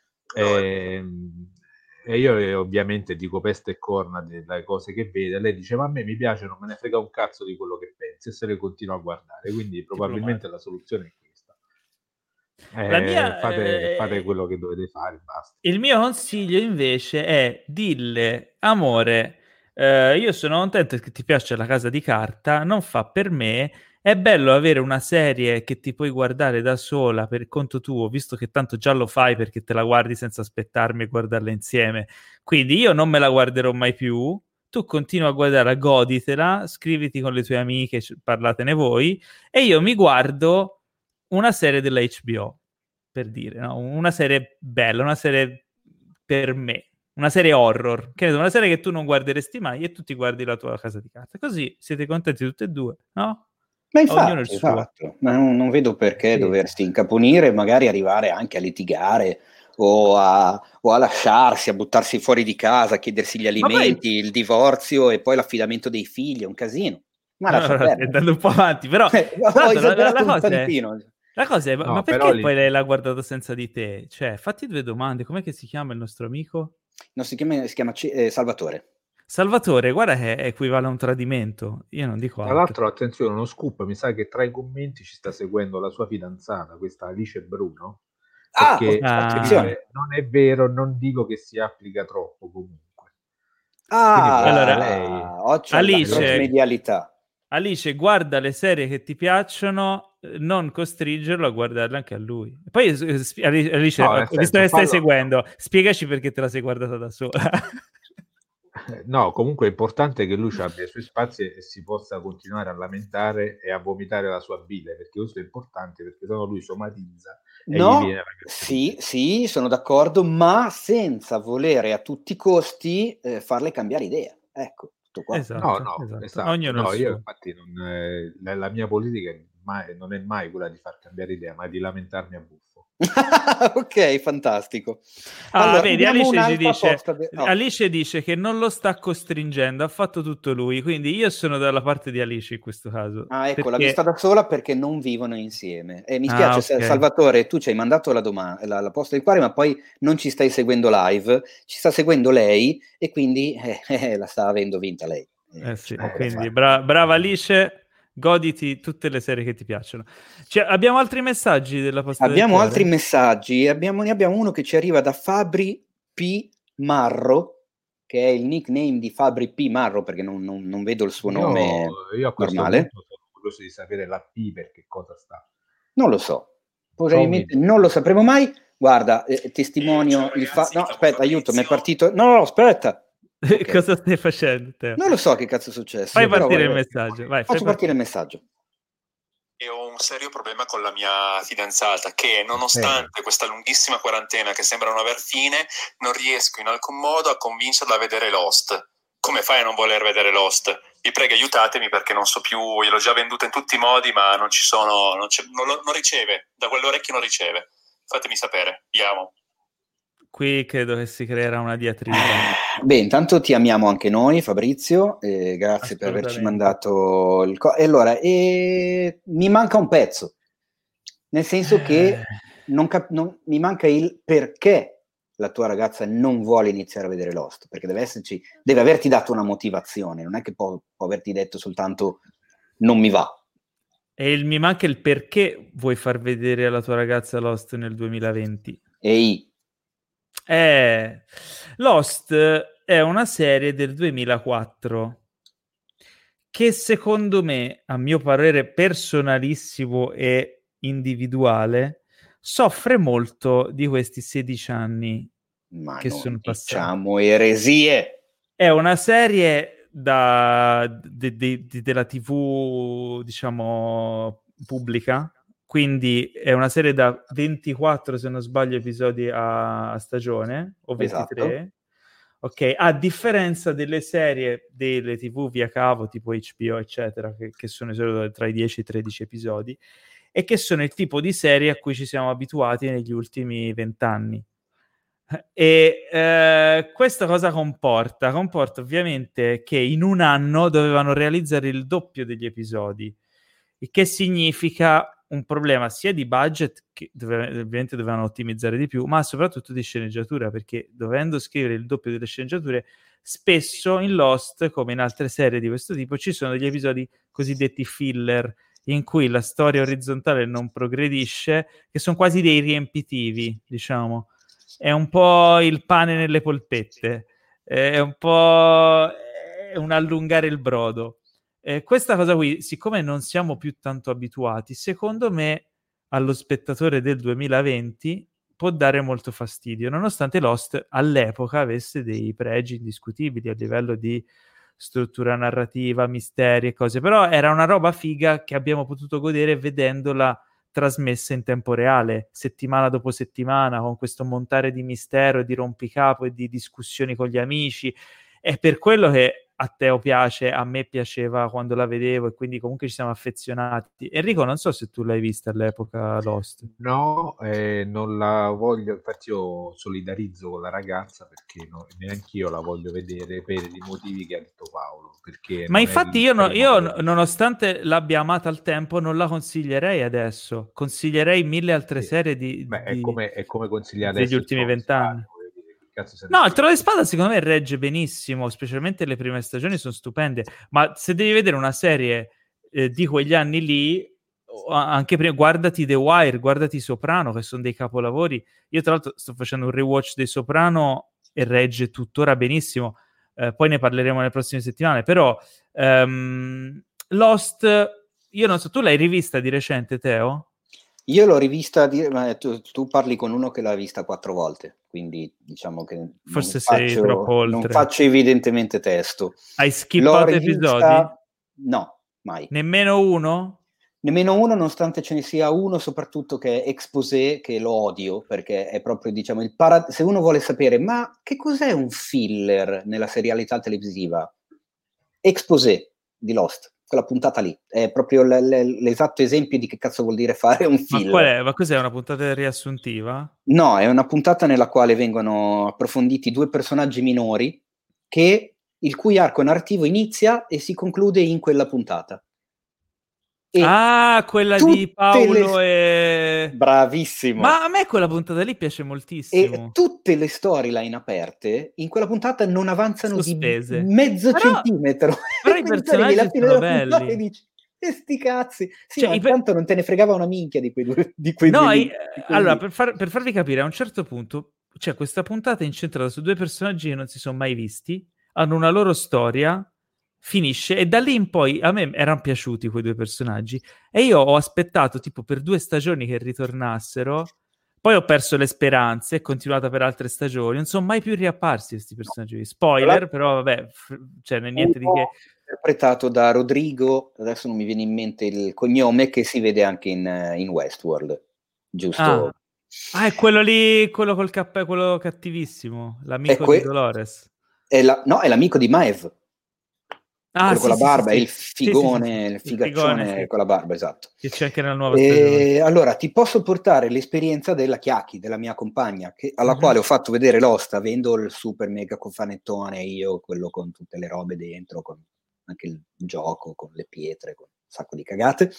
E, e io eh, ovviamente dico peste e corna delle cose che vede. Lei dice: ma a me mi piace, non me ne frega un cazzo di quello che pensi, e se le continuo a guardare. Quindi probabilmente la soluzione è questa. Eh, La mia, fate, eh, fate quello che dovete fare, basta. Il mio consiglio invece è: dille, amore, eh, io sono contento che ti piace la casa di carta, non fa per me, è bello avere una serie che ti puoi guardare da sola per conto tuo, visto che tanto già lo fai perché te la guardi senza aspettarmi e guardarla insieme, quindi io non me la guarderò mai più, tu continua a guardarla, goditela, scriviti con le tue amiche, parlatene voi, e io mi guardo una serie della H B O, per dire, no? Una serie bella, una serie per me, una serie horror, che ne so, una serie che tu non guarderesti mai e tu ti guardi la tua casa di carta, così siete contenti tutti e due, no? Ma Ognuno il infatti, suo. esatto. Ma non, non vedo perché Sì. doversi incaponire e magari arrivare anche a litigare o a, o a lasciarsi, a buttarsi fuori di casa, a chiedersi gli alimenti, poi... il divorzio e poi l'affidamento dei figli, è un casino. Ma lascia allora, perdere. andando un po' avanti, però Eh, ho tanto, la, la, esagerato la un cosa è, tantino. la cosa è, ma, No, ma però perché lì- poi lei l'ha guardato senza di te? Cioè, fatti due domande, com'è che si chiama il nostro amico? No, si chiama, si chiama C- eh, Salvatore. Salvatore, guarda che equivale a un tradimento, io non dico Tra altro. l'altro, attenzione, uno scoop, mi sa che tra i commenti ci sta seguendo la sua fidanzata, questa Alice Bruno, Ah, perché Ah. attenzione. non è vero, non dico che si applica troppo comunque. Ah, Quindi Allora, lei- occhio alla Alice- cross-medialità. Alice, guarda le serie che ti piacciono, eh, non costringerlo a guardarle anche a lui. Poi, eh, sp- Ali- Alice, No, eh, nel visto senso, che stai fallo- seguendo, spiegaci perché te la sei guardata da sola. No, comunque è importante che lui abbia i suoi spazi e si possa continuare a lamentare e a vomitare la sua bile, perché questo è importante, perché sennò lui somatizza e gli No, viene la sì, gastrite. sì, sono d'accordo, ma senza volere a tutti i costi eh, farle cambiare idea. Ecco, tutto qua. Esatto, No, no, esatto. esatto. Ognuno No, il io suo. infatti non, eh, la, la mia politica è mai- non è mai quella di far cambiare idea, ma di lamentarmi a buffo. Ok, fantastico. Ah, Allora, vedi, abbiamo Alice, ci un'altra dice, posta de- oh. Alice dice che non lo sta costringendo, ha fatto tutto lui, quindi io sono dalla parte di Alice in questo caso. Ah, ecco, l'ha perché- vista da sola perché non vivono insieme. Eh, mi Ah, spiace, ok. Sa- Salvatore, tu ci hai mandato la, doma- la, la posta di cuore, ma poi non ci stai seguendo live, ci sta seguendo lei e quindi eh, eh, la sta avendo vinta lei. Eh sì, c'è poco da quindi fare. bra- brava Alice, goditi tutte le serie che ti piacciono. Cioè, abbiamo altri messaggi della posta del Abbiamo cuore? altri messaggi, abbiamo, ne abbiamo uno che ci arriva da Fabri P. Marro, che è il nickname di Fabri P. Marro, perché non, non- non vedo il suo nome Io, io a questo normale. punto sono curioso di sapere la P per che cosa sta. Non lo so, probabilmente Ciao, non lo sapremo mai. Guarda, eh, testimonio il fatto... No, aspetta, aiuto, mi è partito... No, no, aspetta. Ok. Cosa stai facendo, Teo? Non lo so che cazzo è successo. Fai però partire il vabbè. messaggio. Vai, fai Faccio partire il messaggio. E ho un serio problema con la mia fidanzata, che nonostante eh. questa lunghissima quarantena che sembra non aver fine, non riesco in alcun modo a convincerla a vedere Lost. Come fai a non voler vedere Lost? Vi prego, aiutatemi, perché non so più, io l'ho già venduta in tutti i modi, ma non ci sono, non, non, lo, non riceve, da quell'orecchio non riceve. Fatemi sapere, vi amo. Qui credo che si creerà una diatriba. Beh, intanto ti amiamo anche noi, Fabrizio, eh, grazie per averci mandato il co- e allora, e... mi manca un pezzo, nel senso che non cap- non... mi manca il perché la tua ragazza non vuole iniziare a vedere Lost, perché deve esserci, deve averti dato una motivazione, non è che può, può averti detto soltanto non mi va. E il, mi manca il perché vuoi far vedere alla tua ragazza Lost nel duemilaventi. Ehi. Eh, Lost è una serie del duemilaquattro che secondo me, a mio parere personalissimo e individuale, soffre molto di questi sedici anni Ma che non sono passati. Diciamo eresie. È una serie da, de, de, de, della tivù, diciamo, pubblica. Quindi è una serie da ventiquattro, se non sbaglio, episodi a, a stagione, o ventitré. Esatto. Ok, a differenza delle serie delle tivù via cavo, tipo H B O, eccetera, che, che sono tra i dieci e i tredici episodi, e che sono il tipo di serie a cui ci siamo abituati negli ultimi vent'anni. E eh, questa cosa comporta? Comporta ovviamente che in un anno dovevano realizzare il doppio degli episodi, il che significa un problema sia di budget, che dove, ovviamente dovevano ottimizzare di più, ma soprattutto di sceneggiatura, perché dovendo scrivere il doppio delle sceneggiature, spesso in Lost, come in altre serie di questo tipo, ci sono degli episodi cosiddetti filler, in cui la storia orizzontale non progredisce, che sono quasi dei riempitivi, diciamo. È un po' il pane nelle polpette, è un po' è un allungare il brodo. Eh, questa cosa qui, siccome non siamo più tanto abituati, secondo me allo spettatore del duemilaventi può dare molto fastidio, nonostante Lost all'epoca avesse dei pregi indiscutibili a livello di struttura narrativa, misteri e cose, però era una roba figa che abbiamo potuto godere vedendola trasmessa in tempo reale, settimana dopo settimana, con questo montare di mistero, di rompicapo e di discussioni con gli amici. È per quello che a Teo piace, a me piaceva quando la vedevo, e quindi comunque ci siamo affezionati. Enrico, non so se tu l'hai vista all'epoca Lost. No, eh, non la voglio, infatti io solidarizzo con la ragazza, perché no, neanche io la voglio vedere per i motivi che ha detto Paolo. Perché Ma infatti io, no, io nonostante l'abbia amata al tempo, non la consiglierei adesso. Consiglierei mille altre sì. serie di, Beh, di, è come, è come consigliare degli ultimi vent'anni. Cazzo, no, il Trono di Spada secondo me regge benissimo, specialmente le prime stagioni sono stupende, ma se devi vedere una serie eh, di quegli anni lì, anche prima, guardati The Wire, guardati Soprano, che sono dei capolavori. Io tra l'altro sto facendo un rewatch dei Soprano e regge tuttora benissimo, eh, poi ne parleremo nelle prossime settimane, però um, Lost, io non so, tu l'hai rivista di recente, Teo? Io l'ho rivista, di, ma tu, tu parli con uno che l'ha vista quattro volte, quindi diciamo che forse non sei faccio, troppo oltre. Non faccio evidentemente testo. Hai skippato rivista, episodi? No, mai. Nemmeno uno? Nemmeno uno, nonostante ce ne sia uno, soprattutto che è Exposé, che lo odio, perché è proprio, diciamo, il para... se uno vuole sapere, ma che cos'è un filler nella serialità televisiva? Exposé di Lost. Quella puntata lì è proprio l- l- l'esatto esempio di che cazzo vuol dire fare un film. Ma qual è? Ma cos'è, una puntata riassuntiva? No, è una puntata nella quale vengono approfonditi due personaggi minori che, il cui arco narrativo inizia e si conclude in quella puntata. E ah, quella di Paolo le... e... Bravissimo! Ma a me quella puntata lì piace moltissimo. E tutte le storyline aperte in quella puntata non avanzano sospese. Di mezzo però, centimetro. Però i personaggi alla fine sono della belli. E dici, e sti cazzi! Sì, cioè, ma per... intanto non te ne fregava una minchia di quei due di quei No, due i... lì, di allora, lì. per, far, per farvi capire, a un certo punto c'è questa puntata incentrata su due personaggi che non si sono mai visti, hanno una loro storia, finisce, e da lì in poi a me erano piaciuti quei due personaggi e io ho aspettato tipo per due stagioni che ritornassero, poi ho perso le speranze, è continuata per altre stagioni, non sono mai più riapparsi questi personaggi. Spoiler, però vabbè, f- cioè niente di che. interpretato da Rodrigo, adesso non mi viene in mente il cognome, che si vede anche in, in Westworld, giusto? Ah. ah, è quello lì, quello col cappello, quello cattivissimo, l'amico que- di Dolores. È la, no, è l'amico di Maeve. Ah, quello sì, con la sì, barba, sì, è il sì. figone, Sì, sì, sì. il figaccione il figone, sì. con la barba, esatto. Che c'è anche nella nuova e, stagione. Allora, ti posso portare l'esperienza della Chiacchi, della mia compagna, che, alla uh-huh. quale ho fatto vedere Lost, avendo il super mega cofanettone, io, quello con tutte le robe dentro, con anche il gioco, con le pietre, con un sacco di cagate.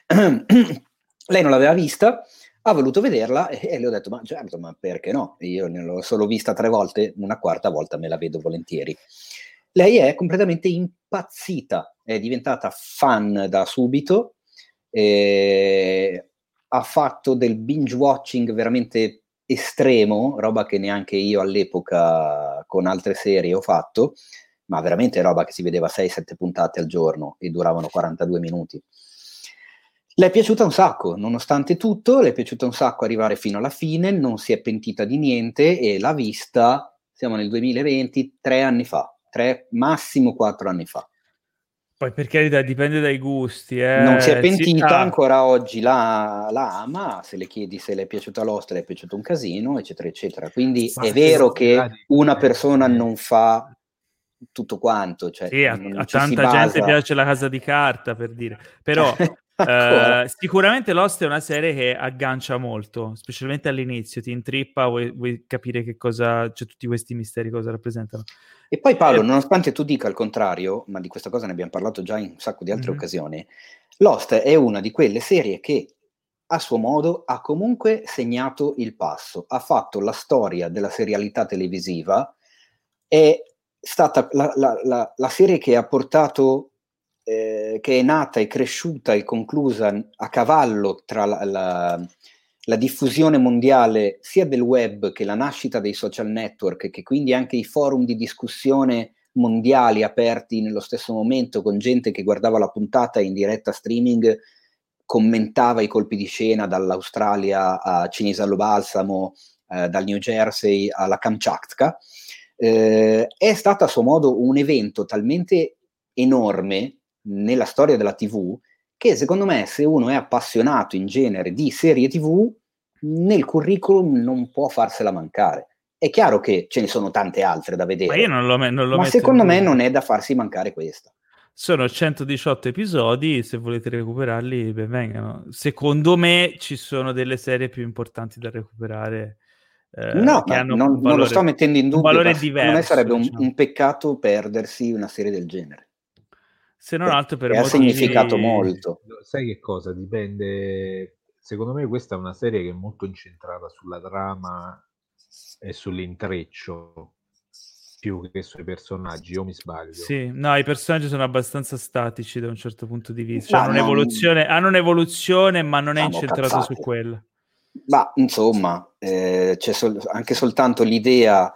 Lei non l'aveva vista, ha voluto vederla e, e le ho detto, ma certo, ma perché no? Io ne l'ho solo vista tre volte, una quarta volta me la vedo volentieri. Lei è completamente impazzita, è diventata fan da subito, eh, ha fatto del binge watching veramente estremo, roba che neanche io all'epoca con altre serie ho fatto, ma veramente roba che si vedeva sei sette puntate al giorno e duravano quarantadue minuti. Le è piaciuta un sacco, nonostante tutto, le è piaciuta un sacco arrivare fino alla fine, non si è pentita di niente e l'ha vista, siamo nel duemilaventi, tre anni fa. Tre, massimo quattro anni fa. Poi per carità dipende dai gusti, eh. Non si è pentita, sì, ah. ancora oggi la, la ama, se le chiedi se le è piaciuta Lost, le è piaciuto un casino, eccetera, eccetera. Quindi ma è vero che una persona non fa tutto quanto, cioè sì, a, non a ci tanta si basa... gente piace La Casa di Carta, per dire, però eh, sicuramente Lost è una serie che aggancia molto, specialmente all'inizio, ti intrippa, vuoi, vuoi capire che cosa, cioè tutti questi misteri cosa rappresentano. E poi Paolo, eh, nonostante tu dica il contrario, ma di questa cosa ne abbiamo parlato già in un sacco di altre mm-hmm. occasioni, Lost è una di quelle serie che a suo modo ha comunque segnato il passo, ha fatto la storia della serialità televisiva, è stata la, la, la, la serie che ha portato, eh, che è nata e cresciuta e conclusa a cavallo tra la, la, la diffusione mondiale sia del web che la nascita dei social network, che quindi anche i forum di discussione mondiali aperti nello stesso momento con gente che guardava la puntata in diretta streaming, commentava i colpi di scena dall'Australia a Cinisello Balsamo, eh, dal New Jersey alla Kamchatka. Eh, è stato a suo modo un evento talmente enorme nella storia della tivù che secondo me se uno è appassionato in genere di serie tivù nel curriculum non può farsela mancare. È chiaro che ce ne sono tante altre da vedere, ma, io non lo, non lo ma secondo me non è da farsi mancare questa. Sono centodiciotto episodi, se volete recuperarli ben vengano. Secondo me ci sono delle serie più importanti da recuperare. Eh, no, che ma hanno non, un valore, non lo sto mettendo in dubbio, ma diverso, secondo me sarebbe un, diciamo. un peccato perdersi una serie del genere. Se non altro per motivi... ha significato molto. Sai che cosa? Dipende. Secondo me questa è una serie che è molto incentrata sulla trama e sull'intreccio più che sui personaggi, o mi sbaglio? Sì, no, i personaggi sono abbastanza statici da un certo punto di vista. Cioè, hanno, non... un'evoluzione, hanno un'evoluzione, ma non Siamo è incentrato cazzate. su quella. Ma insomma, eh, c'è sol- anche soltanto l'idea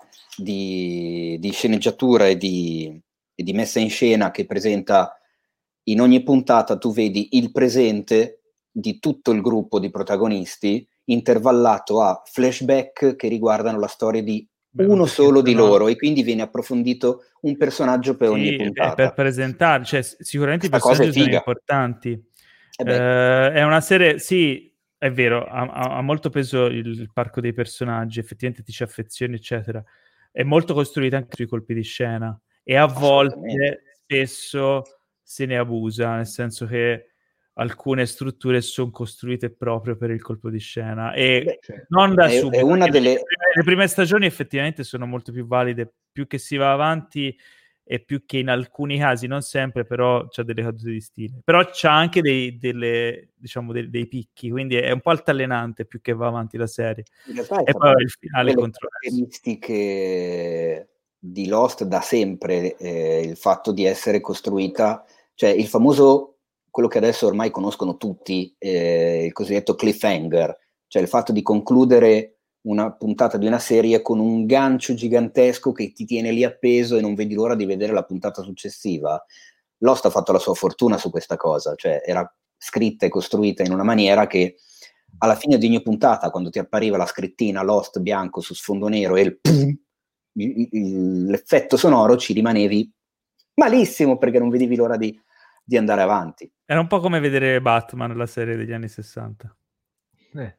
di, di sceneggiatura e di, e di messa in scena che presenta in ogni puntata, tu vedi il presente di tutto il gruppo di protagonisti intervallato a flashback che riguardano la storia di Beh, uno solo di loro, e quindi viene approfondito un personaggio per sì, ogni puntata. Per presentare, cioè sicuramente Questa i personaggi sono importanti. Eh eh, è una serie, sì, è vero, ha, ha molto peso il, il parco dei personaggi, effettivamente ti ci affezioni, eccetera. È molto costruita anche sui colpi di scena e a volte, spesso, se ne abusa, nel senso che alcune strutture sono costruite proprio per il colpo di scena e Beh, cioè, non da è, subito. È una delle... le, prime, le prime stagioni effettivamente sono molto più valide, più che si va avanti e più che in alcuni casi, non sempre, però c'ha delle cadute di stile. Però c'ha anche dei, delle, diciamo, dei, dei picchi, quindi è un po' altalenante più che va avanti la serie. E poi il finale controverso. Caratteristiche di Lost da sempre, eh, il fatto di essere costruita, cioè il famoso, quello che adesso ormai conoscono tutti, eh, il cosiddetto cliffhanger, cioè il fatto di concludere una puntata di una serie con un gancio gigantesco che ti tiene lì appeso e non vedi l'ora di vedere la puntata successiva. Lost ha fatto la sua fortuna su questa cosa, cioè era scritta e costruita in una maniera che alla fine di ogni puntata, quando ti appariva la scrittina Lost bianco su sfondo nero e il pum, il, il, l'effetto sonoro, ci rimanevi malissimo, perché non vedevi l'ora di, di andare avanti. Era un po' come vedere Batman, la serie degli anni sessanta. Eh.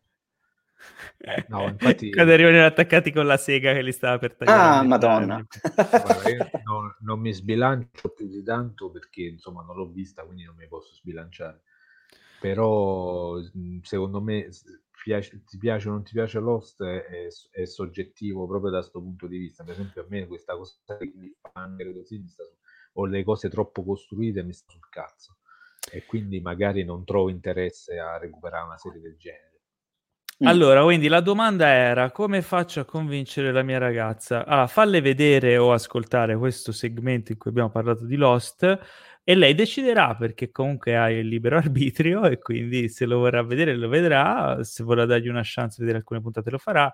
No, infatti, quando arrivano attaccati con la sega che li stava per tagliare. Ah, Madonna. Guarda, io non, non mi sbilancio più di tanto perché insomma non l'ho vista, quindi non mi posso sbilanciare. Però secondo me piace, ti piace o non ti piace Lost è, è, è soggettivo proprio da questo punto di vista. Per esempio a me questa cosa di fangere così mi sta su, o le cose troppo costruite mi sta sul cazzo, e quindi magari non trovo interesse a recuperare una serie del genere. Allora, quindi la domanda era: come faccio a convincere la mia ragazza a farle vedere o ascoltare questo segmento in cui abbiamo parlato di Lost, e lei deciderà, perché comunque ha il libero arbitrio, e quindi se lo vorrà vedere lo vedrà, se vorrà dargli una chance di vedere alcune puntate lo farà.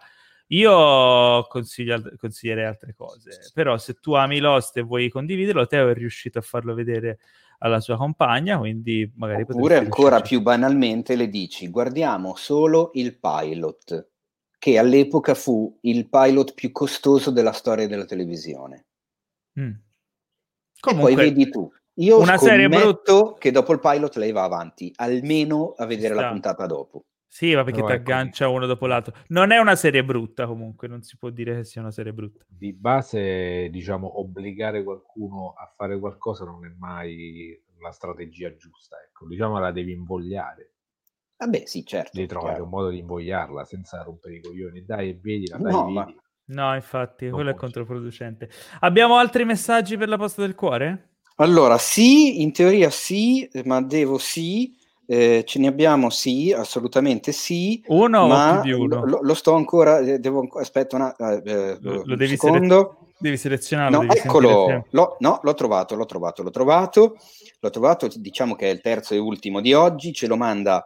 Io consiglio, consiglierei altre cose, però se tu ami Lost e vuoi condividerlo, Teo è riuscito a farlo vedere alla sua compagna, quindi magari oppure ancora più banalmente le dici: guardiamo solo il pilot, che all'epoca fu il pilot più costoso della storia della televisione. Mm. Comunque, e poi vedi tu. Io una serie brutta, che dopo il pilot lei va avanti almeno a vedere sta. la puntata dopo. Sì, ma perché ti aggancia uno dopo l'altro. Non è una serie brutta, comunque, non si può dire che sia una serie brutta. Di base, diciamo, obbligare qualcuno a fare qualcosa non è mai la strategia giusta, ecco. Diciamo, la devi invogliare. Vabbè, sì, certo. Devi trovare chiaro. un modo di invogliarla senza rompere i coglioni. Dai, vedila, dai, No, vedi. ma... No, infatti, non quello è funziona. controproducente. Abbiamo altri messaggi per la posta del cuore? Allora, sì, in teoria sì, ma devo sì. Eh, ce ne abbiamo, sì, assolutamente sì. Uno ma o più di uno? Lo, lo sto ancora, devo, aspetta una, eh, lo, lo un devi secondo. Sele- devi selezionarlo, No, devi eccolo, l'ho, no, l'ho trovato, l'ho trovato, l'ho trovato, l'ho trovato, diciamo che è il terzo e ultimo di oggi, ce lo manda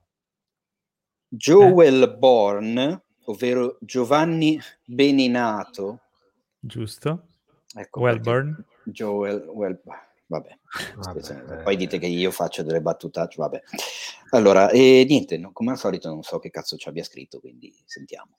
Joel eh? Born, ovvero Giovanni Beninato. Giusto. Ecco, Wellborn. Joel, well, vabbè. Vabbè, Poi eh. dite che io faccio delle battutacce, vabbè. Allora, e niente, no, come al solito non so che cazzo ci abbia scritto, quindi sentiamo.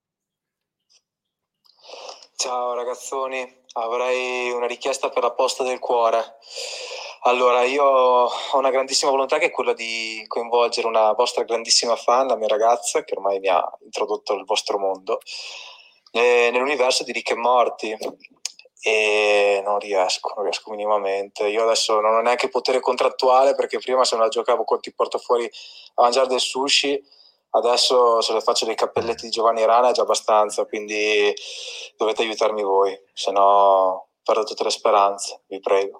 Ciao ragazzoni, avrei una richiesta per la posta del cuore. Allora, io ho una grandissima volontà, che è quella di coinvolgere una vostra grandissima fan, la mia ragazza, che ormai mi ha introdotto nel vostro mondo, eh, nell'universo di Rick e Morty. E non riesco, non riesco minimamente. Io adesso non ho neanche potere contrattuale, perché prima se me la giocavo con ti porto fuori a mangiare del sushi, adesso se le faccio dei cappelletti di Giovanni Rana è già abbastanza, quindi dovete aiutarmi voi, se no perdo tutte le speranze, vi prego.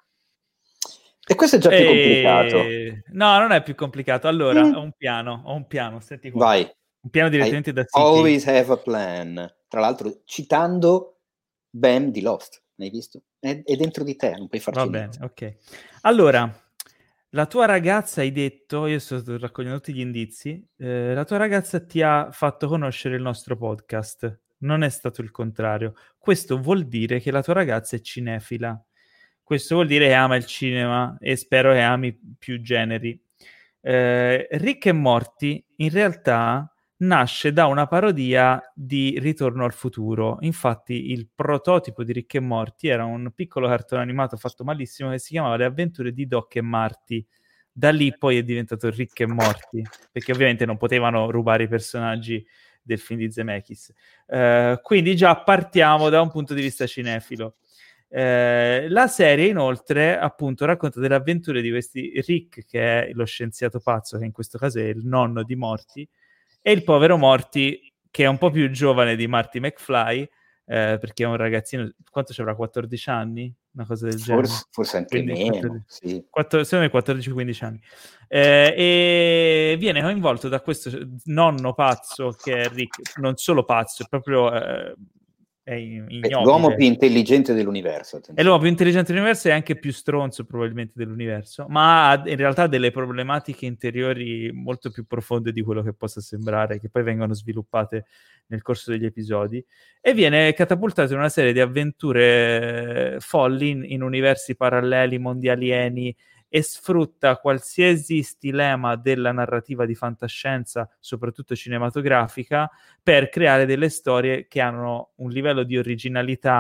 E questo è già e... più complicato. No, non è più complicato. Allora, mm. ho un piano, ho un piano, senti qua. Vai. Un piano direttamente I da C K. Always have a plan. Tra l'altro citando Ben di Lost, hai visto? È, è dentro di te, non puoi farci Va niente. bene, ok. Allora, la tua ragazza, hai detto, io sto raccogliendo tutti gli indizi, eh, la tua ragazza ti ha fatto conoscere il nostro podcast, non è stato il contrario. Questo vuol dire che la tua ragazza è cinefila. Questo vuol dire che ama il cinema, e spero che ami più generi. Eh, Rick e Morty in realtà nasce da una parodia di Ritorno al futuro. Infatti il prototipo di Rick e Morty era un piccolo cartone animato fatto malissimo che si chiamava Le avventure di Doc e Marty. Da lì poi è diventato Rick e Morty, perché ovviamente non potevano rubare i personaggi del film di Zemeckis. Eh, quindi già partiamo da un punto di vista cinefilo. Eh, la serie inoltre appunto racconta delle avventure di questi Rick, che è lo scienziato pazzo, che in questo caso è il nonno di Morty, e il povero Morty, che è un po' più giovane di Marty McFly, eh, perché è un ragazzino, quanto ci avrà, quattordici anni? Una cosa del forse, genere. forse anche quindi, meno, quattordici, sì. quattro, secondo me quattordici quindici anni. Eh, e viene coinvolto da questo nonno pazzo che è Rick, non solo pazzo, è proprio... Eh, è ignobile. L'uomo più intelligente dell'universo. Attenzione. È l'uomo più intelligente dell'universo e anche più stronzo probabilmente dell'universo, ma ha in realtà delle problematiche interiori molto più profonde di quello che possa sembrare, che poi vengono sviluppate nel corso degli episodi, e viene catapultato in una serie di avventure folli in, in universi paralleli, mondi alieni, e sfrutta qualsiasi stilema della narrativa di fantascienza, soprattutto cinematografica, per creare delle storie che hanno un livello di originalità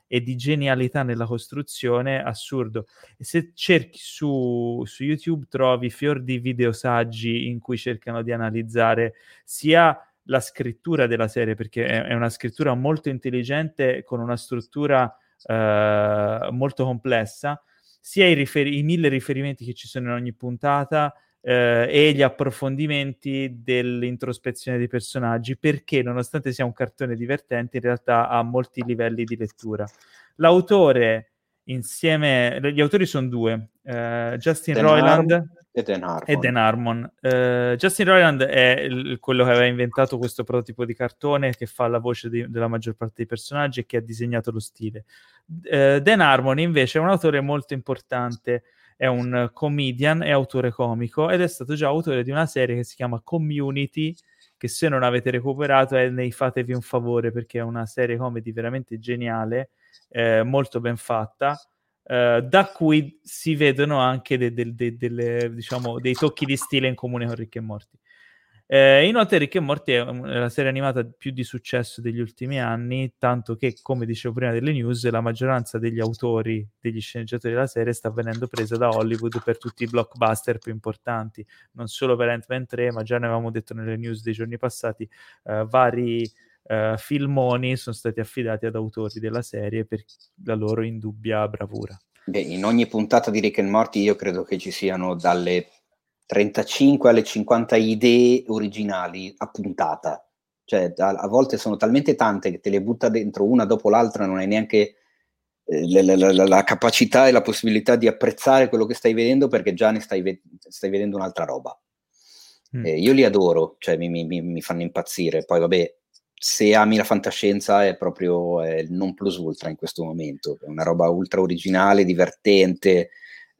e di genialità nella costruzione assurdo. E se cerchi su, su YouTube trovi fior di videosaggi in cui cercano di analizzare sia la scrittura della serie, perché è, è una scrittura molto intelligente con una struttura eh, molto complessa, sia i, rifer- i mille riferimenti che ci sono in ogni puntata eh, e gli approfondimenti dell'introspezione dei personaggi, perché nonostante sia un cartone divertente in realtà ha molti livelli di lettura. L'autore insieme, gli autori sono due, uh, Justin Dan Roiland Harmon e Dan Harmon. E Dan Harmon. Uh, Justin Roiland è il, quello che aveva inventato questo prototipo di cartone, che fa la voce di, della maggior parte dei personaggi e che ha disegnato lo stile. Uh, Dan Harmon invece è un autore molto importante, è un comedian, è autore comico ed è stato già autore di una serie che si chiama Community, che se non avete recuperato è nei fatevi un favore, perché è una serie comedy veramente geniale, eh, molto ben fatta, eh, da cui si vedono anche de- de- de- delle, diciamo, dei tocchi di stile in comune con Rick e Morty. Eh, inoltre Rick e Morty è la serie animata più di successo degli ultimi anni, tanto che, come dicevo prima delle news, la maggioranza degli autori, degli sceneggiatori della serie sta venendo presa da Hollywood per tutti i blockbuster più importanti, non solo per Ant-Man tre, ma già ne avevamo detto nelle news dei giorni passati, eh, vari eh, filmoni sono stati affidati ad autori della serie per la loro indubbia bravura. Beh, in ogni puntata di Rick and Morty io credo che ci siano dalle trentacinque alle cinquanta idee originali a puntata, cioè a, a volte sono talmente tante che te le butta dentro una dopo l'altra, non hai neanche eh, la, la, la, la capacità e la possibilità di apprezzare quello che stai vedendo, perché già ne stai, ve- stai vedendo un'altra roba. Mm. Eh, io li adoro, cioè mi, mi, mi fanno impazzire. Poi vabbè, se ami la fantascienza è proprio è il non plus ultra in questo momento, è una roba ultra originale, divertente.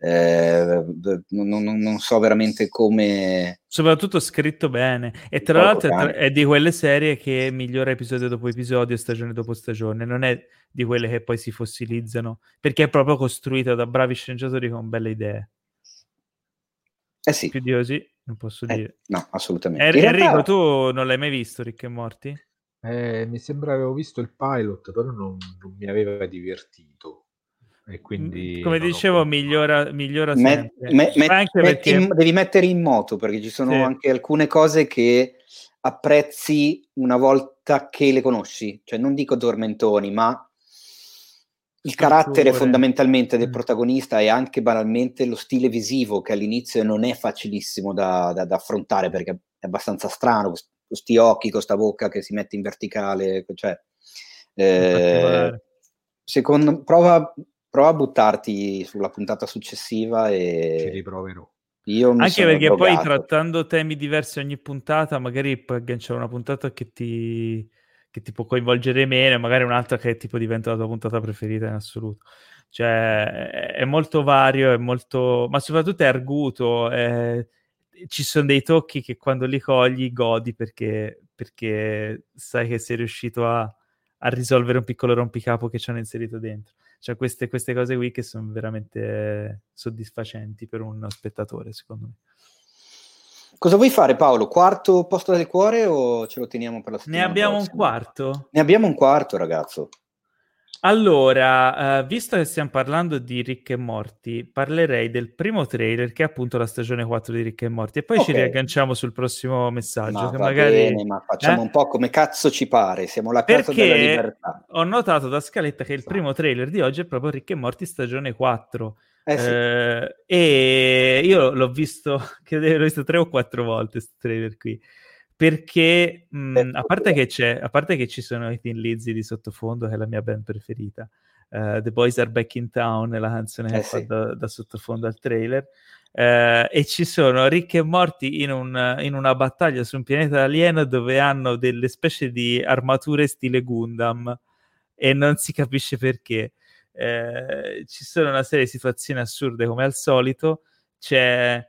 Eh, non, non, non so veramente come, soprattutto scritto bene, e tra l'altro è, tra, è di quelle serie che migliora episodio dopo episodio, stagione dopo stagione, non è di quelle che poi si fossilizzano, perché è proprio costruita da bravi sceneggiatori con belle idee. Eh sì. Più di così non posso eh, dire. No, assolutamente. Er- realtà... Enrico, tu non l'hai mai visto Rick e Morty? Eh, mi sembra avevo visto il pilot, però non, non mi aveva divertito. E quindi come dicevo migliora, migliora me, sempre me, me, anche perché... in, devi mettere in moto, perché ci sono sì. anche alcune cose che apprezzi una volta che le conosci, cioè non dico tormentoni, ma il Strutture. carattere fondamentalmente del mm. protagonista e anche banalmente lo stile visivo, che all'inizio non è facilissimo da, da, da affrontare, perché è abbastanza strano, questi occhi con sta bocca che si mette in verticale, cioè eh, secondo prova prova a buttarti sulla puntata successiva e ci riproverò. Io mi anche sono perché drogato. Poi trattando temi diversi ogni puntata magari puoi agganciare una puntata che ti, che ti può coinvolgere meno e magari un'altra che tipo diventa la tua puntata preferita in assoluto, cioè è molto vario, è molto, ma soprattutto è arguto, è... ci sono dei tocchi che quando li cogli godi perché, perché sai che sei riuscito a, a risolvere un piccolo rompicapo che ci hanno inserito dentro. Cioè queste, queste cose qui che sono veramente soddisfacenti per uno spettatore, secondo me. Cosa vuoi fare, Paolo? Quarto posto del cuore o ce lo teniamo per la settimana Ne abbiamo prossima? un quarto? Ne abbiamo un quarto, ragazzo. Allora, uh, visto che stiamo parlando di Rick e Morty, parlerei del primo trailer, che è appunto la stagione quattro di Rick e Morty, e poi okay. ci riagganciamo sul prossimo messaggio. Ma che va magari... bene, ma facciamo eh? un po' come cazzo ci pare, siamo la casa Perché della libertà. Ho notato da scaletta che il primo trailer di oggi è proprio Rick e Morty stagione quattro. Eh sì. eh, e io l'ho visto, credo l'ho visto tre o quattro volte questo trailer qui. Perché mh, a parte che c'è, a parte che ci sono i Thin Lizzy di sottofondo, che è la mia band preferita, uh, The Boys Are Back in Town è la canzone che eh fa sì. da, da sottofondo al trailer, uh, e ci sono Rick e Morty in, un, in una battaglia su un pianeta alieno dove hanno delle specie di armature stile Gundam e non si capisce perché. Uh, ci sono una serie di situazioni assurde come al solito, c'è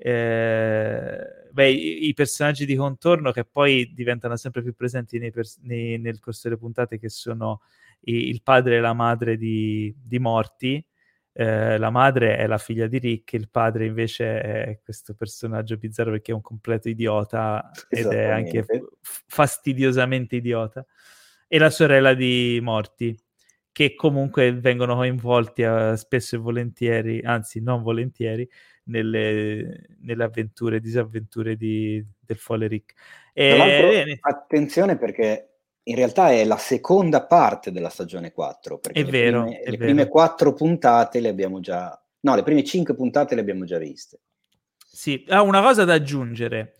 Eh, beh, i, i personaggi di contorno che poi diventano sempre più presenti nei pers- nei, nel corso delle puntate, che sono i, il padre e la madre di, di Morty. Eh, la madre è la figlia di Rick, il padre invece è questo personaggio bizzarro perché è un completo idiota ed è anche f- fastidiosamente idiota, e la sorella di Morty, che comunque vengono coinvolti uh, spesso e volentieri, anzi non volentieri, nelle, nelle avventure e disavventure di, del folle Rick. E, Tra l'altro, eh, attenzione perché in realtà è la seconda parte della stagione quattro, perché è le, vero, prime, è le vero. prime quattro puntate le abbiamo già... No, le prime cinque puntate le abbiamo già viste. Sì, ah, una cosa da aggiungere.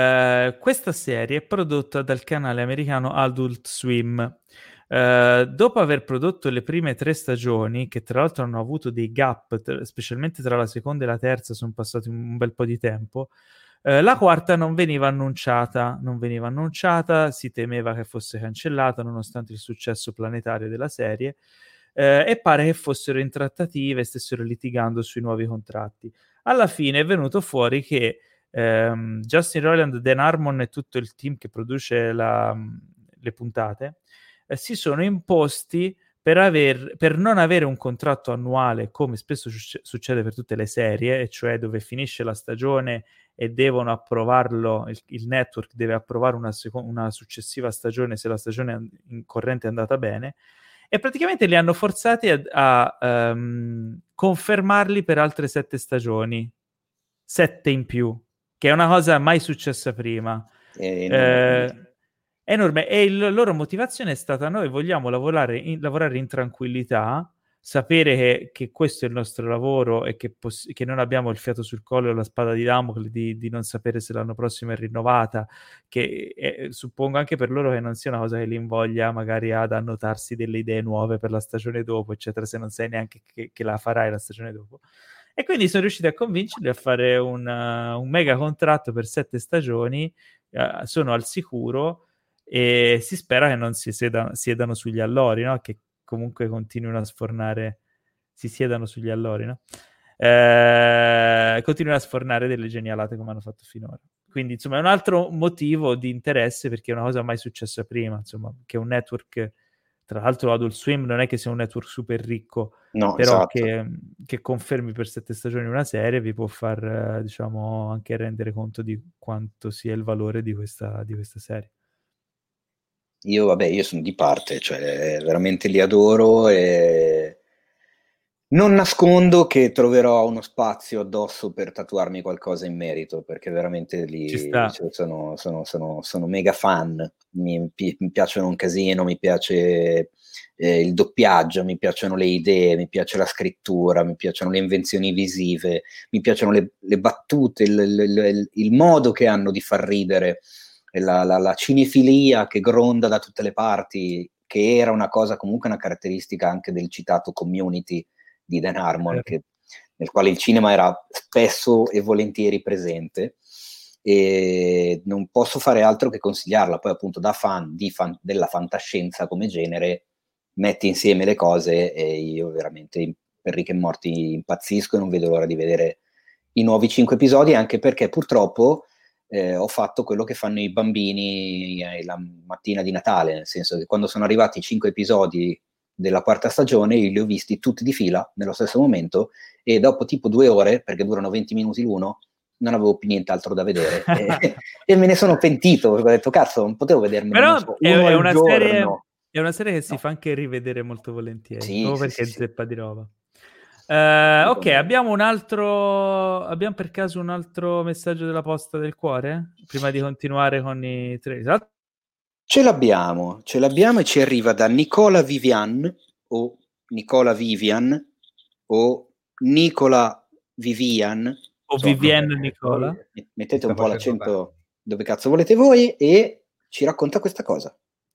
Uh, questa serie è prodotta dal canale americano Adult Swim. Uh, dopo aver prodotto le prime tre stagioni, che tra l'altro hanno avuto dei gap, t- specialmente tra la seconda e la terza, sono passati un bel po' di tempo, uh, la quarta non veniva annunciata, non veniva annunciata, si temeva che fosse cancellata nonostante il successo planetario della serie, uh, e pare che fossero in trattative e stessero litigando sui nuovi contratti. Alla fine è venuto fuori che ehm, Justin Roiland, Dan Harmon e tutto il team che produce la, le puntate eh, si sono imposti per, aver, per non avere un contratto annuale, come spesso su- succede per tutte le serie, e cioè dove finisce la stagione e devono approvarlo, il, il network deve approvare una, seco- una successiva stagione se la stagione in corrente è andata bene, e praticamente li hanno forzati a, a um, confermarli per altre sette stagioni, sette in più, che è una cosa mai successa prima. È enorme. Eh, è enorme. E la loro motivazione è stata: noi vogliamo lavorare in, lavorare in tranquillità, sapere che, che questo è il nostro lavoro e che, poss- che non abbiamo il fiato sul collo e la spada di Damocle di, di non sapere se l'anno prossimo è rinnovata, che è, suppongo anche per loro che non sia una cosa che li invoglia magari ad annotarsi delle idee nuove per la stagione dopo, eccetera, se non sai neanche che, che la farai la stagione dopo. E quindi sono riusciti a convincerli a fare un, uh, un mega contratto per sette stagioni, uh, sono al sicuro e si spera che non si siedano, siedano sugli allori, no? Che comunque continuino a sfornare, si siedano sugli allori, no? Eh, continuino a sfornare delle genialate come hanno fatto finora. Quindi, insomma, è un altro motivo di interesse, perché è una cosa mai successa prima, insomma, che un network, tra l'altro Adult Swim non è che sia un network super ricco, No, però esatto. che, che confermi per sette stagioni una serie vi può far, diciamo, anche rendere conto di quanto sia il valore di questa, di questa serie. Io, vabbè, io sono di parte, cioè veramente li adoro e non nascondo che troverò uno spazio addosso per tatuarmi qualcosa in merito, perché veramente lì cioè, sono, sono, sono, sono mega fan, mi, mi piacciono un casino, mi piace eh, il doppiaggio, mi piacciono le idee, mi piace la scrittura, mi piacciono le invenzioni visive, mi piacciono le, le battute, il, il, il, il modo che hanno di far ridere. La, la, la cinefilia che gronda da tutte le parti, che era una cosa comunque una caratteristica anche del citato Community di Dan Harmon, che, nel quale il cinema era spesso e volentieri presente, e non posso fare altro che consigliarla. Poi appunto da fan, di fan della fantascienza come genere, metti insieme le cose e io veramente per Rick e Morty impazzisco e non vedo l'ora di vedere i nuovi cinque episodi, anche perché purtroppo Eh, ho fatto quello che fanno i bambini eh, la mattina di Natale, nel senso che quando sono arrivati i cinque episodi della quarta stagione io li ho visti tutti di fila nello stesso momento e dopo tipo due ore, perché durano venti minuti l'uno, non avevo più nient'altro da vedere e, e me ne sono pentito, perché ho detto cazzo, non potevo vedermene Però so, è, uno è al una giorno. serie, è una serie che si No. fa anche rivedere molto volentieri, Sì, proprio sì, perché sì, è sì. zeppa di roba. Uh, ok, abbiamo un altro. Abbiamo per caso un altro messaggio della posta del cuore? Prima di continuare con i tre. Ce l'abbiamo, ce l'abbiamo e ci arriva da Nicola Vivian o Nicola Vivian o Nicola Vivian o insomma, Vivienne Nicola. Mettete un po' l'accento tanto. Dove cazzo volete voi e ci racconta questa cosa.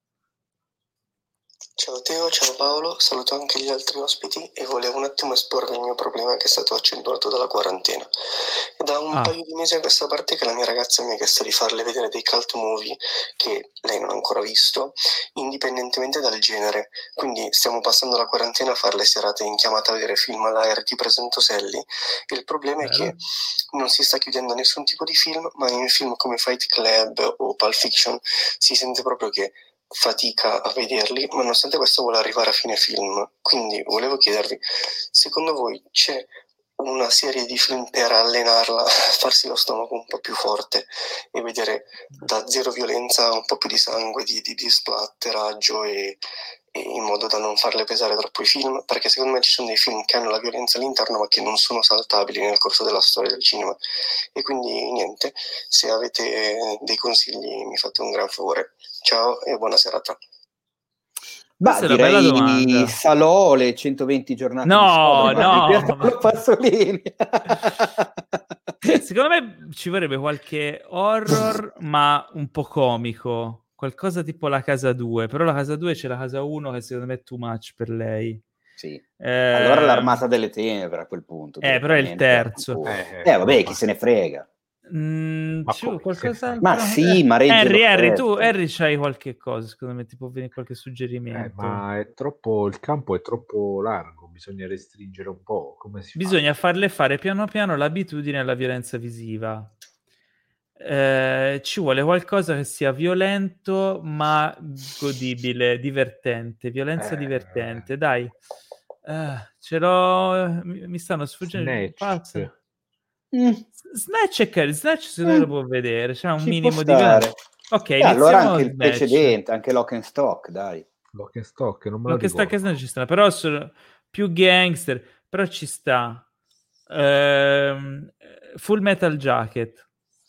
Ciao Teo, ciao Paolo, saluto anche gli altri ospiti e volevo un attimo esporre il mio problema che è stato accentuato dalla quarantena. È da un ah. paio di mesi a questa parte che la mia ragazza mi ha chiesto di farle vedere dei cult movie che lei non ha ancora visto, indipendentemente dal genere. Quindi stiamo passando la quarantena a fare le serate in chiamata a vedere film alla R Ti presento Sally. Il problema Bello. È che non si sta chiudendo nessun tipo di film, ma in film come Fight Club o Pulp Fiction si sente proprio che fatica a vederli, ma nonostante questo vuole arrivare a fine film. Quindi volevo chiedervi, secondo voi c'è una serie di film per allenarla a farsi lo stomaco un po' più forte e vedere da zero violenza un po' più di sangue, di, di, di splatteraggio e, in modo da non farle pesare troppo i film, perché secondo me ci sono dei film che hanno la violenza all'interno ma che non sono saltabili nel corso della storia del cinema. E quindi niente, se avete dei consigli mi fate un gran favore. Ciao e buona serata. Bah, direi Salò, le centoventi giornate no, di no, ma... Pasolini. Secondo me ci vorrebbe qualche horror ma un po' comico, qualcosa tipo La Casa due, però La Casa due c'è La Casa uno che secondo me è too much per lei. Sì. Eh, allora l'Armata delle Tenebre a quel punto. Eh, però è il terzo. Eh, eh, vabbè, chi se ne frega. Mm, ma, c'è qualcosa ma sì, ma Harry, Harry, tu Harry c'hai qualche cosa, secondo me ti può venire qualche suggerimento. Eh, ma è troppo, il campo è troppo largo, bisogna restringere un po'. Come si bisogna fa? farle fare piano piano l'abitudine alla violenza visiva. Eh, ci vuole qualcosa che sia violento ma godibile, divertente, violenza eh, divertente, dai. Eh, ce l'ho, mi, mi stanno sfuggendo. Snatch. Mm. Snatch è carino, Snatch se mm. lo può vedere, c'è un ci minimo di ok, eh, allora anche il precedente, anche Lock and Stock, dai. Lock and Stock, non me lo Lock and Stock e Snatch ci sta, però sono più gangster, però ci sta. Ehm, Full Metal Jacket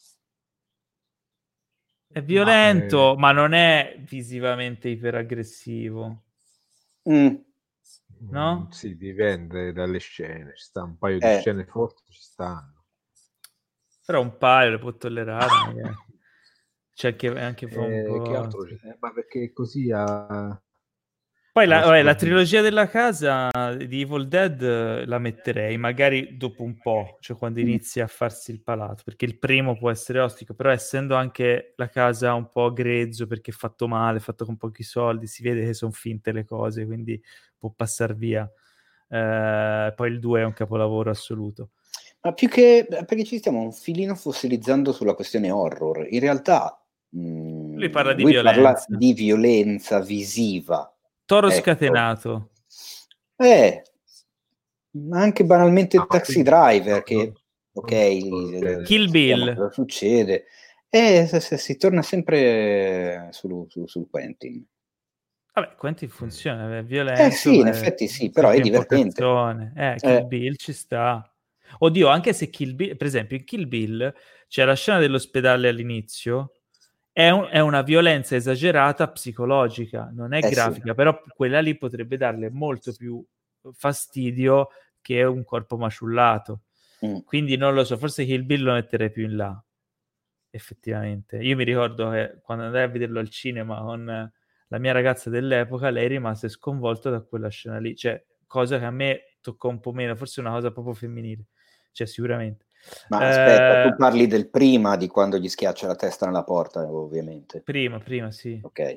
è violento, ma, è... ma non è visivamente iperaggressivo. Mm. No? Sì, dipende dalle scene, ci sta un paio di eh. scene forti, ci stanno. Però un paio le può tollerare, magari. C'è anche, anche eh, un po'... che altro c'è? Eh, ma perché così ha... Poi la, vabbè, la trilogia della casa di Evil Dead la metterei, magari dopo un po', cioè quando inizi a farsi il palato, perché il primo può essere ostico, però essendo anche la casa un po' grezzo perché è fatto male, fatto con pochi soldi, si vede che sono finte le cose, quindi può passare via. Eh, poi il due è un capolavoro assoluto. Ma più che... perché ci stiamo un filino fossilizzando sulla questione horror. In realtà mh, lui parla di lui violenza. Parla di violenza visiva. Toro ecco. Scatenato. Eh, ma anche banalmente ah, Taxi Driver, che ok, Kill Bill. Cosa succede? E se, se, si torna sempre sul, sul, sul Quentin. Vabbè, Quentin funziona, è violento. Eh sì, in effetti sì, però è divertente. Eh, Kill eh. Bill ci sta. Oddio, anche se Kill Bill, per esempio in Kill Bill c'è la scena dell'ospedale all'inizio, è, un, è una violenza esagerata psicologica, non è eh grafica, sì. Però quella lì potrebbe darle molto più fastidio che un corpo maciullato. Mm. Quindi non lo so, forse Kill Bill lo metterei più in là, effettivamente. Io mi ricordo che quando andai a vederlo al cinema con la mia ragazza dell'epoca, lei rimase sconvolta da quella scena lì, cioè cosa che a me toccò un po' meno, forse è una cosa proprio femminile, cioè sicuramente. Ma eh, aspetta, tu parli del prima di quando gli schiaccia la testa nella porta, ovviamente. Prima, prima, sì. Ok. Eh.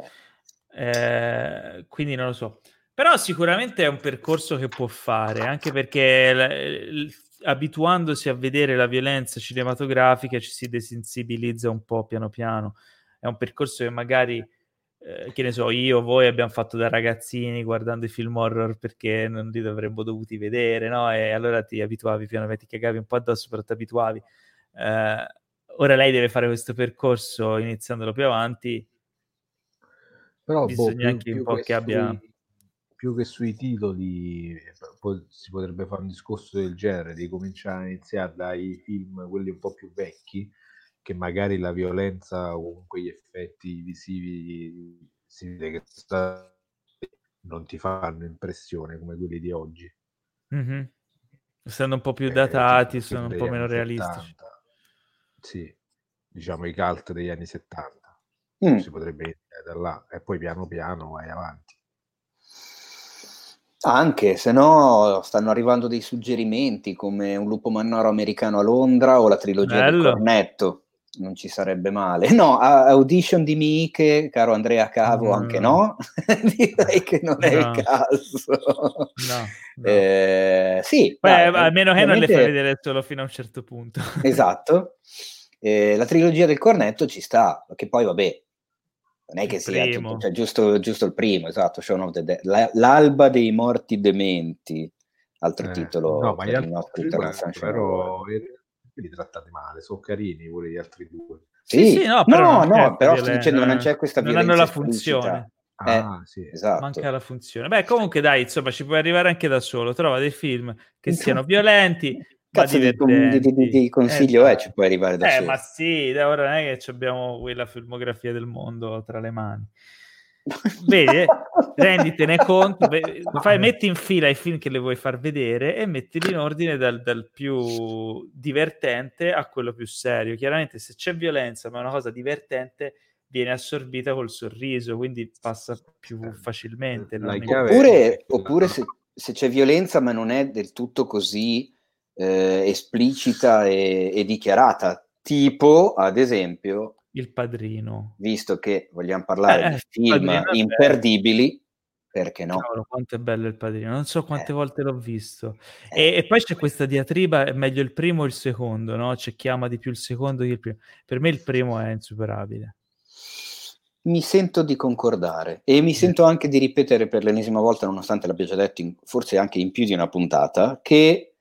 Eh, quindi non lo so. Però sicuramente è un percorso che può fare, anche perché l- l- abituandosi a vedere la violenza cinematografica ci si desensibilizza un po' piano piano. È un percorso che magari Eh, che ne so, io, voi abbiamo fatto da ragazzini guardando i film horror perché non li avremmo dovuti vedere, no? E allora ti abituavi piano piano, ti cagavi un po' addosso, però ti abituavi. Eh, ora lei deve fare questo percorso iniziandolo più avanti. Però bisogna boh, più, anche più un po' che, che abbia... Sui, più che sui titoli poi si potrebbe fare un discorso del genere, di cominciare a iniziare dai film, quelli un po' più vecchi, che magari la violenza o comunque gli effetti visivi si vede che non ti fanno impressione come quelli di oggi. Mm-hmm. Essendo un po' più datati, eh, sono un po' meno realistici. settanta. Sì, diciamo i cult degli anni settanta. Mm. Si potrebbe iniziare da là e poi piano piano vai avanti. Anche, se no stanno arrivando dei suggerimenti come Un lupo mannaro americano a Londra o la trilogia Bello. del cornetto. Non ci sarebbe male. No, Audition di Miche, caro Andrea Cavo, no. Anche no. Direi che non è no. il caso. No, no. Eh, sì. Beh, dai, almeno che non le fai vedere solo fino a un certo punto. Esatto. Eh, la trilogia del cornetto ci sta, che poi vabbè, non è che il sia primo. Tutto, cioè, giusto, giusto il primo, esatto, Shaun of the Dead. La, l'alba dei morti dementi, altro eh, titolo no, ma per il nostro internazionale. Però li trattate male, sono carini pure gli altri due. Sì, sì, sì no, però, no, no, però sto violen- dicendo non c'è questa non violenza hanno la esplicita. funzione. Ah, eh, sì. esatto. Manca la funzione. Beh, comunque dai, insomma, ci puoi arrivare anche da solo. Trova dei film che siano violenti, ma Cazzo di, divertenti. di, di, di consiglio eh, è, ci puoi arrivare da eh, solo. ma sì, da ora non è che abbiamo quella filmografia del mondo tra le mani. Vedi, renditene conto, fai, metti in fila i film che le vuoi far vedere e mettili in ordine dal, dal più divertente a quello più serio. Chiaramente se c'è violenza ma è una cosa divertente viene assorbita col sorriso, quindi passa più facilmente. La non chiave oppure è- oppure se, se c'è violenza ma non è del tutto così eh, esplicita e, e dichiarata, tipo ad esempio Il Padrino. visto che vogliamo parlare Eh, di il film Padrino è imperdibili, perché no? Cavolo, quanto è bello il Padrino, non so quante Eh, volte l'ho visto. eh. E, e poi c'è questa diatriba, è meglio il primo o il secondo, no? C'è chi ama di più il secondo che il primo. Per me il primo è insuperabile. Mi sento di concordare e mi Eh. sento anche di ripetere per l'ennesima volta, nonostante l'abbia già detto in, forse anche in più di una puntata, che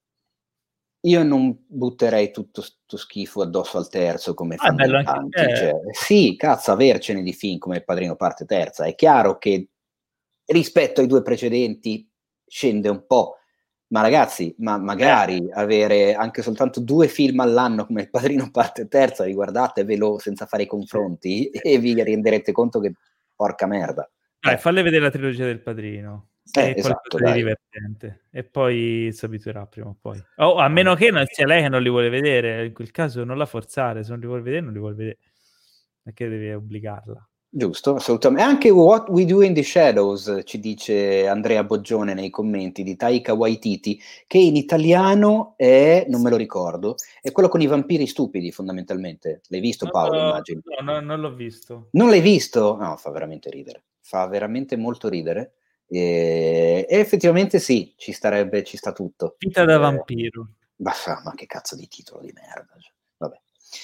io non butterei tutto sto schifo addosso al terzo come Ah, è fanno bello in anche tanti. te. Cioè, sì, cazzo, avercene di film come Il Padrino parte terza. È chiaro che rispetto ai due precedenti scende un po', ma ragazzi, ma magari eh. avere anche soltanto due film all'anno come Il Padrino parte terza, riguardatevelo senza fare i confronti sì. e vi renderete conto che porca merda. Dai, eh. falle vedere la trilogia del Padrino. Eh, È esatto, qualcosa dai. di divertente e poi si abituerà prima o poi. Oh, a meno che non sia lei che non li vuole vedere, in quel caso non la forzare, se non li vuole vedere non li vuole vedere, perché devi obbligarla. Giusto, assolutamente. Anche What We Do in the Shadows, ci dice Andrea Boggione nei commenti, di Taika Waititi, che in italiano è, non me lo ricordo, è quello con i vampiri stupidi fondamentalmente. L'hai visto, No, Paolo, no, immagino? No, no, non l'ho visto. Non l'hai visto? No, fa veramente ridere. Fa veramente molto ridere. E, e effettivamente sì, ci starebbe, ci sta tutto. Vita da eh, vampiro. Ma, ma che cazzo di titolo di merda. Cioè, vabbè.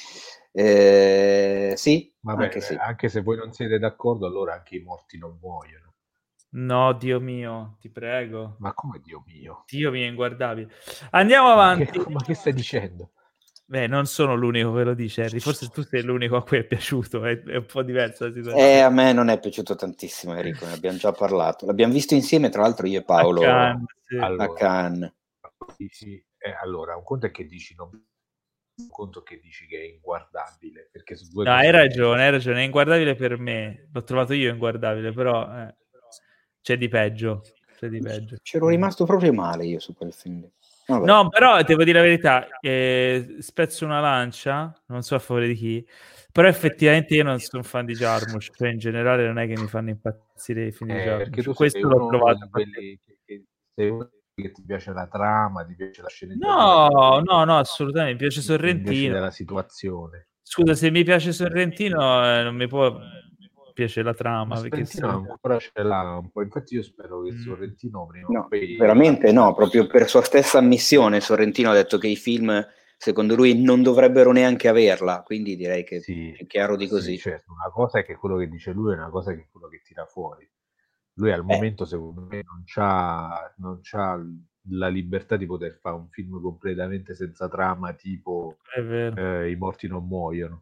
Eh, sì, Vabbè, anche sì. Anche se voi non siete d'accordo, allora anche i morti non muoiono. No, Dio mio, ti prego. Ma come Dio mio? Dio mio, inguardabile. Andiamo avanti. Ma che, ma che stai dicendo? Beh, non sono l'unico che lo dice, Harry. Forse tu sei l'unico a cui è piaciuto. È, è un po' diversa la situazione. Eh, a me non è piaciuto tantissimo, Enrico, ne abbiamo già parlato. L'abbiamo visto insieme, tra l'altro, io e Paolo a Cannes. Sì. Allora, a Cannes. Dici, eh, allora, un conto è che dici non... un conto che dici che è inguardabile, perché su due no, hai ragione, hai ragione, è inguardabile per me. L'ho trovato io inguardabile, però eh, c'è di peggio. C'è di peggio. C'ero rimasto proprio male io su quel film. Vabbè. No, però devo dire la verità, eh, spezzo una lancia, non so a favore di chi, però effettivamente io non sono fan di Jarmusch, cioè in generale non è che mi fanno impazzire i film di eh, Jarmusch. perché tu questo sei l'ho uno provato di quelli che, che, sei uno che ti piace la trama, ti piace la sceneggiatura. No, no, no, assolutamente, mi piace Sorrentino. Invece della situazione. Scusa, se mi piace Sorrentino eh, non mi può piace la trama. Ma Perché Sorrentino se... ancora ce l'ha un po', infatti io spero che Mm. Sorrentino prima No, o poi... veramente no, proprio per sua stessa ammissione Sorrentino ha detto che i film, secondo lui, non dovrebbero neanche averla, quindi direi che sì, è chiaro di così. Sì, certo, una cosa è che quello che dice lui è una cosa che è quello che tira fuori. Lui al Eh. momento, secondo me, non c'ha, non c'ha la libertà di poter fare un film completamente senza trama, tipo È vero. eh, I morti non muoiono.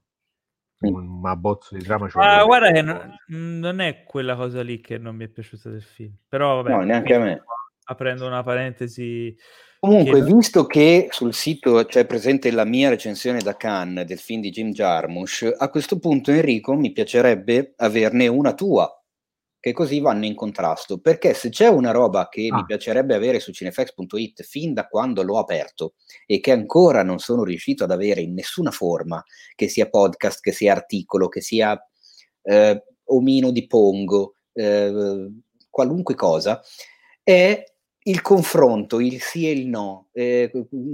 Un abbozzo di trama. Ma guarda che non, non è quella cosa lì che non mi è piaciuta del film. Però vabbè, No, neanche a me. Aprendo una parentesi. Comunque, che... visto che sul sito c'è presente la mia recensione da Cannes del film di Jim Jarmusch, a questo punto, Enrico, mi piacerebbe averne una tua, che così vanno in contrasto, perché se c'è una roba che ah. mi piacerebbe avere su cinefx punto it fin da quando l'ho aperto e che ancora non sono riuscito ad avere in nessuna forma, che sia podcast, che sia articolo, che sia eh, omino di Pongo, eh, qualunque cosa, è il confronto, il sì e il no, eh,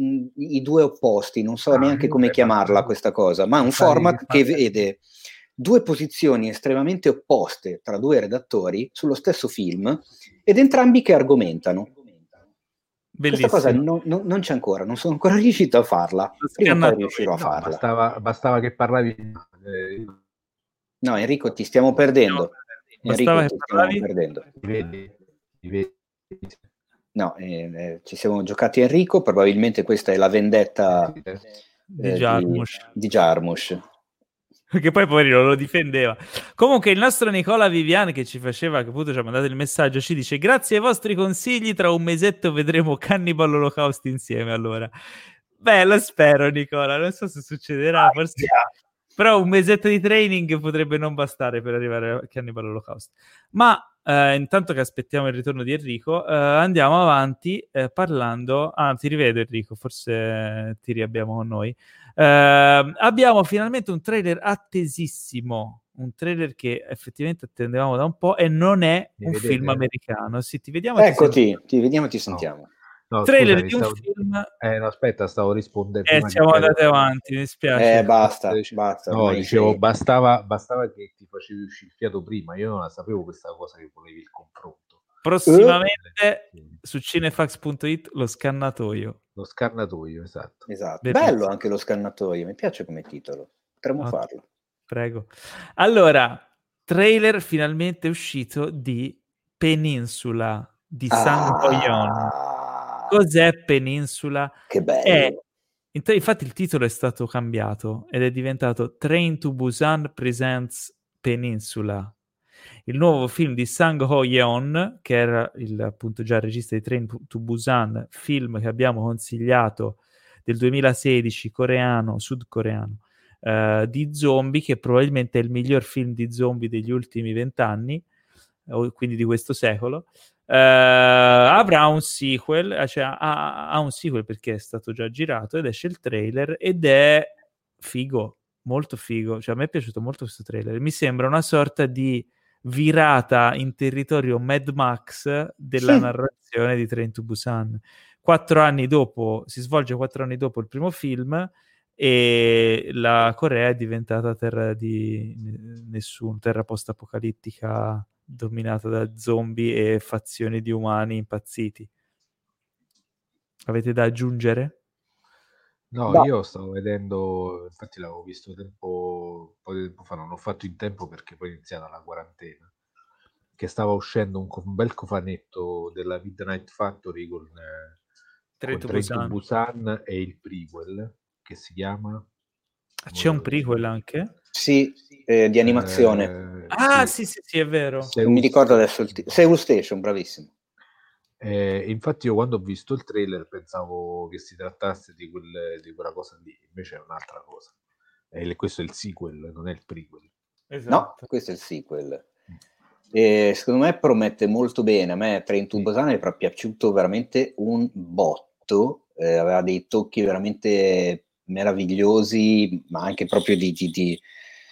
i due opposti, non so ah, neanche come beh, chiamarla basta, questa cosa, ma un format che vede due posizioni estremamente opposte tra due redattori sullo stesso film ed entrambi che argomentano. Bellissimo. Questa cosa no, no, non c'è ancora, non sono ancora riuscito a farla, prima o poi riuscirò a no, farla. Bastava, bastava che parlavi... Eh... No, Enrico, ti stiamo perdendo. No, Enrico, ti parlavi... stiamo perdendo. Ti vedi? Ti vedi? No, eh, eh, ci siamo giocati Enrico, probabilmente questa è la vendetta di Jarmusch. Di, di Jarmusch. Perché poi poverino lo difendeva. Comunque il nostro Nicola Viviani che ci faceva, che appunto ci ha mandato il messaggio, ci dice: grazie ai vostri consigli tra un mesetto vedremo Cannibal Holocaust insieme. Allora beh, lo spero Nicola, non so se succederà, ah, forse yeah. Però un mesetto di training potrebbe non bastare per arrivare a Cannibal Holocaust. Ma eh, intanto che aspettiamo il ritorno di Enrico, eh, andiamo avanti eh, parlando. Ah, ti rivedo Enrico, forse ti riabbiamo con noi. Eh, abbiamo finalmente un trailer attesissimo, un trailer che effettivamente attendevamo da un po' e non è Mi un vedete? film americano. Sì, ti vediamo. Eccoti, ti, ti vediamo e ti sentiamo. No, no, trailer scusami, di un stavo... film. Eh, no, aspetta, stavo rispondendo. Eh, siamo andati avanti, mi dispiace. Eh, basta, basta. No, dicevo, sei... bastava, bastava che ti facevi uscire il fiato prima. Io non la sapevo questa cosa che volevi il confronto. Prossimamente uh. su cinefax punto it lo scannatoio. Lo scannatoio, esatto. Esatto. Bellissimo. Bello anche lo scannatoio, mi piace come titolo. Potremmo Ottimo. farlo. Prego. Allora, trailer finalmente uscito di Peninsula di ah. Sang Ho-yeon. Cos'è Peninsula? Che bello. È, infatti il titolo è stato cambiato ed è diventato Train to Busan Presents Peninsula. Il nuovo film di Sang Ho-yeon, che era il, appunto già il regista di Train to Busan, film che abbiamo consigliato del duemilasedici, coreano, sudcoreano, uh, di zombie, che probabilmente è il miglior film di zombie degli ultimi vent'anni, o quindi di questo secolo. Uh, avrà un sequel, cioè ha, ha un sequel perché è stato già girato ed esce il trailer ed è figo, molto figo, cioè a me è piaciuto molto questo trailer, mi sembra una sorta di virata in territorio Mad Max della sì. narrazione di Train to Busan. Quattro anni dopo, si svolge quattro anni dopo il primo film e la Corea è diventata terra di nessuno, terra post-apocalittica dominata da zombie e fazioni di umani impazziti. Avete da aggiungere? No, no, io stavo vedendo, infatti l'avevo visto tempo, un po' di tempo fa, non l'ho fatto in tempo perché poi è iniziata la quarantena, che stava uscendo un, un bel cofanetto della Midnight Factory con, eh, Train con to Train Busan. to Busan e il prequel, che si chiama... C'è un prequel anche? Sì, eh, di animazione. Eh, ah, sì, sì, sì, è vero. Seul... Non mi ricordo adesso il titolo. Seoul Station, bravissimo. Eh, infatti io quando ho visto il trailer pensavo che si trattasse di, quel, di quella cosa lì, invece è un'altra cosa. Eh, questo è il sequel, non è il prequel. Esatto. No, questo è il sequel. E secondo me promette molto bene. A me Train to Busan è piaciuto veramente un botto, eh, aveva dei tocchi veramente meravigliosi, ma anche proprio di, di, di,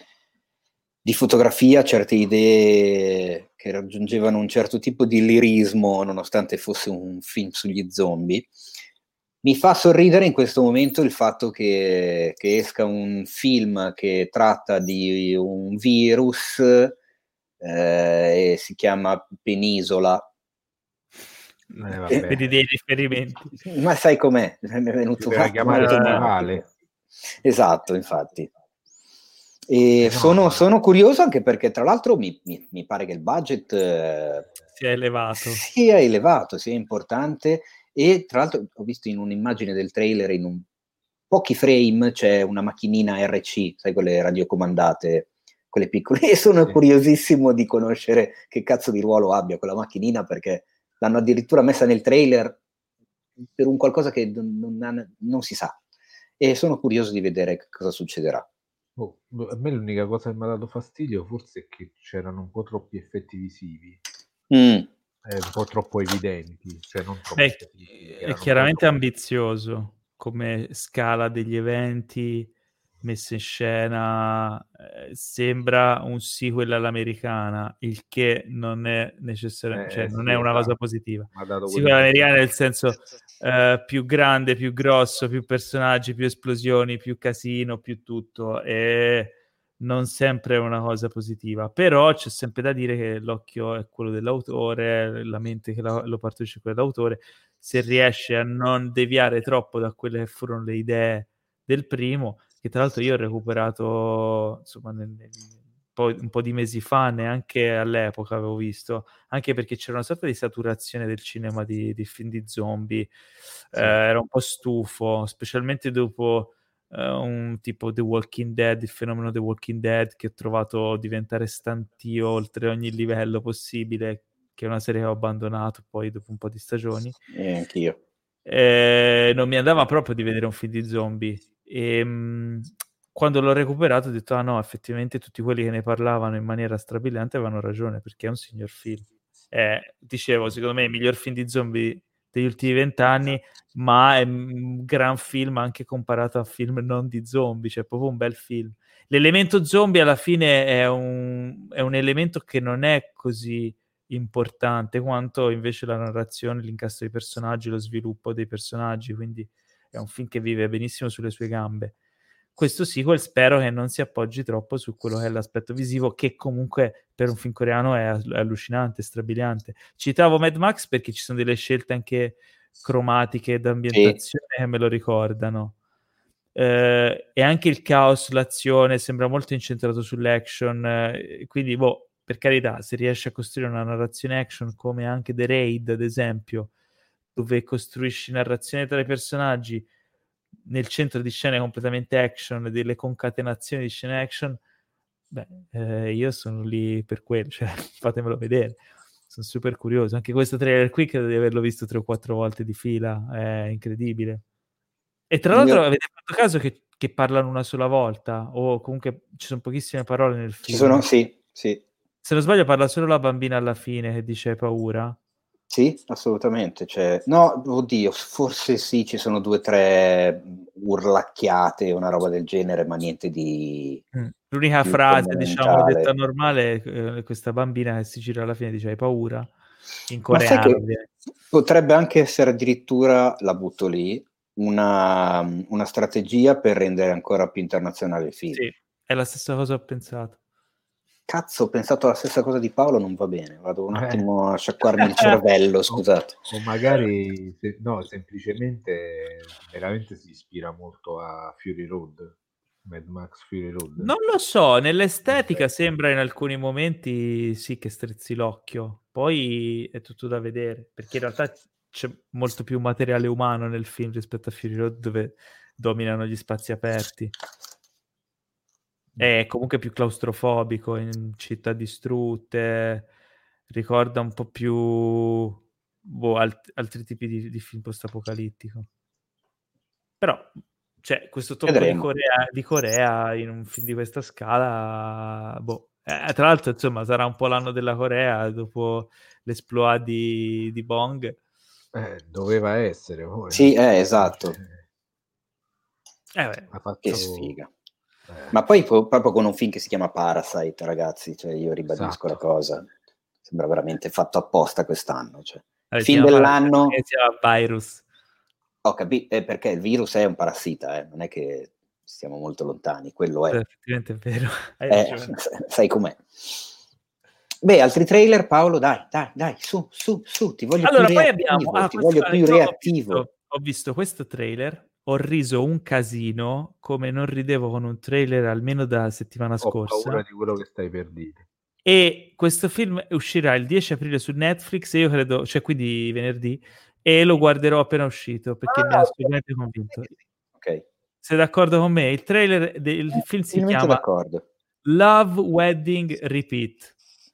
di fotografia, certe idee che raggiungevano un certo tipo di lirismo nonostante fosse un film sugli zombie. Mi fa sorridere in questo momento il fatto che, che esca un film che tratta di un virus eh, e si chiama Penisola. Eh, Vedi dei riferimenti. Ma sai com'è? Mi è venuto a chiamare uh, esatto, infatti. E eh sono, no. sono curioso anche perché tra l'altro mi, mi, mi pare che il budget eh, sia elevato, sia elevato, sia importante. E tra l'altro ho visto in un'immagine del trailer, in un, pochi frame c'è una macchinina R C, sai, quelle radiocomandate, quelle piccole, e sono sì. curiosissimo di conoscere che cazzo di ruolo abbia quella macchinina, perché l'hanno addirittura messa nel trailer per un qualcosa che non, non, non si sa, e sono curioso di vedere cosa succederà. Oh, a me l'unica cosa che mi ha dato fastidio forse è che c'erano un po' troppi effetti visivi. Mm. Eh, un po' troppo evidenti, cioè non troppo Beh, è chiaramente troppo... ambizioso come scala degli eventi, messa in scena, eh, sembra un sequel all'americana, il che non è necessariamente, eh, cioè, non sì, è una esatto. cosa positiva. Sequel all'americana nel senso eh, più grande, più grosso, più personaggi, più esplosioni, più casino, più tutto, e non sempre è una cosa positiva, però c'è sempre da dire che l'occhio è quello dell'autore, la mente che la, lo partorisce quella dell'autore. Se riesce a non deviare troppo da quelle che furono le idee del primo, che tra l'altro io ho recuperato insomma nel, nel, poi, un po' di mesi fa, neanche all'epoca avevo visto, anche perché c'era una sorta di saturazione del cinema di, di film di zombie, sì. eh, era un po' stufo, specialmente dopo uh, un tipo The Walking Dead, il fenomeno The Walking Dead, che ho trovato diventare stantio oltre ogni livello possibile, che è una serie che ho abbandonato poi dopo un po' di stagioni. E anch'io. Eh, non mi andava proprio di vedere un film di zombie. E mh, quando l'ho recuperato ho detto, ah no, effettivamente tutti quelli che ne parlavano in maniera strabiliante avevano ragione, perché è un signor film. Eh, dicevo, secondo me è il miglior film di zombie degli ultimi vent'anni, ma è un gran film anche comparato a film non di zombie, cioè proprio un bel film. L'elemento zombie alla fine è un, è un elemento che non è così importante quanto invece la narrazione, l'incastro dei personaggi, lo sviluppo dei personaggi, quindi è un film che vive benissimo sulle sue gambe. Questo sequel spero che non si appoggi troppo su quello che è l'aspetto visivo, che comunque per un film coreano è, è allucinante, strabiliante. Citavo Mad Max perché ci sono delle scelte anche cromatiche d'ambientazione sì. che me lo ricordano. Eh, e anche il caos, l'azione sembra molto incentrato sull'action, eh, quindi boh, per carità, se riesce a costruire una narrazione action come anche The Raid, ad esempio, dove costruisci narrazione tra i personaggi nel centro di scene completamente action, delle concatenazioni di scene action, beh, eh, io sono lì per quello, cioè fatemelo vedere, sono super curioso. Anche questo trailer qui credo di averlo visto tre o quattro volte di fila, è incredibile. E tra l'altro mio... avete fatto caso che, che parlano una sola volta, o comunque ci sono pochissime parole nel film? Ci sono, sì, sì. Se non sbaglio parla solo la bambina alla fine che dice hai paura? Sì, assolutamente. Cioè, no, oddio, forse sì, ci sono due o tre urlacchiate, una roba del genere, ma niente di... Mm. L'unica di frase, diciamo, detta normale è eh, questa bambina che si gira alla fine e dice hai paura? In coreano. Potrebbe anche essere addirittura, la butto lì, una, una strategia per rendere ancora più internazionale il film. Sì, è la stessa cosa ho pensato. Cazzo, ho pensato la stessa cosa di Paolo, non va bene, vado un attimo eh. a sciacquarmi il cervello, scusate. O, o magari, se, no, semplicemente veramente si ispira molto a Fury Road, Mad Max Fury Road. Non lo so, nell'estetica okay. sembra in alcuni momenti sì che strizzi l'occhio, poi è tutto da vedere, perché in realtà c'è molto più materiale umano nel film rispetto a Fury Road dove dominano gli spazi aperti. È comunque più claustrofobico, in città distrutte, ricorda un po' più boh, alt- altri tipi di, di film post-apocalittico. Però, cioè, questo tocco di Corea, di Corea in un film di questa scala, boh. Eh, tra l'altro, insomma, sarà un po' l'anno della Corea, dopo l'esploit di, di Bong. Eh, doveva essere. Poi, sì, eh, esatto. Eh, beh, fatto... Che sfiga. Eh. Ma poi proprio con un film che si chiama Parasite, ragazzi, cioè io ribadisco esatto. la cosa, sembra veramente fatto apposta quest'anno. Cioè. Allora, film dell'anno... Si chiama Virus. Ho capito, eh, perché il virus è un parassita, eh, non è che stiamo molto lontani, quello è. Effettivamente è vero. Eh, sai com'è. Beh, altri trailer, Paolo, dai, dai, dai, su, su, su, ti voglio allora, più poi reattivo, abbiamo, ah, ti voglio più reattivo. Ho visto, ho visto questo trailer, ho riso un casino, come non ridevo con un trailer almeno da settimana scorsa. Ho paura di quello che stai per dire. E questo film uscirà il dieci aprile su Netflix, e io credo, cioè quindi venerdì, e lo guarderò appena uscito, perché ah, mi ha assolutamente okay. convinto. Ok. Sei d'accordo con me? Il trailer del film si chiama d'accordo. Love Wedding Repeat.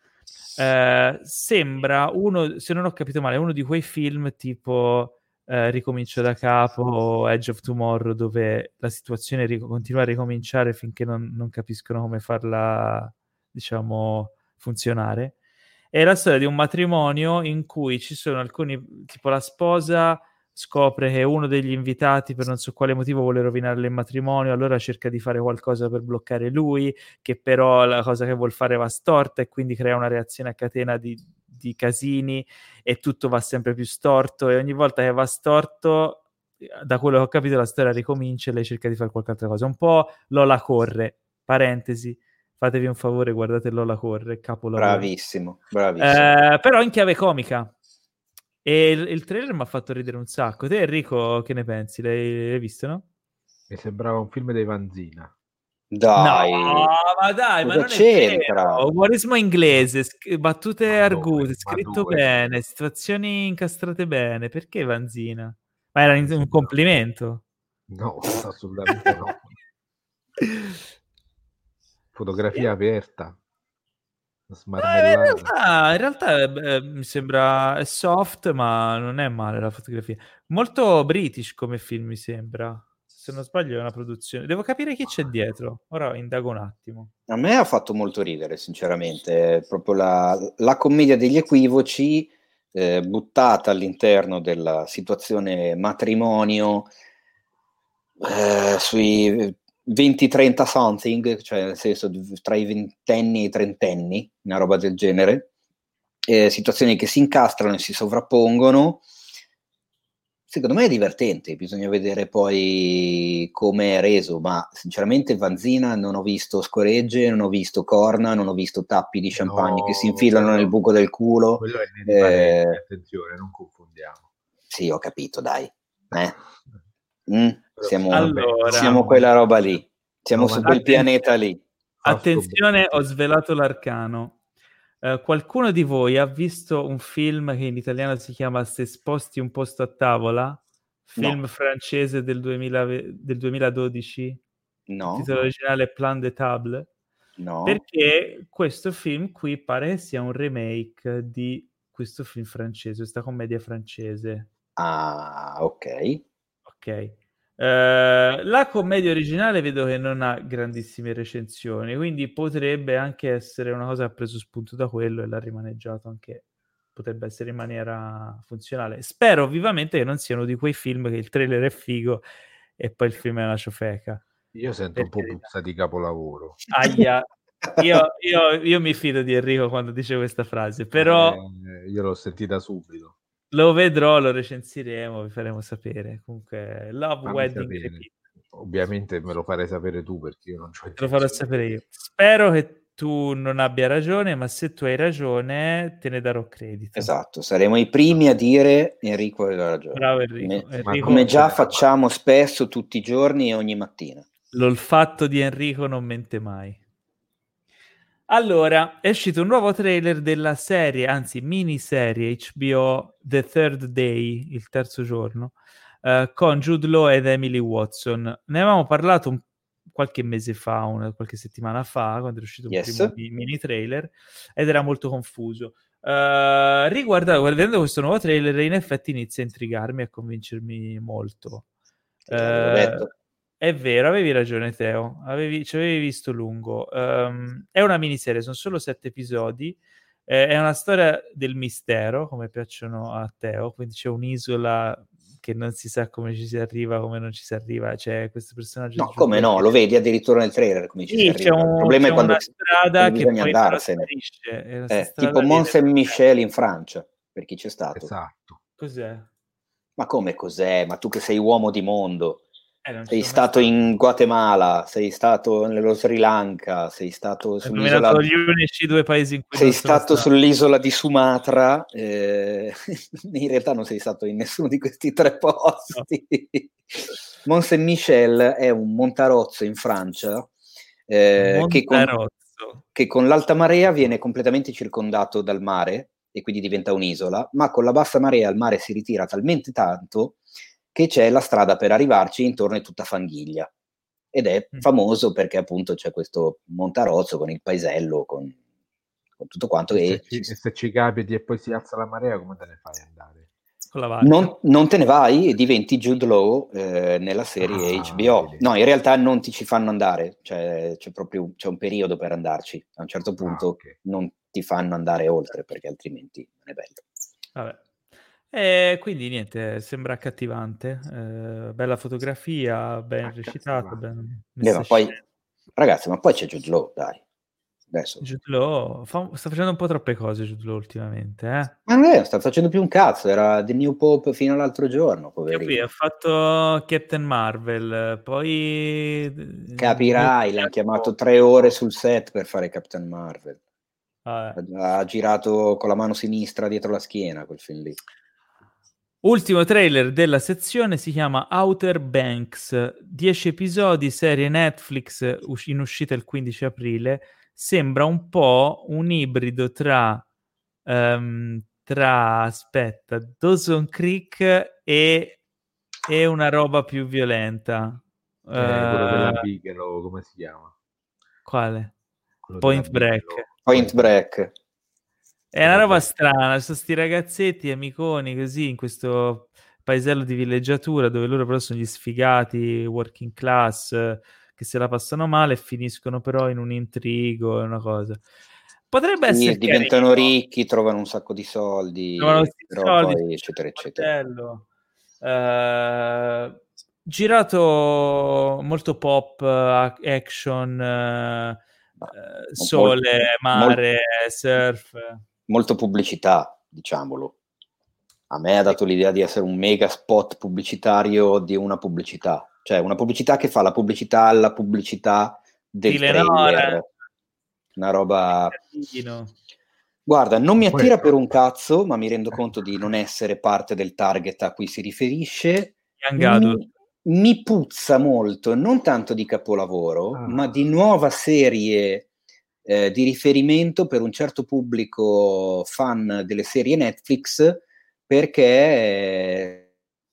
Eh, sembra uno, se non ho capito male, uno di quei film tipo eh, Ricomincio da capo o Edge of Tomorrow, dove la situazione ric- continua a ricominciare finché non, non capiscono come farla, diciamo, funzionare. È la storia di un matrimonio in cui ci sono alcuni, tipo la sposa scopre che uno degli invitati per non so quale motivo vuole rovinarle il matrimonio, allora cerca di fare qualcosa per bloccare lui, che però la cosa che vuol fare va storta e quindi crea una reazione a catena di, di casini e tutto va sempre più storto, e ogni volta che va storto, da quello che ho capito, la storia ricomincia e lei cerca di fare qualche altra cosa. Un po' Lola corre, parentesi, fatevi un favore, guardate Lola corre, capolavoro. Bravissimo, bravissimo. Eh, però in chiave comica. E il, il trailer mi ha fatto ridere un sacco. Te, Enrico, che ne pensi? L'hai, l'hai visto, no? Mi sembrava un film dei Vanzina. Dai, no, ma dai, cosa ma non c'entra? è vero. Umorismo inglese, sc- battute ma argute, dove, scritto dove? bene, situazioni incastrate bene. Perché Vanzina? Ma era in, un complimento. No, assolutamente no. Fotografia aperta, Eh, smarmellata. in realtà, in realtà eh, mi sembra è soft, ma non è male la fotografia. Molto British come film, mi sembra. Se non sbaglio è una produzione. Devo capire chi c'è dietro. Ora indago un attimo. A me ha fatto molto ridere, sinceramente. È proprio la, la commedia degli equivoci eh, buttata all'interno della situazione matrimonio eh, sui venti trenta something, cioè nel senso tra i ventenni e i trentenni, una roba del genere. Eh, situazioni che si incastrano e si sovrappongono. Secondo me è divertente, bisogna vedere poi come è reso, ma sinceramente Vanzina non ho visto scoregge, non ho visto corna, non ho visto tappi di champagne No, che si infilano quello, nel buco del culo. quello è nei parenti, Eh, attenzione, non confondiamo. sì, ho capito, dai. Eh? Mm? Siamo, Allora, siamo quella roba lì, siamo su quel attenzione, pianeta lì. attenzione, ho svelato l'arcano. Uh, qualcuno di voi ha visto un film che in italiano si chiama Se sposti un posto a tavola? Film No. francese del, duemila, del duemiladodici? No. Il titolo originale è Plan de Table. No. Perché questo film qui pare che sia un remake di questo film francese, questa commedia francese. Ah, ok. Ok. Uh, la commedia originale vedo che non ha grandissime recensioni, quindi potrebbe anche essere una cosa che ha preso spunto da quello e l'ha rimaneggiato anche, potrebbe essere in maniera funzionale. Spero vivamente che non siano di quei film che il trailer è figo e poi il film è una ciofeca. Io sento un po' puzza di capolavoro. Aia, io, io, io mi fido di Enrico quando dice questa frase, però eh, io l'ho sentita subito. Lo vedrò, lo recensiremo, vi faremo sapere. Comunque, Love Fammi Wedding sapere. Repeat. Ovviamente me lo farei sapere tu perché io non c'ho Te lo farò sapere io. Spero che tu non abbia ragione, ma se tu hai ragione te ne darò credito. Esatto, saremo i primi a dire Enrico aveva ragione. Bravo Enrico. Come, Enrico come già facciamo spesso tutti i giorni e ogni mattina. L'olfatto di Enrico non mente mai. Allora, è uscito un nuovo trailer della serie, anzi miniserie H B O The Third Day, il terzo giorno, uh, con Jude Law ed Emily Watson. Ne avevamo parlato un, qualche mese fa, una, qualche settimana fa, quando è uscito yes. un primo mini trailer, ed era molto confuso. Uh, riguardando, vedendo questo nuovo trailer, in effetti inizia a intrigarmi e a convincermi molto. Sì, l'avevo detto. È vero, avevi ragione Teo, avevi, ci avevi visto lungo. Um, è una miniserie, sono solo sette episodi, eh, è una storia del mistero, come piacciono a Teo, quindi c'è un'isola che non si sa come ci si arriva, come non ci si arriva, c'è questo personaggio... No, come no, che... lo vedi addirittura nel trailer come ci sì, si arriva. un, il problema è quando una strada che bisogna poi andarsene. Eh, tipo Mont Saint-Michel in Francia, per chi c'è stato. Esatto. Cos'è? Ma come cos'è? Ma tu che sei uomo di mondo... Eh, sei stato in Guatemala, sei stato nello Sri Lanka, sei stato sull'isola... gli unici due paesi in cui sei stato sull'isola di Sumatra, eh, in realtà non sei stato in nessuno di questi tre posti. No. Mont Saint-Michel è un montarozzo in Francia eh, che, con, che con l'alta marea viene completamente circondato dal mare e quindi diventa un'isola, ma con la bassa marea il mare si ritira talmente tanto che c'è la strada per arrivarci, intorno è tutta fanghiglia. Ed è mm. famoso perché appunto c'è questo montarozzo con il paesello, con, con tutto quanto. E, e, se ci, e se ci capiti e poi si alza la marea, come te ne fai andare? Con la barca. Non, non te ne vai e diventi Jude Law eh, nella serie ah, H B O. Vedi. No, in realtà non ti ci fanno andare, cioè, c'è proprio c'è un periodo per andarci. A un certo punto ah, okay. non ti fanno andare oltre perché altrimenti non è bello. Vabbè. E quindi niente, sembra accattivante, eh, bella fotografia, ben recitato, ben Beh, ma poi, ragazzi, ma poi c'è Jude Law, dai. Adesso. Jude Law fa, sta facendo un po' troppe cose Jude Law ultimamente, eh? Ma non è, sta facendo più un cazzo, era The New Pope fino all'altro giorno, poverino. Qui ha fatto Captain Marvel, poi... Capirai, l'hanno chiamato tre ore sul set per fare Captain Marvel. Ah, ha, ha girato con la mano sinistra dietro la schiena quel film lì. Ultimo trailer della sezione si chiama Outer Banks, dieci episodi, serie Netflix in uscita il quindici aprile. Sembra un po' un ibrido tra, um, tra aspetta, Dawson Creek e e una roba più violenta. Eh, quello della Uh, Bigelow, come si chiama? Quale? Quello Point della Break. Bigelow. Point Break. È una roba strana, sono sti ragazzetti amiconi così in questo paesello di villeggiatura dove loro però sono gli sfigati working class eh, che se la passano male e finiscono però in un intrigo e una cosa. Potrebbe Sì, essere diventano carino. ricchi, trovano un sacco di soldi, Trovano questi però soldi, poi c'è eccetera il eccetera. bordello. Eh, girato molto pop, eh, action, eh, eh, sole, Mol- mare, mol- surf. molto pubblicità, diciamolo. A me ha Sì. dato l'idea di essere un mega spot pubblicitario di una pubblicità, cioè una pubblicità che fa la pubblicità alla pubblicità del Telenor. trailer, una roba... Carino. Guarda, non mi Ma poi- attira per un cazzo, ma mi rendo conto di non essere parte del target a cui si riferisce. Young Adult. Mi, mi puzza molto, non tanto di capolavoro, Ah. ma di nuova serie eh, di riferimento per un certo pubblico fan delle serie Netflix, perché eh,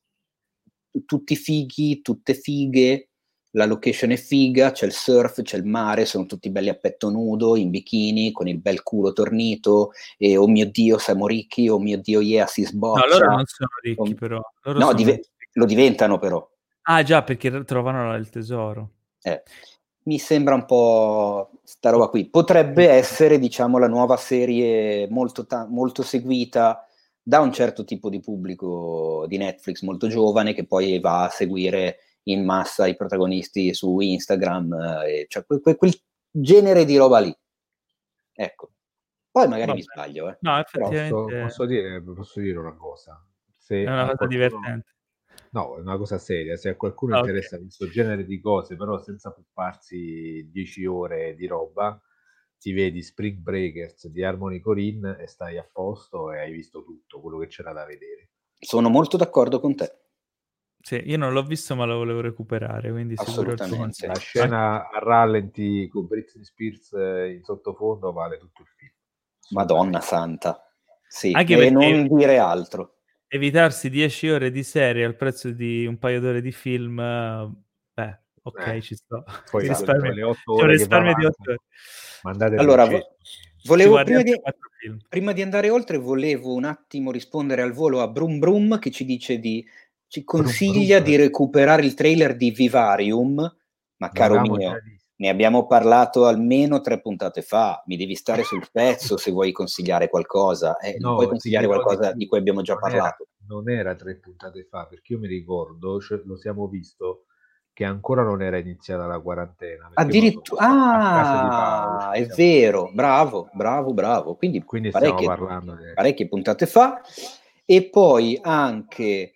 tutti fighi, tutte fighe, la location è figa, c'è il surf, c'è il mare, sono tutti belli a petto nudo, in bikini, con il bel culo tornito, e oh mio Dio siamo ricchi, oh mio Dio yeah si No, sboccia. loro non sono ricchi Oh- però. Loro no, sono... dive- lo diventano però. Ah già, perché trovano il tesoro. Eh, mi sembra un po' sta roba qui. Potrebbe essere, diciamo, la nuova serie molto, ta- molto seguita da un certo tipo di pubblico di Netflix molto giovane che poi va a seguire in massa i protagonisti su Instagram, eh, cioè quel, quel- quel genere di roba lì. Ecco. Poi magari Vabbè. mi sbaglio, eh. No, Però- effettivamente Posso, posso dire, posso dire una cosa? Se è una a cosa qualcuno- divertente. No, è una cosa seria. Se a qualcuno Ah, ok. interessa questo genere di cose, però senza pupparsi dieci ore di roba, ti vedi Spring Breakers di Harmony Corinne e stai a posto e hai visto tutto quello che c'era da vedere. sono molto d'accordo con te. Sì, io non l'ho visto ma lo volevo recuperare, quindi seguirò il tuo Assolutamente. La consiglio. scena a rallenti con Britney Spears eh, in sottofondo vale tutto il film. Madonna santa. Sì, Anche e perché- non dire altro. Evitarsi dieci ore di serie al prezzo di un paio d'ore di film, eh, beh, ok, Eh, ci sto. poi Mi quelle- risparmio- quelle otto c'è un ore che va risparmio di avanti, otto ore. mandate Allora, dolcetti. vo- volevo guardi prima altri di, quattro film. prima di andare oltre, volevo un attimo rispondere al volo a Brum Brum che ci dice di ci consiglia Brum Brum. di recuperare il trailer di Vivarium, ma caro L'avevamo mio, già visto. ne abbiamo parlato almeno tre puntate fa, mi devi stare sul pezzo se vuoi consigliare qualcosa, eh, non No, puoi ti consigliare dirò qualcosa più. di cui abbiamo già Non era- parlato. non era tre puntate fa, perché io mi ricordo, cioè, lo siamo visto, che ancora non era iniziata la quarantena. perché Addirittura, io sono a casa di Paolo, ah, ci è siamo- vero, bravo, bravo, bravo. Quindi, Quindi stiamo parecchie, parlando di... parecchie puntate fa. E poi anche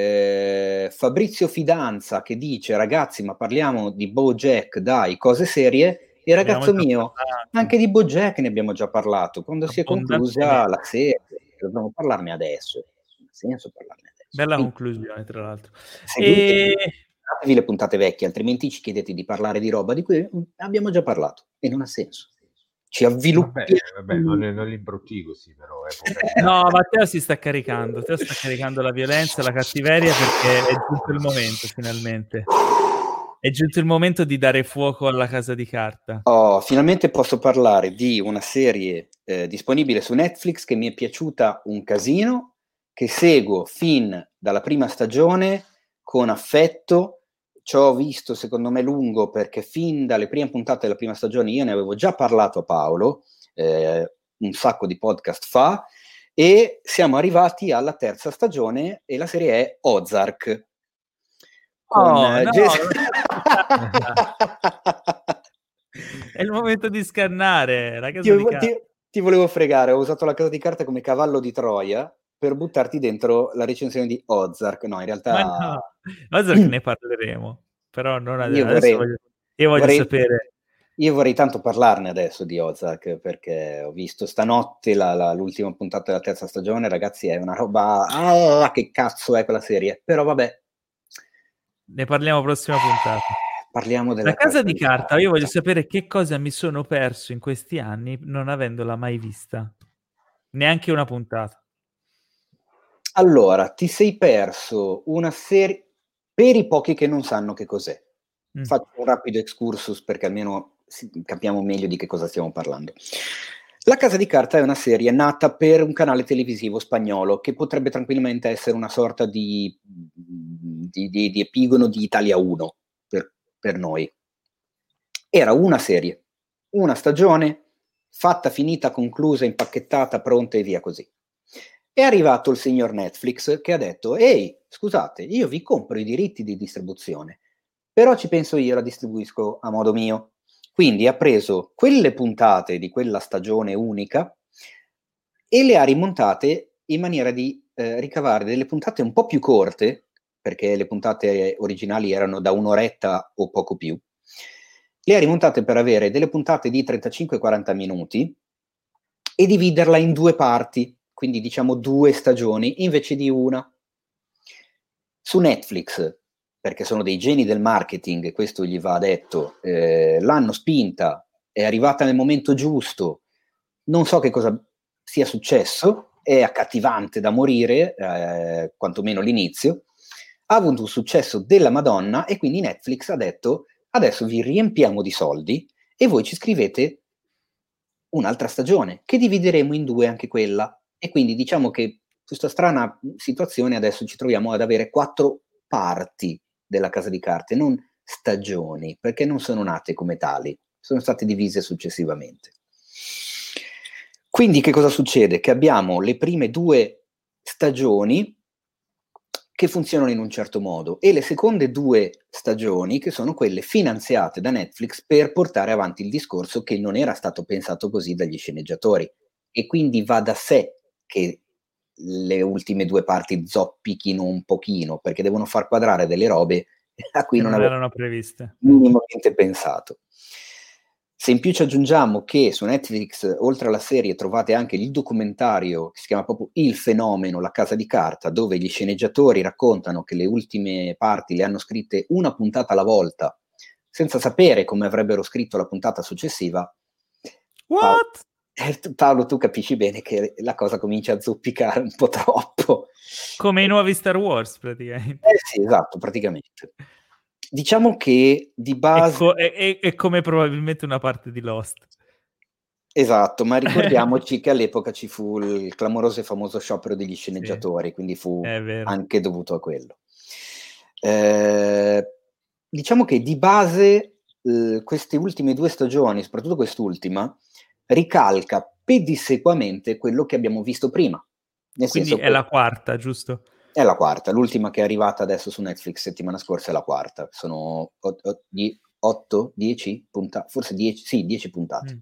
eh, Fabrizio Fidanza che dice: ragazzi, ma parliamo di BoJack, dai, cose serie. E ragazzo Abbiamo già mio, parlato. anche di BoJack ne abbiamo già parlato. Quando si è conclusa Abbondantemente. la serie, dobbiamo parlarne adesso. Non ha senso parlarne adesso. Bella Quindi, conclusione, tra l'altro. seguite- E... guardatevi le puntate vecchie, altrimenti ci chiedete di parlare di roba di cui abbiamo già parlato e non ha senso. Ci Vabbè, avviluppiamo. vabbè, non, è- non l'imbrutti così, però. Eh, per carità. No, Matteo si sta caricando, Matteo sta caricando la violenza, la cattiveria perché è giunto il momento, finalmente. È giunto il momento di dare fuoco alla Casa di Carta. Oh, finalmente posso parlare di una serie eh, disponibile su Netflix che mi è piaciuta un casino, che seguo fin dalla prima stagione con affetto. Ci ho visto secondo me lungo perché fin dalle prime puntate della prima stagione io ne avevo già parlato a Paolo eh, un sacco di podcast fa e siamo arrivati alla terza stagione e la serie è Ozark. Con, Oh, eh, no, Jes- è il momento di scannare la Casa ti, di Carta. ti, ti volevo fregare, ho usato la Casa di Carta come cavallo di Troia per buttarti dentro la recensione di Ozark. No, in realtà Ma no, Ozark ne parleremo, però non adesso. Io Adesso vorrei- voglio, io voglio vorrei- sapere. Io vorrei tanto parlarne adesso di Ozark perché ho visto stanotte la, la, l'ultima puntata della terza stagione, ragazzi, è una roba... Ah, che cazzo è quella serie? Però vabbè, Ne parliamo prossima puntata. parliamo della La Casa di Carta, io voglio sapere che cosa mi sono perso in questi anni non avendola mai vista. Neanche una puntata. Allora, ti sei perso una serie... per i pochi che non sanno che cos'è. Mm. Faccio un rapido excursus perché almeno capiamo meglio di che cosa stiamo parlando. La Casa di Carta è una serie nata per un canale televisivo spagnolo che potrebbe tranquillamente essere una sorta di, di, di, di epigono di Italia uno per, per noi. Era una serie, una stagione, fatta, finita, conclusa, impacchettata, pronta e via così. È arrivato il signor Netflix che ha detto: ehi, scusate, io vi compro i diritti di distribuzione, però ci penso io, la distribuisco a modo mio. Quindi ha preso quelle puntate di quella stagione unica e le ha rimontate in maniera di eh, ricavare delle puntate un po' più corte, perché le puntate originali erano da un'oretta o poco più. Le ha rimontate per avere delle puntate di trentacinque quaranta minuti e dividerla in due parti, quindi diciamo due stagioni invece di una. Su Netflix, perché sono dei geni del marketing, e questo gli va detto, eh, l'hanno spinta, è arrivata nel momento giusto, non so che cosa sia successo, è accattivante da morire, eh, quantomeno l'inizio, ha avuto un successo della Madonna e quindi Netflix ha detto: adesso vi riempiamo di soldi e voi ci scrivete un'altra stagione, che divideremo in due anche quella. E quindi diciamo che questa strana situazione adesso ci troviamo ad avere quattro parti della Casa di Carte, non stagioni, perché non sono nate come tali, sono state divise successivamente. Quindi che cosa succede? Che abbiamo le prime due stagioni che funzionano in un certo modo e le seconde due stagioni che sono quelle finanziate da Netflix per portare avanti il discorso che non era stato pensato così dagli sceneggiatori, e quindi va da sé che le ultime due parti zoppichino un pochino, perché devono far quadrare delle robe a cui che non, non avevo erano previste, minimamente pensato. Se in più ci aggiungiamo che su Netflix, oltre alla serie, trovate anche il documentario che si chiama proprio Il fenomeno, la Casa di Carta, dove gli sceneggiatori raccontano che le ultime parti le hanno scritte una puntata alla volta, senza sapere come avrebbero scritto la puntata successiva. What? Paolo, Paolo, tu capisci bene che la cosa comincia a zoppicare un po' troppo. Come i nuovi Star Wars, praticamente. Eh sì, esatto, praticamente. Diciamo che di base... È, co- è, è, è come probabilmente una parte di Lost. Esatto, ma ricordiamoci che all'epoca ci fu il clamoroso e famoso sciopero degli sceneggiatori, sì, quindi fu anche dovuto a quello. Eh, diciamo che di base eh, queste ultime due stagioni, soprattutto quest'ultima, ricalca pedissequamente quello che abbiamo visto prima. Nel quindi senso è che la quarta, giusto? È la quarta, l'ultima che è arrivata adesso su Netflix settimana scorsa è la quarta, sono otto, dieci puntate, forse dieci, sì, dieci puntate. Mm.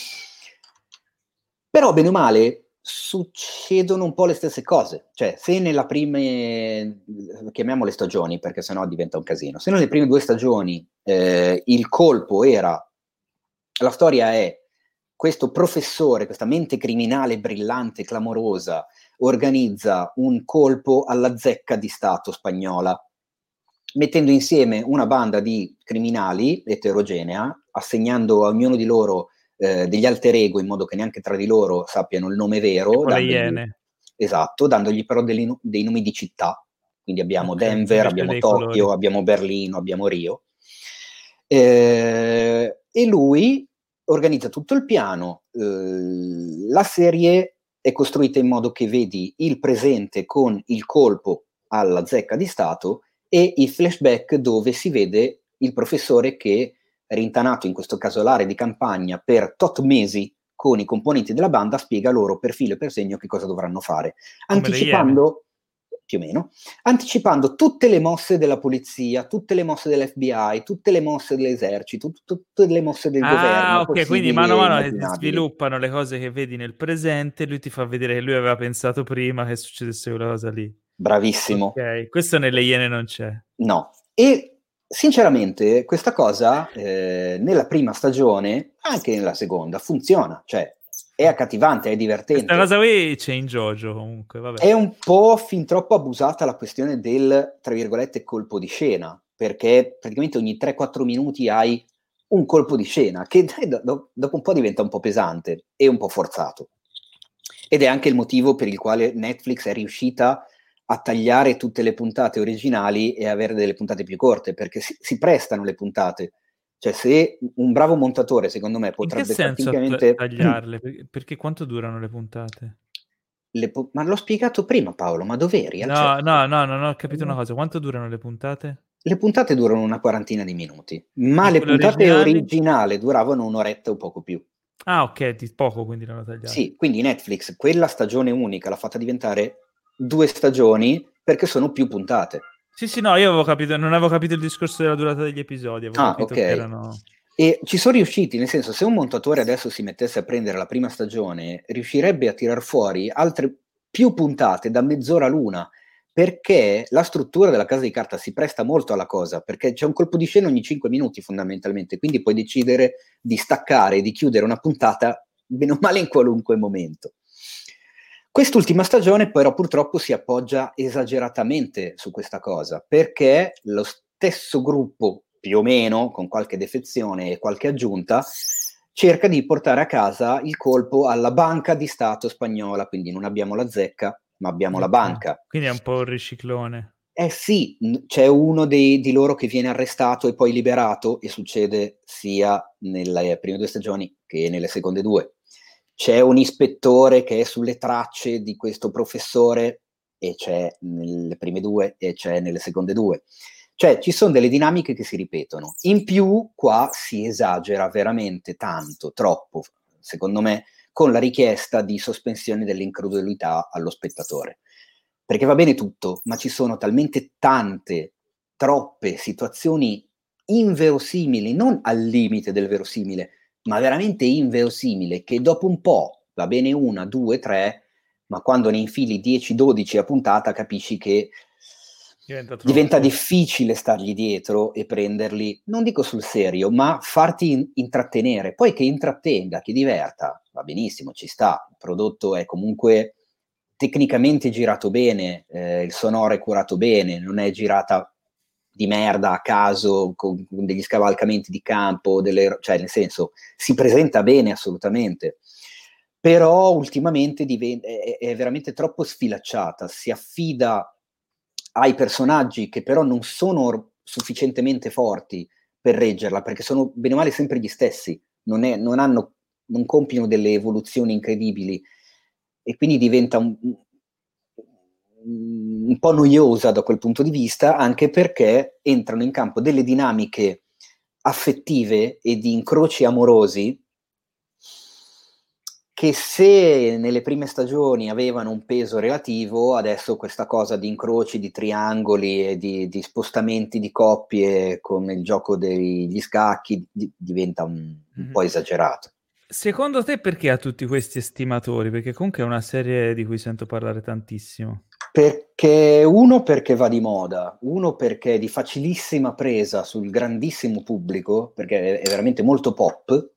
Però bene o male succedono un po' le stesse cose, cioè se nella prime, chiamiamole stagioni perché sennò diventa un casino, se nelle prime due stagioni eh, il colpo era, la storia è questo professore, questa mente criminale brillante, clamorosa, organizza un colpo alla zecca di Stato spagnola, mettendo insieme una banda di criminali eterogenea, assegnando a ognuno di loro eh, degli alter ego in modo che neanche tra di loro sappiano il nome vero. Tipo le Iene. Esatto, dandogli però dei, dei nomi di città. Quindi abbiamo okay, Denver, abbiamo Tokyo, colori. Abbiamo Berlino, abbiamo Rio. Eh, e lui organizza tutto il piano. Eh, la serie è costruita in modo che vedi il presente con il colpo alla zecca di Stato e i flashback dove si vede il professore che, rintanato in questo casolare di campagna per tot mesi con i componenti della banda, spiega loro per filo e per segno che cosa dovranno fare, come anticipando più o meno, anticipando tutte le mosse della polizia, tutte le mosse dell'F B I, tutte le mosse dell'esercito, tut- tutte le mosse del ah, governo. Ah, ok, quindi mano a mano che si sviluppano le cose che vedi nel presente, lui ti fa vedere che lui aveva pensato prima che succedesse quella cosa lì. Bravissimo. Ok, questo nelle Iene non c'è. No, e sinceramente questa cosa eh, nella prima stagione, anche nella seconda, funziona, cioè è accattivante, è divertente. Questa cosa qui c'è in JoJo comunque, vabbè. È un po' fin troppo abusata la questione del, tra virgolette, colpo di scena, perché praticamente ogni tre quattro minuti hai un colpo di scena, che do- dopo un po' diventa un po' pesante e un po' forzato. Ed è anche il motivo per il quale Netflix è riuscita a tagliare tutte le puntate originali e avere delle puntate più corte, perché si, si prestano le puntate. Cioè, se un bravo montatore, secondo me, potrebbe... In che senso praticamente... tagliarle? Perché, perché quanto durano le puntate? Le pu- ma l'ho spiegato prima, Paolo, ma dov'eri? Al No, cioè... no, no, non ho capito una cosa. Quanto durano le puntate? Le puntate durano una quarantina di minuti, ma E le quelle puntate originali? originali duravano un'oretta o poco più. Ah, ok, di poco, quindi l'hanno tagliata. Sì, quindi Netflix quella stagione unica l'ha fatta diventare due stagioni perché sono più puntate. Sì, sì, no, io avevo capito, non avevo capito il discorso della durata degli episodi, avevo Ah, capito ok. che erano... E ci sono riusciti, nel senso, se un montatore adesso si mettesse a prendere la prima stagione, riuscirebbe a tirar fuori altre più puntate da mezz'ora l'una, perché la struttura della Casa di Carta si presta molto alla cosa, perché c'è un colpo di scena ogni cinque minuti fondamentalmente, quindi puoi decidere di staccare e di chiudere una puntata bene o male in qualunque momento. Quest'ultima stagione però purtroppo si appoggia esageratamente su questa cosa, perché lo stesso gruppo, più o meno, con qualche defezione e qualche aggiunta, cerca di portare a casa il colpo alla banca di Stato spagnola, quindi non abbiamo la zecca, ma abbiamo okay. la banca. Quindi è un po' un riciclone. Eh sì, c'è uno dei, di loro che viene arrestato e poi liberato, e succede sia nelle prime due stagioni che nelle seconde due. C'è un ispettore che è sulle tracce di questo professore, e c'è nelle prime due e c'è nelle seconde due. Cioè ci sono delle dinamiche che si ripetono. In più qua si esagera veramente tanto, troppo, secondo me, con la richiesta di sospensione dell'incredulità allo spettatore. Perché va bene tutto, ma ci sono talmente tante, troppe situazioni inverosimili, non al limite del verosimile, ma veramente inverosimile, che dopo un po', va bene una, due, tre, ma quando ne infili dieci dodici a puntata capisci che diventa, diventa difficile stargli dietro e prenderli, non dico sul serio, ma farti in- intrattenere. Poi che intrattenga, che diverta, va benissimo, ci sta, il prodotto è comunque tecnicamente girato bene, eh, il sonoro è curato bene, non è girata di merda a caso con, con degli scavalcamenti di campo, delle, cioè nel senso si presenta bene assolutamente, però ultimamente diventa, è, è veramente troppo sfilacciata, si affida ai personaggi che però non sono sufficientemente forti per reggerla, perché sono bene o male sempre gli stessi, non, è, non, hanno, non compiono delle evoluzioni incredibili, e quindi diventa un, un po' noiosa da quel punto di vista, anche perché entrano in campo delle dinamiche affettive e di incroci amorosi che se nelle prime stagioni avevano un peso relativo, adesso questa cosa di incroci, di triangoli e di, di spostamenti di coppie come il gioco degli scacchi di, diventa un, un mm-hmm. po' esagerato. Secondo te perché ha tutti questi estimatori? Perché comunque è una serie di cui sento parlare tantissimo. Perché uno perché va di moda, uno perché è di facilissima presa sul grandissimo pubblico, perché è veramente molto pop,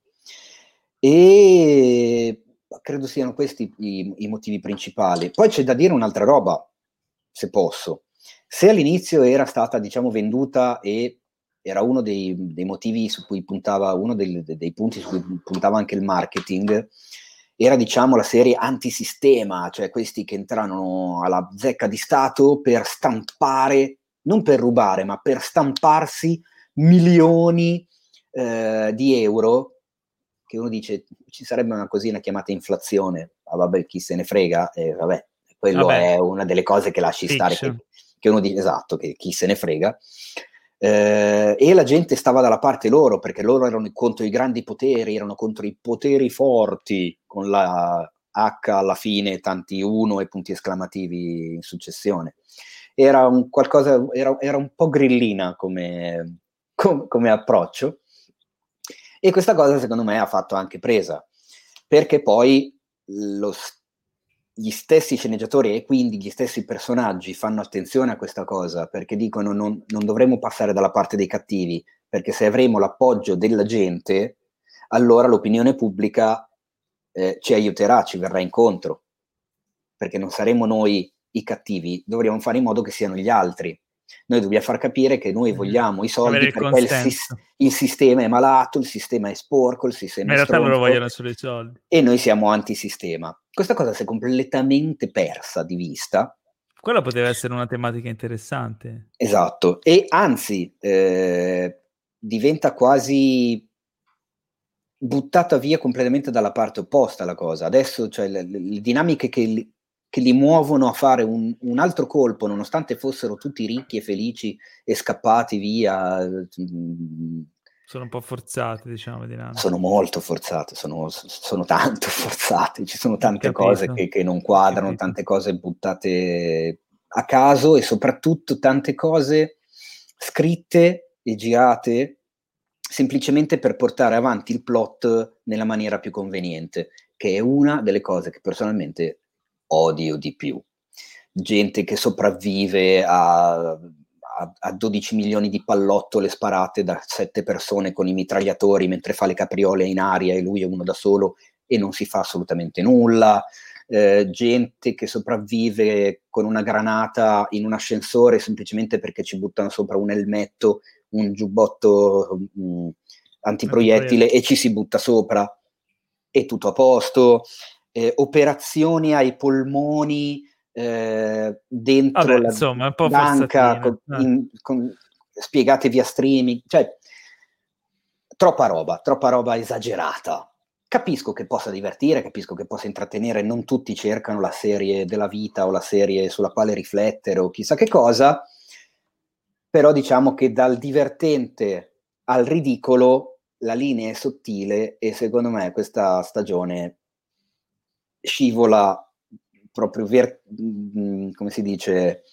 e credo siano questi i, i motivi principali. Poi c'è da dire un'altra roba, se posso. Se all'inizio era stata, diciamo, venduta e era uno dei, dei motivi su cui puntava, uno dei, dei punti su cui puntava anche il marketing, era, diciamo, la serie antisistema, cioè questi che entrano alla zecca di Stato per stampare, non per rubare, ma per stamparsi milioni eh, di euro, che uno dice, ci sarebbe una cosina chiamata inflazione, ah, vabbè, chi se ne frega, eh, vabbè, quello vabbè. È una delle cose che lasci Fiction. stare, che, che uno dice, esatto, che chi se ne frega. Eh, e la gente stava dalla parte loro, perché loro erano contro i grandi poteri, erano contro i poteri forti, con la H alla fine, tanti uno e punti esclamativi in successione. Era un qualcosa, era, era un po' grillina come, com, come approccio, e questa cosa secondo me ha fatto anche presa, perché poi lo gli stessi sceneggiatori e quindi gli stessi personaggi fanno attenzione a questa cosa, perché dicono non, non dovremmo passare dalla parte dei cattivi, perché se avremo l'appoggio della gente, allora l'opinione pubblica eh, ci aiuterà, ci verrà incontro, perché non saremo noi i cattivi, dovremo fare in modo che siano gli altri. Noi dobbiamo far capire che noi vogliamo i soldi il perché il, sis- il sistema è malato, il sistema è sporco, il sistema Ma è in stronzo, realtà loro vogliono solo i soldi. E noi siamo antisistema. Questa cosa si è completamente persa di vista, Quella poteva essere una tematica interessante. Esatto, e anzi eh, diventa quasi buttata via completamente dalla parte opposta la cosa. Adesso, cioè, le, le dinamiche che li, che li muovono a fare un, un altro colpo, nonostante fossero tutti ricchi e felici e scappati via, sono un po' forzate, diciamo, dinamiche. Sono molto forzate, sono, sono tanto forzate, ci sono tante cose che, che non quadrano, tante cose buttate a caso e soprattutto tante cose scritte e girate semplicemente per portare avanti il plot nella maniera più conveniente, che è una delle cose che personalmente odio di più. Gente che sopravvive a, a, a dodici milioni di pallottole sparate da sette persone con i mitragliatori mentre fa le capriole in aria e lui è uno da solo e non si fa assolutamente nulla. Eh, gente che sopravvive con una granata in un ascensore semplicemente perché ci buttano sopra un elmetto, un giubbotto mh, antiproiettile e ci si butta sopra e tutto a posto. Eh, operazioni ai polmoni eh, dentro Vabbè, la insomma, un po' banca con, eh. in, con, spiegate via streaming, cioè troppa roba, troppa roba esagerata. Capisco che possa divertire, capisco che possa intrattenere, non tutti cercano la serie della vita o la serie sulla quale riflettere o chissà che cosa, però diciamo che dal divertente al ridicolo la linea è sottile e secondo me questa stagione scivola proprio ver- come si dice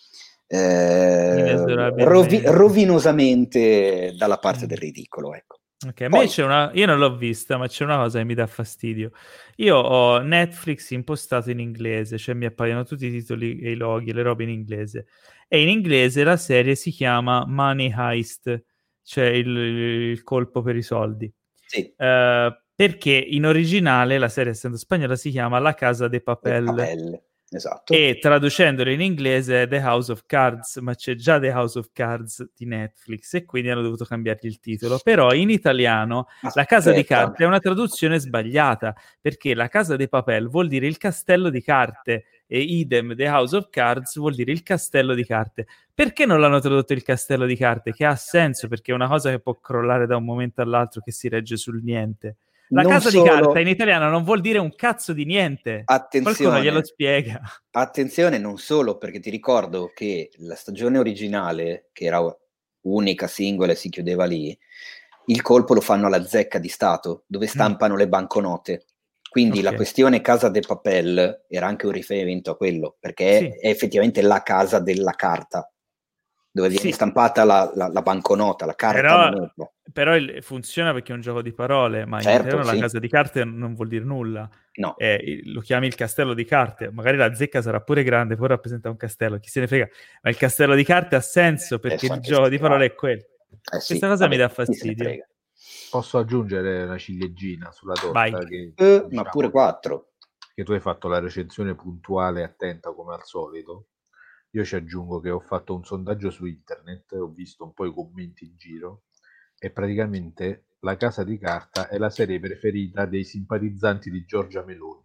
eh, rovi- rovinosamente dalla parte del ridicolo, ecco. Ok, a me c'è una, io non l'ho vista, ma c'è una cosa che mi dà fastidio. Io ho Netflix impostato in inglese, cioè mi appaiono tutti i titoli e i loghi, le robe in inglese. E in inglese la serie si chiama Money Heist, cioè il, il colpo per i soldi. Sì. Uh, perché in originale la serie, essendo spagnola, si chiama La Casa de Papel. De Papel. Esatto. E traducendolo in inglese è The House of Cards, ma c'è già The House of Cards di Netflix e quindi hanno dovuto cambiargli il titolo. Però in italiano Aspetta. La Casa di Carte è una traduzione sbagliata, perché La Casa de Papel vuol dire il castello di carte e idem The House of Cards vuol dire il castello di carte. Perché non l'hanno tradotto il castello di carte? Che ha senso, perché è una cosa che può crollare da un momento all'altro, che si regge sul niente. La non casa solo... di carta in italiano non vuol dire un cazzo di niente. Attenzione, qualcuno glielo spiega. Attenzione, non solo, perché ti ricordo che la stagione originale, che era unica, singola e si chiudeva lì, il colpo lo fanno alla Zecca di Stato, dove stampano mm. le banconote. Quindi okay. La questione Casa de Papel era anche un riferimento a quello, perché sì. è effettivamente la casa della carta, dove viene sì. stampata la, la, la banconota, la carta. Però, però il, funziona perché è un gioco di parole, ma certo, in italiano sì. la casa di carte non vuol dire nulla. No. Eh, lo chiami il castello di carte, magari la zecca sarà pure grande, poi rappresenta un castello, chi se ne frega. Ma il castello di carte ha senso perché il gioco di parole è quello. Eh sì, Questa cosa vabbè, mi dà fastidio. Posso aggiungere una ciliegina sulla torta? Che, eh, diciamo, ma pure quattro. Che tu hai fatto la recensione puntuale e attenta come al solito. Io ci aggiungo che ho fatto un sondaggio su internet, ho visto un po' i commenti in giro e praticamente La Casa di Carta è la serie preferita dei simpatizzanti di Giorgia Meloni.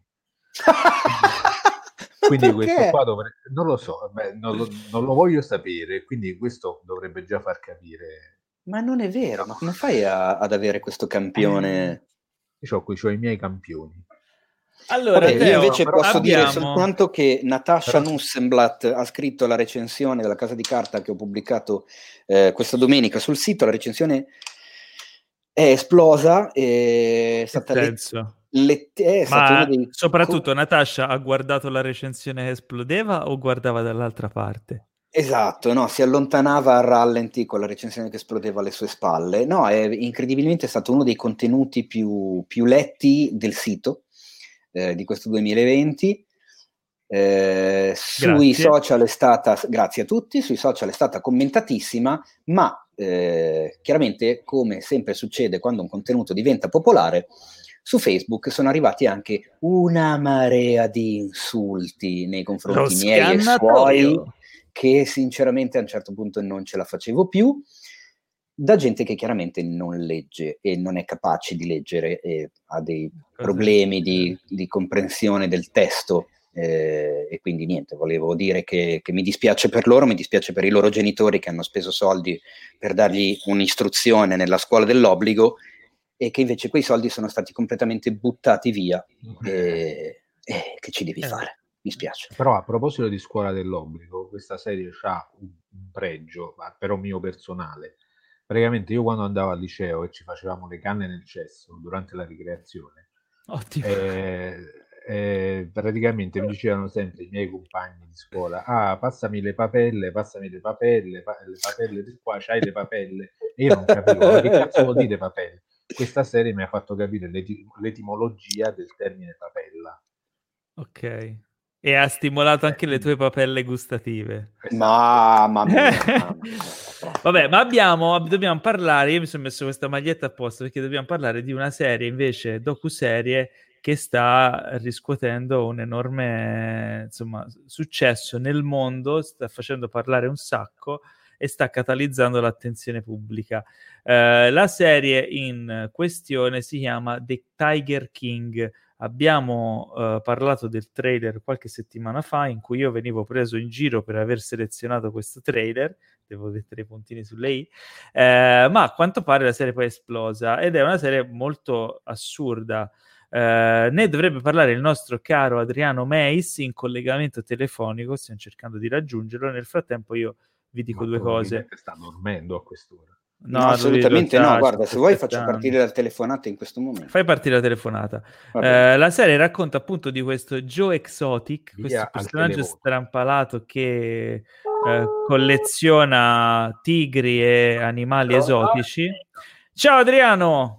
Quindi questo qua dovrebbe, non lo so, beh, non, lo, non lo voglio sapere, quindi questo dovrebbe già far capire. Ma non è vero, ma come fai a, ad avere questo campione? Eh, io ho qui i miei campioni. Allora, Vabbè, Teo, io invece posso abbiamo... dire soltanto che Natasha però... Nussenblatt ha scritto la recensione della Casa di Carta che ho pubblicato eh, questa domenica sul sito. La recensione è esplosa, è stata let- let- è ma uno dei... soprattutto Natasha ha guardato la recensione che esplodeva o guardava dall'altra parte? Esatto, no, si allontanava a rallenti con la recensione che esplodeva alle sue spalle. No, è incredibilmente stato uno dei contenuti più, più letti del sito eh, di questo duemilaventi. Eh, sui social è stata, grazie a tutti, sui social è stata commentatissima, ma eh, chiaramente, come sempre succede quando un contenuto diventa popolare, su Facebook sono arrivati anche una marea di insulti nei confronti miei e suoi, che sinceramente a un certo punto non ce la facevo più, da gente che chiaramente non legge e non è capace di leggere e ha dei problemi di, di comprensione del testo Eh, e quindi niente, volevo dire che, che mi dispiace per loro, mi dispiace per i loro genitori che hanno speso soldi per dargli un'istruzione nella scuola dell'obbligo e che invece quei soldi sono stati completamente buttati via. E, e che ci devi Eh. fare? Mi spiace. Però a proposito di scuola dell'obbligo, questa serie ha un, un pregio, ma però mio personale. Praticamente io quando andavo al liceo e ci facevamo le canne nel cesso durante la ricreazione, Ottimo. eh, eh, praticamente mi dicevano sempre i miei compagni di scuola: ah, passami le papelle, passami le papelle, pa- le papelle di qua, c'hai le papelle. E io non capivo, ma che cazzo vuol dire papelle? Questa serie mi ha fatto capire l'eti- l'etimologia del termine papella. Ok. E ha stimolato anche le tue papelle gustative. Mamma mia, mamma mia. Vabbè, ma abbiamo, dobbiamo parlare, io mi sono messo questa maglietta apposta perché dobbiamo parlare di una serie invece, docuserie, che sta riscuotendo un enorme, insomma, successo nel mondo, sta facendo parlare un sacco e sta catalizzando l'attenzione pubblica. Eh, la serie in questione si chiama The Tiger King. Abbiamo uh, parlato del trailer qualche settimana fa in cui io venivo preso in giro per aver selezionato questo trailer, devo mettere i puntini sulle i, eh, ma a quanto pare la serie poi è esplosa ed è una serie molto assurda. Uh, ne dovrebbe parlare il nostro caro Adriano Meis in collegamento telefonico, stiamo cercando di raggiungerlo, nel frattempo io vi dico Ma due cose. Sta dormendo a quest'ora. No, No, assolutamente sta, no, guarda, se vuoi faccio aspettando. partire la telefonata in questo momento. Fai partire la telefonata. Eh, la serie racconta appunto di questo Joe Exotic, Via questo personaggio televoto. strampalato che eh, colleziona tigri e animali esotici. Ciao Adriano!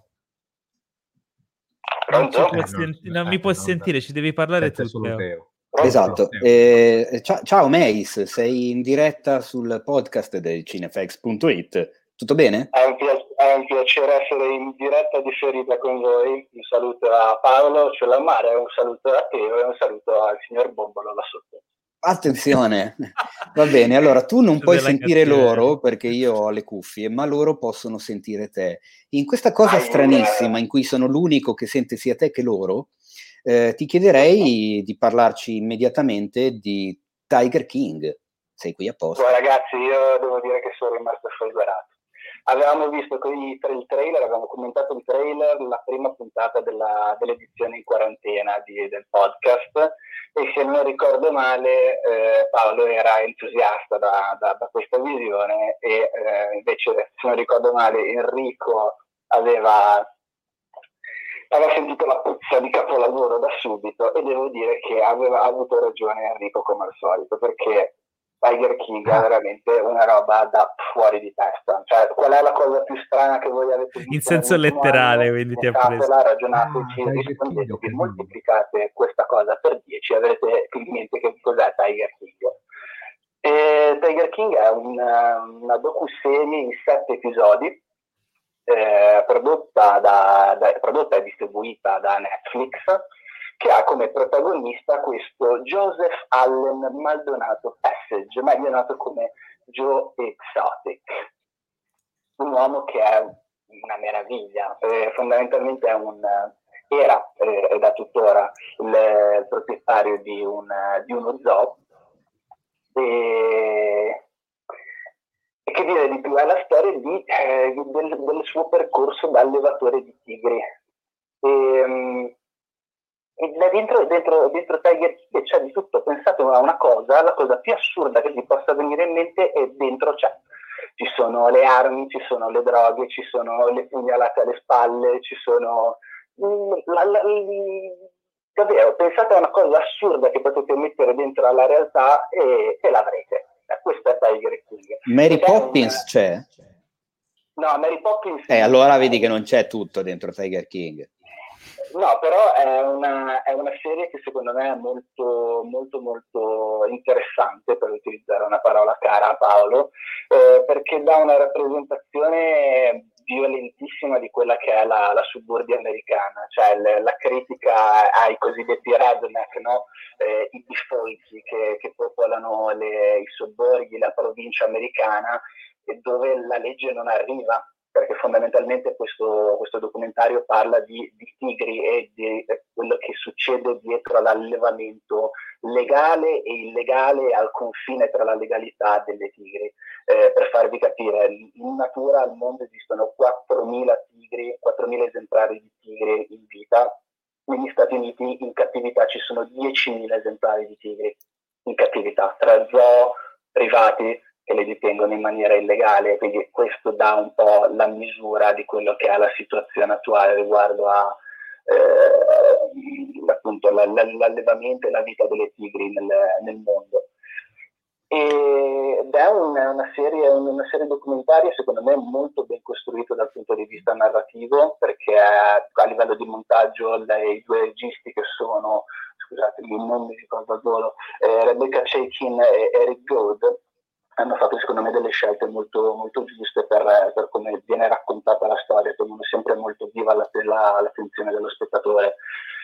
Non, ci può Eh, senti- non- non mi eh, può non- sentire, ci devi parlare sente tu, solo Teo. Teo. Esatto. Teo. Eh, cia- ciao Meis, sei in diretta sul podcast del cinefx punto it. Tutto bene? È un, pi- è un piacere essere in diretta differita con voi. Un saluto a Paolo Cellamare, un saluto a Teo e un saluto al signor Bombolo là sotto. Attenzione, va bene, allora tu non puoi Della sentire cattiveria. loro perché io ho le cuffie, ma loro possono sentire te. In questa cosa Ah, stranissima in cui sono l'unico che sente sia te che loro, eh, ti chiederei di parlarci immediatamente di Tiger King. Sei qui apposta. Poi, ragazzi, io devo dire che sono rimasto folgorato. Avevamo visto con i, tra il trailer, avevamo commentato il trailer, la prima puntata della, dell'edizione in quarantena di, del podcast, e se non ricordo male eh, Paolo era entusiasta da, da, da questa visione e eh, invece, se non ricordo male, Enrico aveva, aveva sentito la puzza di capolavoro da subito, e devo dire che aveva avuto ragione Enrico come al solito, perché Tiger King è veramente una roba da fuori di testa. Cioè, qual è la cosa più strana che voi avete visto? In senso letterale, quindi ti ha preso. Pensatela, ragionateci, Ah, rispondetevi, moltiplicate questa cosa per dieci e avrete in mente che cos'è Tiger King. E Tiger King è una, una docuserie in sette episodi, eh, prodotta, da, da, prodotta e distribuita da Netflix, che ha come protagonista questo Joseph Allen Maldonato Passage, meglio noto come Joe Exotic, un uomo che è una meraviglia, eh, fondamentalmente è un, era eh, ed è tuttora il, il proprietario di, un, di uno zoo, e, e che dire di più, è la storia di, eh, del, del suo percorso da allevatore di tigri. E, E dentro, dentro, dentro Tiger King c'è di tutto. Pensate a una cosa, la cosa più assurda che vi possa venire in mente, e dentro c'è. Ci sono le armi, ci sono le droghe, ci sono le pugnalate alle spalle, ci sono... La, la, la, davvero, pensate a una cosa assurda che potete mettere dentro alla realtà e, e l'avrete. Eh, questo è Tiger King. Mary Ed Poppins un... c'è? No, Mary Poppins... Eh, allora vedi che non c'è tutto dentro Tiger King. No, però è una, è una serie che secondo me è molto, molto, molto interessante, per utilizzare una parola cara a Paolo, eh, perché dà una rappresentazione violentissima di quella che è la, la suburbia americana, cioè le, la critica ai cosiddetti redneck, no? eh, i, i folchi che, che popolano le, i sobborghi, la provincia americana, e dove la legge non arriva. perché fondamentalmente questo, questo documentario parla di, di tigri e di quello che succede dietro all'allevamento legale e illegale al confine tra la legalità delle tigri. Eh, per farvi capire, in natura al mondo esistono quattromila tigri, quattromila esemplari di tigri in vita. Negli Stati Uniti in cattività ci sono diecimila esemplari di tigri in cattività, tra zoo privati che le detengono in maniera illegale, quindi questo dà un po' la misura di quello che è la situazione attuale riguardo a eh, appunto l'allevamento e la vita delle tigri nel, nel mondo. Ed è una, una, serie, una serie documentaria secondo me molto ben costruita dal punto di vista narrativo, perché a livello di montaggio le, i due registi che sono, scusate non mi ricordo al volo, eh, Rebecca Chaikin e Eric Gold, hanno fatto secondo me delle scelte molto, molto giuste per, per come viene raccontata la storia, tenendo sempre molto viva la, la, l'attenzione dello spettatore.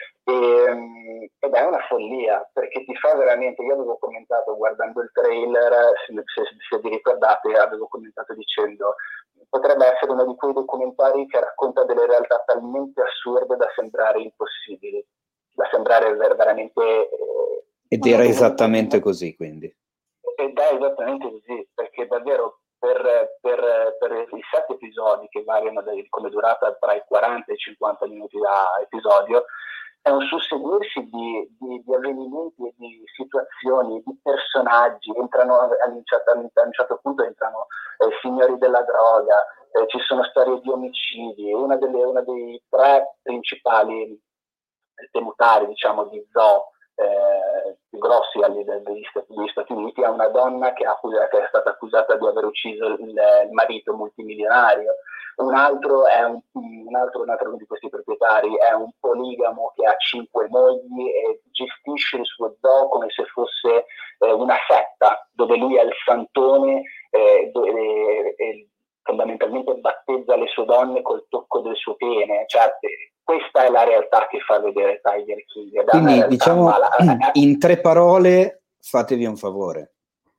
E, ed è una follia, perché ti fa veramente, io avevo commentato guardando il trailer, se, se, se vi ricordate, avevo commentato dicendo potrebbe essere uno di quei documentari che racconta delle realtà talmente assurde da sembrare impossibili, da sembrare ver- veramente... Eh, ed era esattamente così, quindi. Ed è esattamente così, perché davvero per, per, per i sette episodi che variano come durata tra i quaranta e i cinquanta minuti da episodio, è un susseguirsi di, di, di avvenimenti e di situazioni, di personaggi, entrano a un certo, a un certo punto entrano eh, signori della droga, eh, ci sono storie di omicidi, una, delle, una dei tre principali temutari, diciamo, di zoo eh, più grossi degli, degli Stati Uniti è una donna che, ha, che è stata accusata di aver ucciso il, il marito multimilionario. Un altro, è un, un, altro, un altro di questi proprietari è un poligamo che ha cinque mogli e gestisce il suo zoo come se fosse eh, una setta, dove lui è il santone eh, dove, eh, fondamentalmente battezza le sue donne col tocco del suo pene. Cioè, questa è la realtà che fa vedere Tiger King. Quindi diciamo mala... in tre parole, fatevi un favore.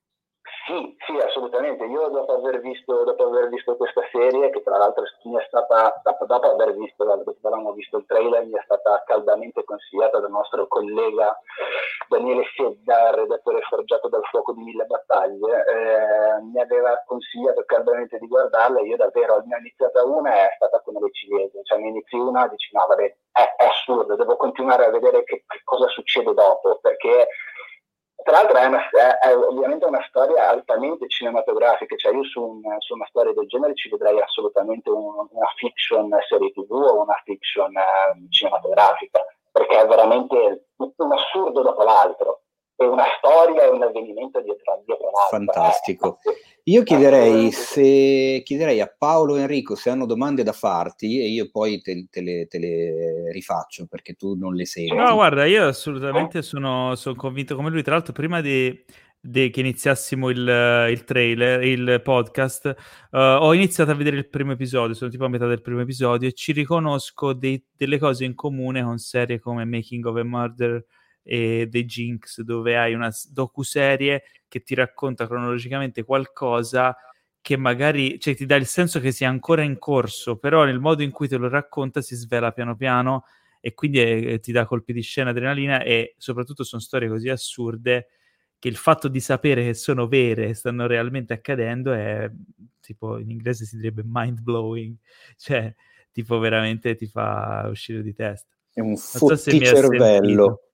Sì, sì, assolutamente. Io dopo aver visto, dopo aver visto questa serie, che tra l'altro mi è stata, dopo aver visto, dopo avevamo visto il trailer, mi è stata caldamente consigliata dal nostro collega Daniele Sedda, redattore forgiato dal fuoco di Mille Battaglie, eh, mi aveva consigliato caldamente di guardarla e io davvero, ne ho iniziata una e è stata come le ciliegie, cioè mi inizi una e dici no vabbè, è, è assurdo, devo continuare a vedere che, che cosa succede dopo, perché tra l'altro è, una, è, è ovviamente una storia altamente cinematografica, cioè io su, un, su una storia del genere ci vedrei assolutamente un, una fiction serie tv o una fiction uh, cinematografica, perché è veramente un assurdo dopo l'altro, è una storia e un avvenimento dietro, dietro l'altro. Fantastico. Io chiederei, se, chiederei a Paolo e Enrico se hanno domande da farti e io poi te, te, le, te le rifaccio perché tu non le senti. No, guarda, io assolutamente sono, sono convinto come lui. Tra l'altro, prima di, di che iniziassimo il, il trailer, il podcast, uh, ho iniziato a vedere il primo episodio, sono tipo a metà del primo episodio e ci riconosco dei, delle cose in comune con serie come Making of a Murder e The Jinx, dove hai una docuserie che ti racconta cronologicamente qualcosa che magari, cioè ti dà il senso che sia ancora in corso, però nel modo in cui te lo racconta si svela piano piano e quindi eh, ti dà colpi di scena, adrenalina, e soprattutto sono storie così assurde che il fatto di sapere che sono vere, stanno realmente accadendo, è tipo, in inglese si direbbe mind blowing, cioè tipo veramente ti fa uscire di testa. È un fotticervello. So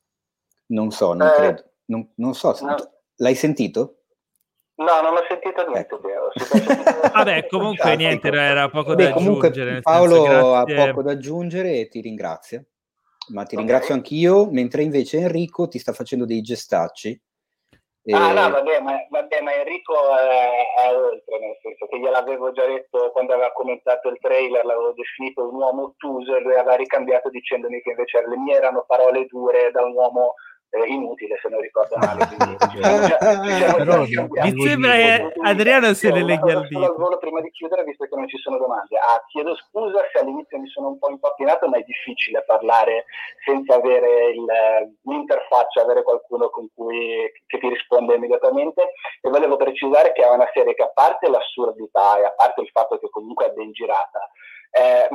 non so, non eh, credo. Non, non so, no. L'hai sentito? No, non ho sentito niente. Ecco. Vabbè, comunque niente, era poco Beh, da comunque aggiungere. Paolo senso, ha poco da aggiungere e ti ringrazia. Ma ti okay. ringrazio anch'io, mentre invece Enrico ti sta facendo dei gestacci. E... Ah no, vabbè ma, vabbè, ma Enrico è, è oltre, nel senso che gliel'avevo già detto quando aveva commentato il trailer, l'avevo definito un uomo ottuso e lui aveva ricambiato dicendomi che invece le mie erano parole dure da un uomo eh, inutile, se non ricordo male. Quindi, diciamo, già, Però mi sembra che Adriano se le leghi al dito. Al volo prima di chiudere, visto che non ci sono domande. Ah, chiedo scusa se all'inizio mi sono un po' impappinato, ma è difficile parlare senza avere il, l'interfaccia, avere qualcuno con cui che ti risponde immediatamente. E volevo precisare che è una serie che, a parte l'assurdità e a parte il fatto che comunque è ben girata, è,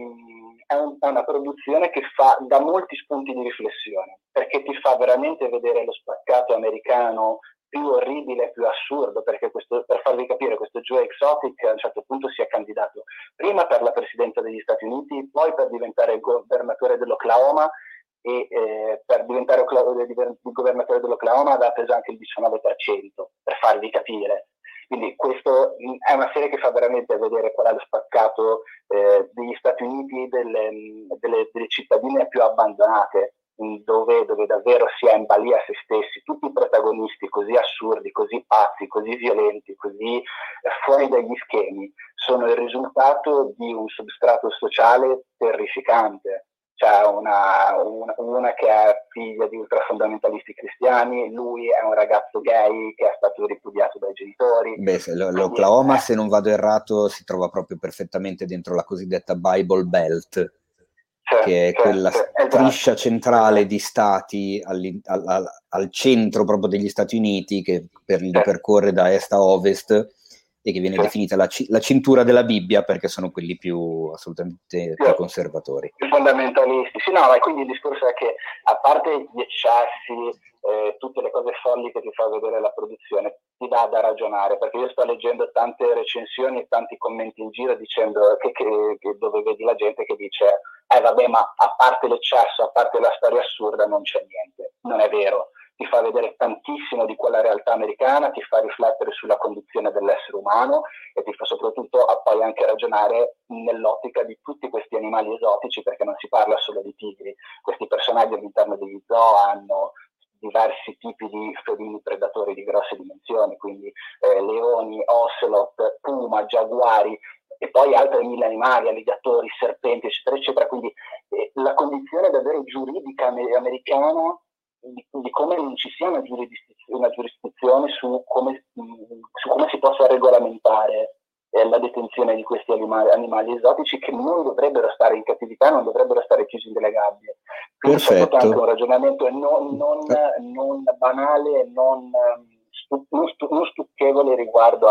mh, è, un, è una produzione che fa da molti spunti di riflessione, perché ti fa veramente vedere lo spaccato americano più orribile, più assurdo, perché questo, per farvi capire, questo Joe Exotic a un certo punto si è candidato prima per la presidenza degli Stati Uniti, poi per diventare governatore dell'Oklahoma, e eh, per diventare il governatore dell'Oklahoma aveva preso anche il diciannove per cento, per farvi capire. Quindi questo è una serie che fa veramente vedere qual è lo spaccato eh, degli Stati Uniti, delle, delle, delle cittadine più abbandonate, dove, dove davvero si è in balia a se stessi. Tutti i protagonisti così assurdi, così pazzi, così violenti, così eh, fuori dagli schemi, sono il risultato di un substrato sociale terrificante. C'è una, una, una che è figlia di ultrafondamentalisti cristiani, lui è un ragazzo gay che è stato ripudiato dai genitori. Beh, se lo, l'Oklahoma, se non vado errato, si trova proprio perfettamente dentro la cosiddetta Bible Belt, certo, che è quella certo, striscia esatto, centrale esatto. di stati al, al, al centro proprio degli Stati Uniti, che per, certo. percorre da est a ovest, e che viene sì. definita la, la cintura della Bibbia, perché sono quelli più assolutamente più conservatori. I fondamentalisti. Sì, no, ma quindi il discorso è che, a parte gli eccessi, eh, tutte le cose folli che ti fa vedere la produzione, ti dà da ragionare, perché io sto leggendo tante recensioni e tanti commenti in giro dicendo che, che, che dove vedi la gente che dice eh vabbè, ma a parte l'eccesso, a parte la storia assurda non c'è niente. Non è vero. Ti fa vedere tantissimo di quella realtà americana, ti fa riflettere sulla condizione dell'essere umano e ti fa soprattutto poi anche ragionare nell'ottica di tutti questi animali esotici, perché non si parla solo di tigri. Questi personaggi all'interno degli zoo hanno diversi tipi di felini predatori di grosse dimensioni, quindi eh, leoni, ocelot, puma, giaguari e poi altri mille animali, alligatori, serpenti, eccetera, eccetera. Quindi eh, la condizione davvero giuridica americana Di, di come non ci sia una giurisdizione, una giurisdizione su, come, su come si possa regolamentare eh, la detenzione di questi animali, animali esotici che non dovrebbero stare in cattività, non dovrebbero stare chiusi nelle gabbie. Quindi c'è anche un ragionamento non, non, non banale, non, stu, non, stu, non stucchevole riguardo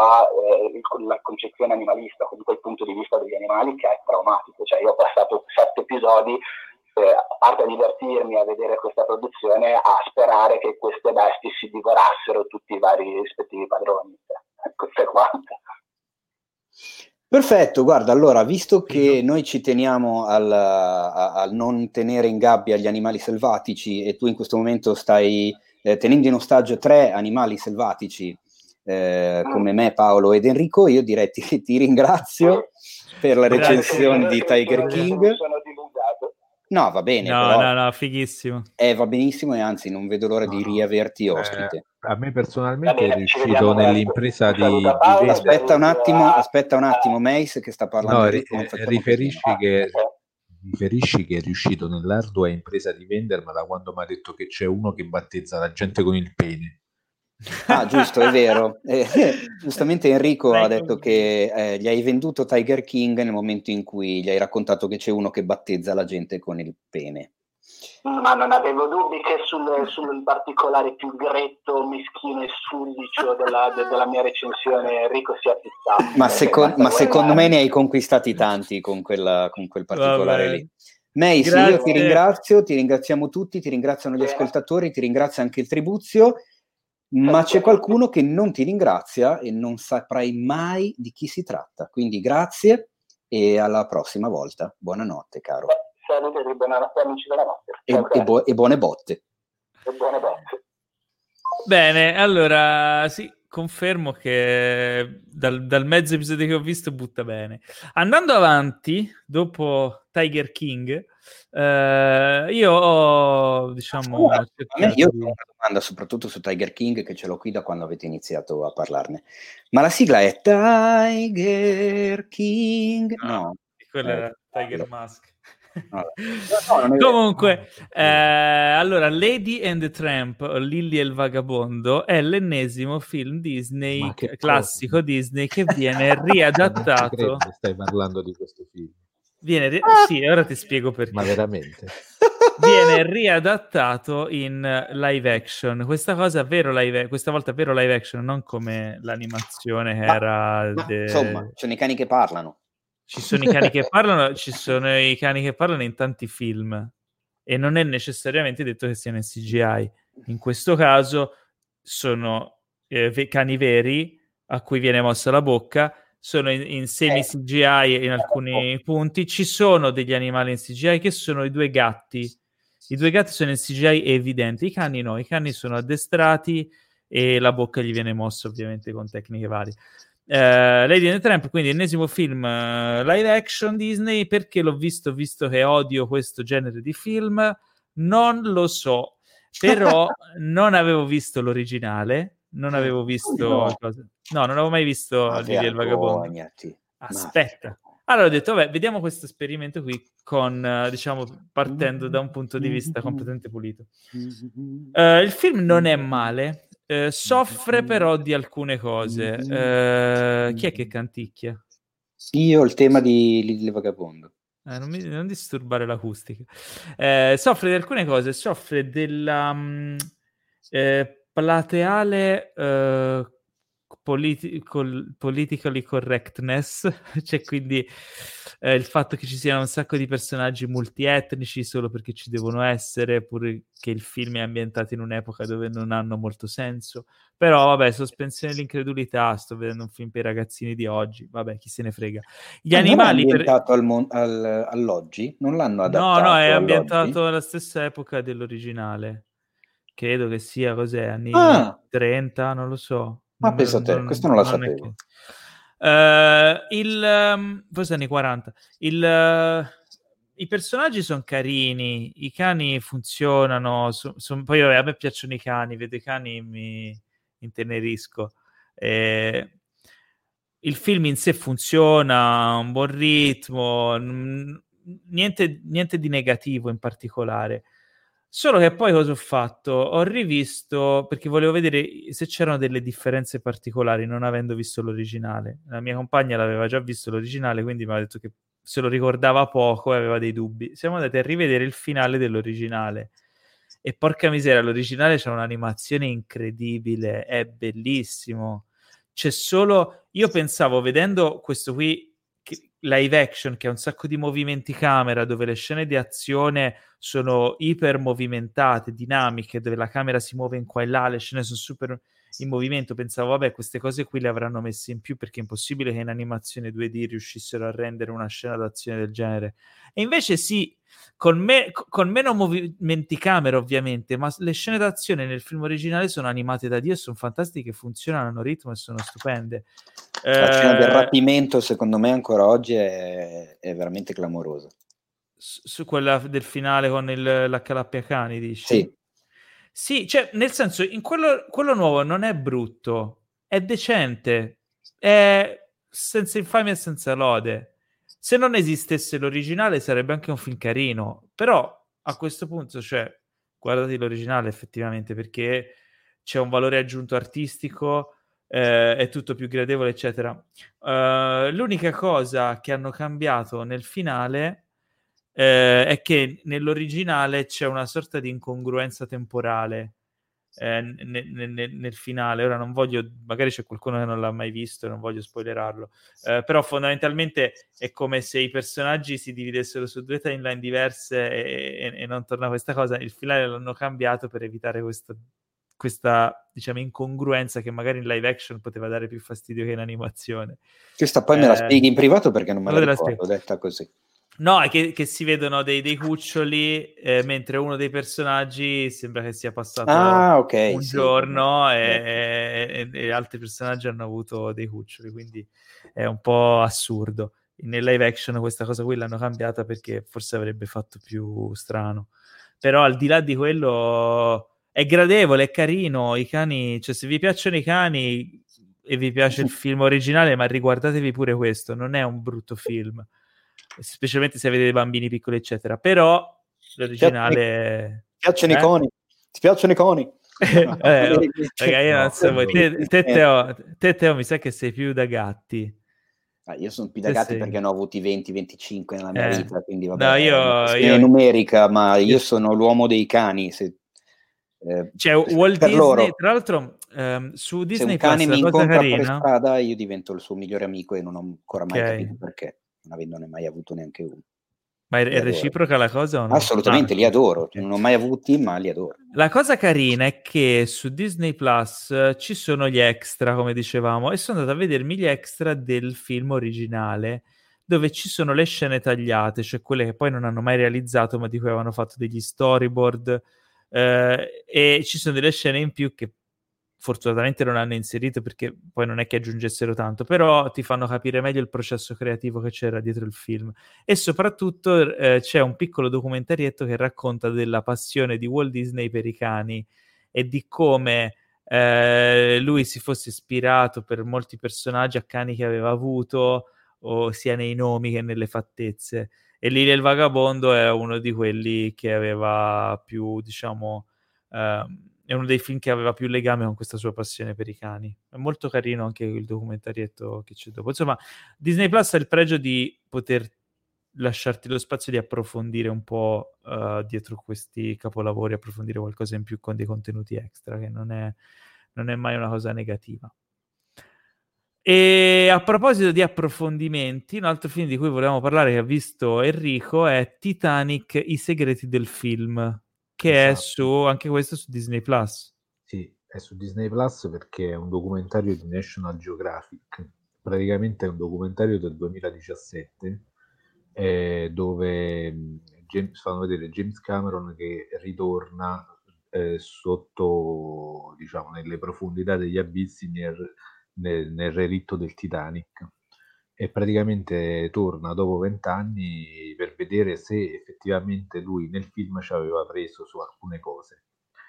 alla eh, concezione animalista, comunque il punto di vista degli animali, che è traumatico. Cioè, io ho passato sette episodi, Eh, a parte a divertirmi a vedere questa produzione, a sperare che queste bestie si divorassero tutti i vari rispettivi padroni. Questo è quanto. Perfetto, guarda, allora, visto che noi ci teniamo al, a, al non tenere in gabbia gli animali selvatici e tu in questo momento stai eh, tenendo in ostaggio tre animali selvatici eh, come me, Paolo ed Enrico, io direi ti, ti ringrazio per la recensione di Tiger King. Sono dilungato. No, va bene, no, però no, no, fighissimo. Eh, va benissimo, e anzi non vedo l'ora no, di riaverti ospite. Eh, a me personalmente bene, è riuscito nell'impresa di, di Paolo, aspetta un attimo, aspetta un attimo, Mace che sta parlando. No, di... ri- riferisci, che, riferisci che è riuscito nell'ardua impresa di vendermi da quando mi ha detto che c'è uno che battezza la gente con il pene. Ah, giusto, è vero. Eh, giustamente Enrico ha detto che eh, gli hai venduto Tiger King nel momento in cui gli hai raccontato che c'è uno che battezza la gente con il pene. Ma non avevo dubbi che sul, sul particolare più gretto, meschino e sudicio della, de, della mia recensione Enrico si attizzato. Ma, secon- ma secondo me ne hai conquistati tanti con, quella, con quel particolare Vabbè. lì. Mace, io ti ringrazio, ti ringraziamo tutti, ti ringraziano gli ascoltatori, ti ringrazio anche il Tribuzio. Ma c'è qualcuno che non ti ringrazia e non saprai mai di chi si tratta. Quindi grazie e alla prossima volta. Buonanotte, caro. Salute e buonanotte, amici della notte. E, e, bu- e buone botte. E buone botte. Bene, allora sì, confermo che dal, dal mezzo episodio che ho visto butta bene. Andando avanti, dopo Tiger King, eh, io ho, diciamo... Oh, me, io ho una domanda soprattutto su Tiger King, che ce l'ho qui da quando avete iniziato a parlarne. Ma la sigla è Tiger King? No. no. Quello eh, era Tiger Mask. No, no, Comunque, eh, allora, Lady and the Tramp, Lily e il Vagabondo, è l'ennesimo film Disney, classico cosa? Disney, che viene riadattato. Credo che stai parlando di questo film. Viene ri- sì, ora ti spiego perché. Ma veramente? Viene riadattato in live action. Questa cosa vero live, questa volta vero live action, non come l'animazione che ma, era. Ma, de... Insomma, ci sono i cani che parlano. Ci sono i cani che parlano, ci sono i cani che parlano in tanti film e non è necessariamente detto che siano in C G I. In questo caso sono eh, cani veri a cui viene mossa la bocca, sono in, in semi-C G I in alcuni punti. Ci sono degli animali in C G I che sono i due gatti. I due gatti sono in C G I evidenti, i cani no, i cani sono addestrati e la bocca gli viene mossa ovviamente con tecniche varie. Uh, Lady and the Tramp, quindi ennesimo film uh, live action Disney. Perché l'ho visto, visto che odio questo genere di film? Non lo so, però non avevo visto l'originale, non avevo visto no, cosa... no non avevo mai visto Lily e il Vagabondo. Aspetta, allora ho detto vabbè, vediamo questo esperimento qui con uh, diciamo partendo da un punto di vista completamente pulito. Uh, il film non è male. Uh, soffre però di alcune cose. Uh, chi è che canticchia? Io il tema di Lily e Vagabondo. Eh, non, mi, non disturbare l'acustica. Uh, soffre di alcune cose, soffre della um, eh, plateale uh, politi- col- politically correctness, cioè quindi eh, il fatto che ci siano un sacco di personaggi multietnici solo perché ci devono essere, pure che il film è ambientato in un'epoca dove non hanno molto senso. Però vabbè, sospensione dell'incredulità, sto vedendo un film per i ragazzini di oggi, vabbè, chi se ne frega. Gli Ma animali... Non è ambientato per... al mon- al, all'oggi? Non l'hanno adattato? No, no, è all'oggi? ambientato alla stessa epoca dell'originale. Credo che sia, cos'è, anni ah. trenta, non lo so. Ma pensa a te, non, questo non lo non sapevo. Che... Uh, il... Um, forse anni quaranta. Il... Uh, I personaggi sono carini, i cani funzionano, so, son, poi vabbè, a me piacciono i cani, vedo i cani mi intenerisco. Eh, il film in sé funziona, un buon ritmo, n- niente, niente di negativo in particolare. Solo che poi cosa ho fatto? Ho rivisto, perché volevo vedere se c'erano delle differenze particolari, non avendo visto l'originale. La mia compagna l'aveva già visto l'originale, quindi mi ha detto che se lo ricordava poco e aveva dei dubbi. Siamo andati a rivedere il finale dell'originale e porca miseria, l'originale c'è un'animazione incredibile, è bellissimo. C'è solo... Io pensavo, vedendo questo qui live action, che ha un sacco di movimenti camera, dove le scene di azione sono iper movimentate, dinamiche, dove la camera si muove in qua e là, le scene sono super in movimento, pensavo vabbè, queste cose qui le avranno messe in più perché è impossibile che in animazione due D riuscissero a rendere una scena d'azione del genere. E invece sì, con, me, con meno movimenti camera ovviamente, ma le scene d'azione nel film originale sono animate da Dio e sono fantastiche, funzionano, hanno ritmo e sono stupende. La eh, scena del rapimento secondo me ancora oggi è, è veramente clamorosa. Su, su quella del finale con il, l'accalappiacani, dici? Sì. Sì, cioè, nel senso, in quello, quello nuovo non è brutto, è decente, è senza infamia e senza lode. Se non esistesse l'originale sarebbe anche un film carino, però a questo punto, cioè, guardate l'originale effettivamente, perché c'è un valore aggiunto artistico, eh, è tutto più gradevole, eccetera. Uh, l'unica cosa che hanno cambiato nel finale Eh, è che nell'originale c'è una sorta di incongruenza temporale eh, nel, nel, nel finale. Ora non voglio, magari c'è qualcuno che non l'ha mai visto e non voglio spoilerarlo, eh, però fondamentalmente è come se i personaggi si dividessero su due timeline diverse e, e, e non torna questa cosa. Il finale l'hanno cambiato per evitare questo, questa, diciamo, incongruenza che magari in live action poteva dare più fastidio che in animazione. Questa poi eh, me la spieghi in privato perché non me la ricordo, detta così. No, è che, che si vedono dei, dei cuccioli eh, mentre uno dei personaggi sembra che sia passato ah, okay, un sì, giorno sì. E, e, e altri personaggi hanno avuto dei cuccioli, quindi è un po' assurdo. Nel live action questa cosa qui l'hanno cambiata perché forse avrebbe fatto più strano. Però al di là di quello è gradevole, è carino, i cani, cioè se vi piacciono i cani e vi piace il film originale, ma riguardatevi pure questo, non è un brutto film. specialmente se avete dei bambini piccoli eccetera, però l'originale... Ti piacciono eh? i coni? Ti piacciono i coni? eh, oh, raga, io non so voi. Te, te, Teo, te, Teo, mi sa che sei più da gatti. Ah, io sono più da gatti perché ne ho avuti venti venticinque nella mia eh. vita, quindi vabbè, no, io, è una questione io, numerica, ma io io... sono l'uomo dei cani. Se, eh, cioè, Walt per Disney, loro, tra l'altro, ehm, su Disney se un cane Plus, mi la cosa incontra carina... per strada, io divento il suo migliore amico e non ho ancora mai okay. capito perché, non avendone mai avuto neanche uno. Ma è, è reciproca la cosa o no? Assolutamente, Ah, li adoro. okay. Non ho mai avuti, ma li adoro. La cosa carina è che su Disney Plus eh, ci sono gli extra, come dicevamo, e sono andato a vedermi gli extra del film originale, dove ci sono le scene tagliate, cioè quelle che poi non hanno mai realizzato, ma di cui avevano fatto degli storyboard, eh, e ci sono delle scene in più che fortunatamente non hanno inserito perché poi non è che aggiungessero tanto, però ti fanno capire meglio il processo creativo che c'era dietro il film. E soprattutto eh, c'è un piccolo documentarietto che racconta della passione di Walt Disney per i cani e di come eh, lui si fosse ispirato per molti personaggi a cani che aveva avuto, o sia nei nomi che nelle fattezze. E Lily il Vagabondo è uno di quelli che aveva più, diciamo... Ehm, è uno dei film che aveva più legame con questa sua passione per i cani. È molto carino anche il documentarietto che c'è dopo. Insomma, Disney Plus ha il pregio di poter lasciarti lo spazio di approfondire un po' uh, dietro questi capolavori, approfondire qualcosa in più con dei contenuti extra, che non è, non è mai una cosa negativa. E a proposito di approfondimenti, un altro film di cui volevamo parlare che ha visto Enrico è Titanic, I segreti del film, che esatto. È su, anche questo su Disney Plus. Sì, è su Disney Plus perché è un documentario di National Geographic, praticamente è un documentario del duemiladiciassette eh, dove James, fanno vedere James Cameron che ritorna eh, sotto, diciamo, nelle profondità degli abissi nel, nel, nel relitto del Titanic. E praticamente torna dopo vent'anni per vedere se effettivamente lui nel film ci aveva preso su alcune cose.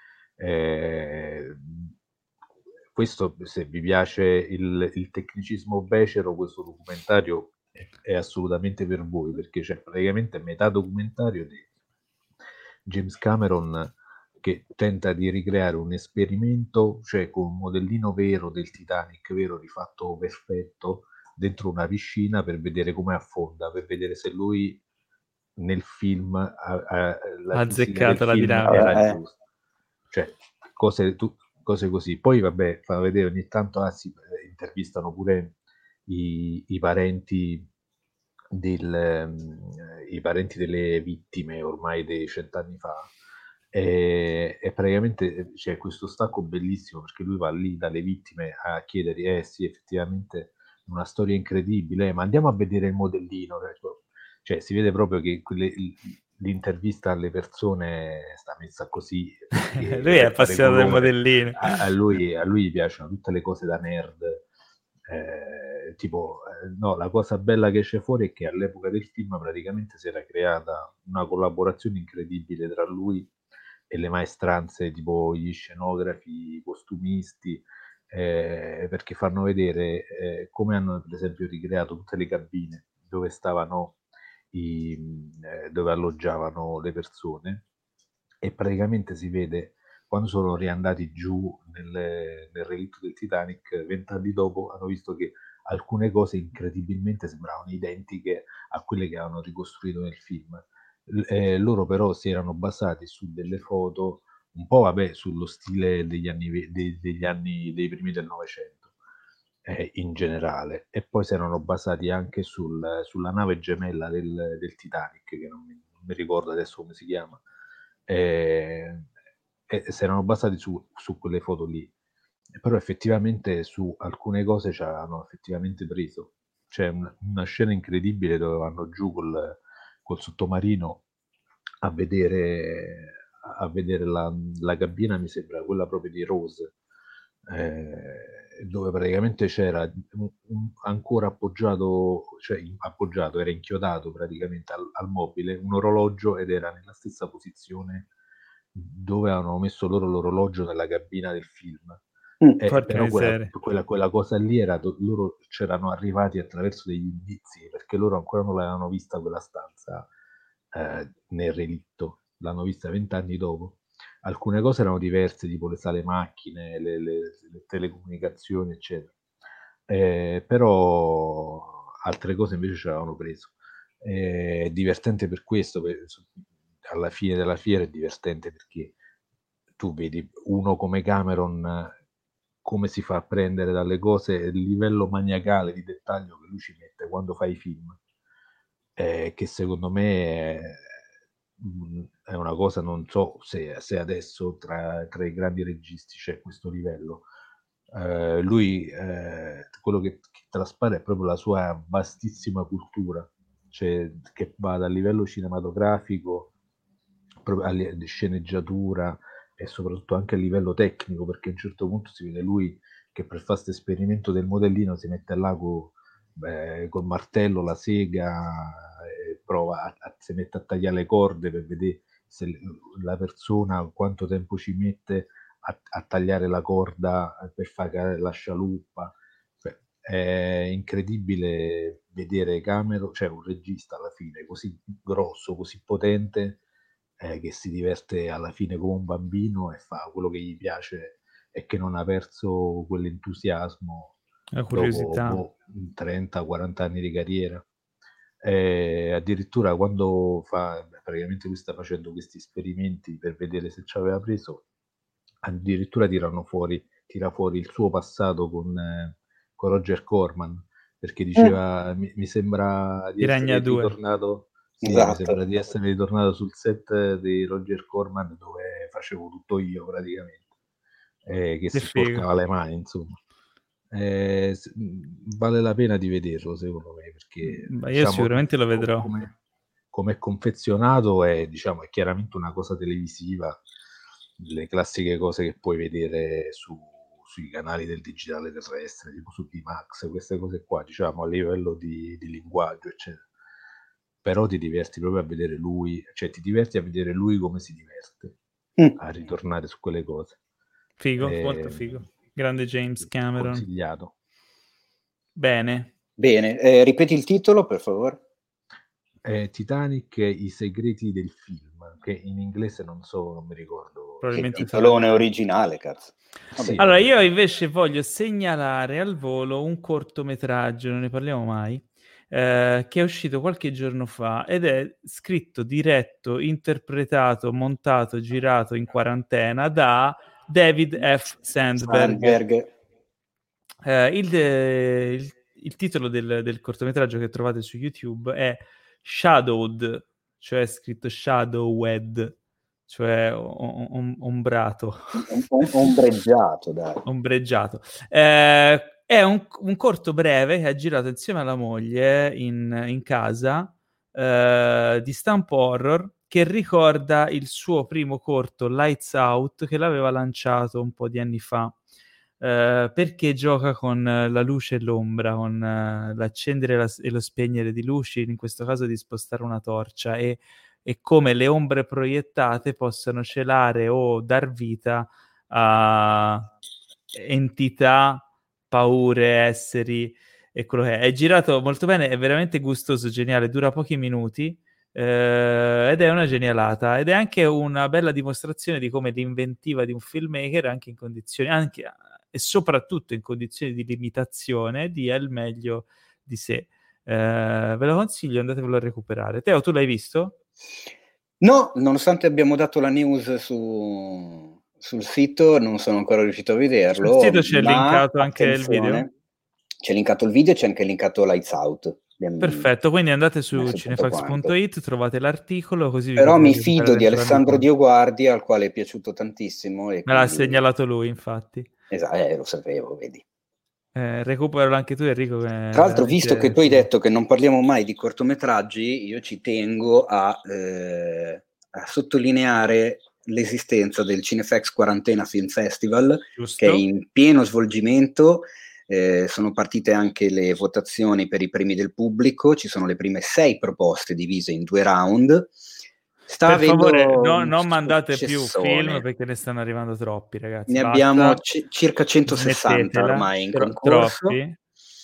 Eh, questo, se vi piace il, il tecnicismo becero, questo documentario è, è assolutamente per voi, perché c'è praticamente metà documentario di James Cameron che tenta di ricreare un esperimento, cioè con un modellino vero del Titanic, vero, rifatto perfetto, dentro una piscina per vedere come affonda, per vedere se lui nel film ha, ha, la azzeccato la dinamica era eh. giusta, cioè cose, tu, cose così. Poi vabbè, fa vedere ogni tanto, ah, si intervistano pure i, i parenti del, um, i parenti delle vittime ormai dei cent'anni fa. E, e praticamente c'è questo stacco bellissimo perché lui va lì dalle vittime a chiedere, eh sì, effettivamente una storia incredibile, ma andiamo a vedere il modellino, cioè si vede proprio che quelle, l'intervista alle persone sta messa così. Lui è appassionato del modellino. A, a, lui, a lui piacciono tutte le cose da nerd. Eh, tipo, eh, no, la cosa bella che c'è fuori è che all'epoca del film praticamente si era creata una collaborazione incredibile tra lui e le maestranze, tipo gli scenografi, i costumisti, eh, perché fanno vedere eh, come hanno per esempio ricreato tutte le cabine dove stavano i, eh, dove alloggiavano le persone, e praticamente si vede quando sono riandati giù nel, nel relitto del Titanic, vent'anni dopo hanno visto che alcune cose incredibilmente sembravano identiche a quelle che avevano ricostruito nel film. Eh, loro però si erano basati su delle foto un po' vabbè sullo stile degli anni, de, degli anni dei primi del Novecento eh, in generale, e poi si erano basati anche sul, sulla nave gemella del, del Titanic, che non mi, non mi ricordo adesso come si chiama, eh, e si erano basati su, su quelle foto lì, però effettivamente su alcune cose ci hanno effettivamente preso. C'è una, una scena incredibile dove vanno giù col, col sottomarino a vedere, a vedere la, la cabina, mi sembra quella proprio di Rose, eh, dove praticamente c'era un, un, ancora appoggiato, cioè appoggiato, era inchiodato praticamente al, al mobile un orologio, ed era nella stessa posizione dove avevano messo loro l'orologio nella cabina del film. Eh, però quella, quella, quella cosa lì era, loro c'erano arrivati attraverso degli indizi, perché loro ancora non l'avevano vista quella stanza eh, nel relitto, l'hanno vista vent'anni dopo. Alcune cose erano diverse, tipo le sale macchine, le, le, le telecomunicazioni, eccetera. Eh, però altre cose invece ce l'avevano preso. È divertente per questo, per, alla fine della fiera è divertente perché tu vedi uno come Cameron come si fa a prendere dalle cose il livello maniacale di dettaglio che lui ci mette quando fa i film, eh, che secondo me è, è una cosa, non so se, se adesso tra, tra i grandi registi c'è questo livello. Eh, lui eh, quello che, che traspare è proprio la sua vastissima cultura, cioè che va dal livello cinematografico proprio alla sceneggiatura e soprattutto anche a livello tecnico, perché a un certo punto si vede lui che per fare questo esperimento del modellino si mette là con, beh, col martello, la sega, e prova a, a, si mette a tagliare le corde per vedere se la persona quanto tempo ci mette a, a tagliare la corda per far cadere la scialuppa. Beh, è incredibile vedere Cameron, cioè un regista alla fine così grosso, così potente, eh, che si diverte alla fine come un bambino e fa quello che gli piace e che non ha perso quell'entusiasmo la curiosità dopo boh, trenta quaranta anni di carriera. E addirittura quando fa, praticamente lui sta facendo questi esperimenti per vedere se ci aveva preso, addirittura tirano fuori, tira fuori il suo passato con, eh, con Roger Corman, perché diceva mm. mi, mi sembra di Piranha essere due. ritornato sì, esatto. mi sembra di essere ritornato sul set di Roger Corman dove facevo tutto io praticamente, eh, che, che si figo. Sporcava le mani, insomma. Eh, vale la pena di vederlo secondo me, perché ma io diciamo, sicuramente lo vedrò. Come, come è confezionato è, diciamo, è chiaramente una cosa televisiva, le classiche cose che puoi vedere su, sui canali del digitale terrestre, tipo su D-Max, queste cose qua, diciamo, a livello di, di linguaggio, eccetera. Però ti diverti proprio a vedere lui, cioè ti diverti a vedere lui come si diverte mm. a ritornare su quelle cose. Figo, eh, molto figo. Grande James Cameron. Consigliato. Bene. Bene, eh, ripeti il titolo, per favore. Eh, Titanic, i segreti del film, che in inglese non so, non mi ricordo. Probabilmente il titolone originale, cazzo. Sì. Allora, io invece voglio segnalare al volo un cortometraggio, non ne parliamo mai, eh, che è uscito qualche giorno fa ed è scritto, diretto, interpretato, montato, girato in quarantena da David F. Sandberg. Sandberg. Eh, il, il, il titolo del, del cortometraggio che trovate su YouTube è Shadowed, cioè scritto Shadowed, cioè om, om, ombrato. Ombreggiato, dai. Ombreggiato. Eh, è un, un corto breve che ha girato insieme alla moglie in, in casa, eh, di stampo horror, che ricorda il suo primo corto Lights Out che l'aveva lanciato un po' di anni fa, eh, perché gioca con la luce e l'ombra, con uh, l'accendere la, e lo spegnere di luci, in questo caso di spostare una torcia, e, e come le ombre proiettate possono celare o dar vita a entità, paure, esseri e quello che è. È girato molto bene, è veramente gustoso, geniale, dura pochi minuti, eh, ed è una genialata, ed è anche una bella dimostrazione di come l'inventiva di un filmmaker, anche in condizioni, anche e soprattutto in condizioni di limitazione, dia il meglio di sé. Eh, ve lo consiglio, andatevelo a recuperare. Teo, tu l'hai visto? No, nonostante abbiamo dato la news su, sul sito, non sono ancora riuscito a vederlo. Sul sito c'è linkato anche il video? C'è linkato il video e c'è anche linkato Lights Out. Perfetto, quindi andate su cinefax punto it, trovate l'articolo, così. Però mi fido di Alessandro Dioguardi, al quale è piaciuto tantissimo. E me quindi... l'ha segnalato lui, infatti. Esatto, eh, lo sapevo, vedi. Eh, recuperalo anche tu, Enrico. Che Tra l'altro, visto che tu hai detto che non parliamo mai di cortometraggi, io ci tengo a, eh, a sottolineare l'esistenza del Cinefex Quarantena Film Festival, Giusto. Che è in pieno svolgimento. Eh, sono partite anche le votazioni per i premi del pubblico, ci sono le prime sei proposte divise in due round. Sta per favore, avendo no, un non mandate più successone. film perché ne stanno arrivando troppi, ragazzi. Ne Basta. abbiamo c- circa centosessanta Smettetela. ormai in Tro- concorso. troppi.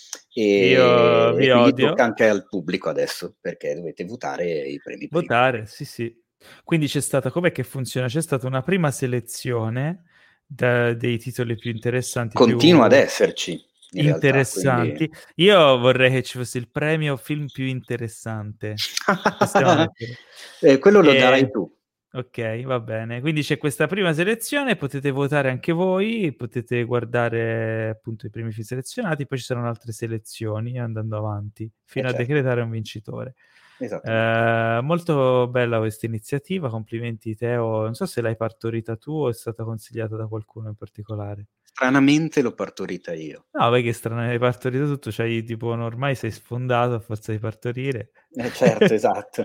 E, Io vi e quindi odio. tocca anche al pubblico adesso, perché dovete votare i premi primi. Votare, sì, sì. Quindi c'è stata, com'è che funziona? C'è stata una prima selezione da- dei titoli più interessanti, Continua più ad esserci. In interessanti. realtà, Io vorrei che ci fosse il premio film più interessante. Possiamo mettere. eh, quello lo E- darai tu. Ok, va bene. Quindi c'è questa prima selezione, potete votare anche voi, potete guardare appunto i primi film selezionati, poi ci saranno altre selezioni andando avanti fino Eh, a certo. decretare un vincitore. Esattamente. Eh, molto bella questa iniziativa, complimenti Teo. Non so se l'hai partorita tu o è stata consigliata da qualcuno in particolare. Stranamente l'ho partorita io. No, perché strano, hai partorito tutto, cioè tipo ormai sei sfondato a forza di partorire. Eh, certo, esatto.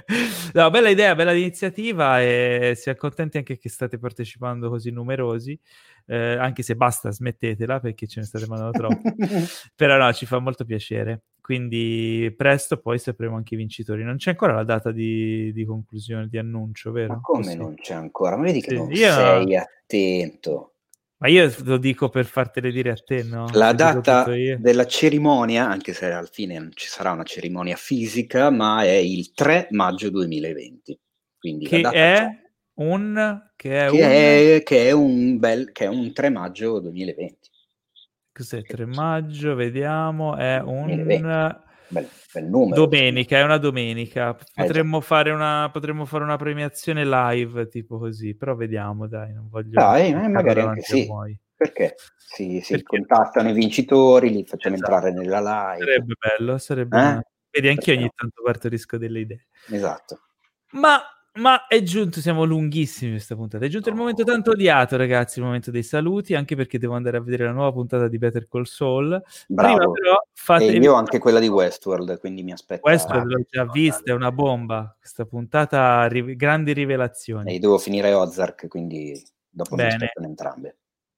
No, bella idea, bella iniziativa e siamo contenti anche che state partecipando così numerosi, eh, anche se basta, smettetela perché ce ne state mandando troppo. Però no, ci fa molto piacere. Quindi presto poi sapremo anche i vincitori. Non c'è ancora la data di, di conclusione, di annuncio, vero? Ma come Così. non c'è ancora? Ma vedi che Sì, non io- sei attento. Ma io lo dico per fartele dire a te, no? La Se dico data tutto io. della cerimonia, anche se alla fine non ci sarà una cerimonia fisica, ma è il tre maggio duemilaventi. Quindi Che la data è c'è. un... Che è Che un... è, che è un bel che è un tre maggio duemilaventi. Cos'è? tre maggio, vediamo, è un... duemilaventi. Bel, bel numero. Domenica, è una domenica. Potremmo, Eh, fare una, potremmo fare una premiazione live, tipo così, però vediamo, dai, non voglio... Dai, eh, metterlo magari davanti anche a sì. voi. Perché? Si, si Perché? contattano i vincitori, li facciamo Esatto. entrare nella live. Sarebbe bello, sarebbe Eh? una... Vedi, anch'io Perché ogni no? tanto partorisco delle idee. Esatto. Ma, ma è giunto, siamo lunghissimi questa puntata, è giunto il momento tanto odiato, ragazzi, il momento dei saluti, anche perché devo andare a vedere la nuova puntata di Better Call Saul. Bravo. Prima però E fatevi... io anche quella di Westworld, quindi mi aspetta. Westworld l'ho già vista, è una bomba, questa puntata, ri- grandi rivelazioni. E devo finire Ozark, quindi dopo mi Bene. aspettano entrambe.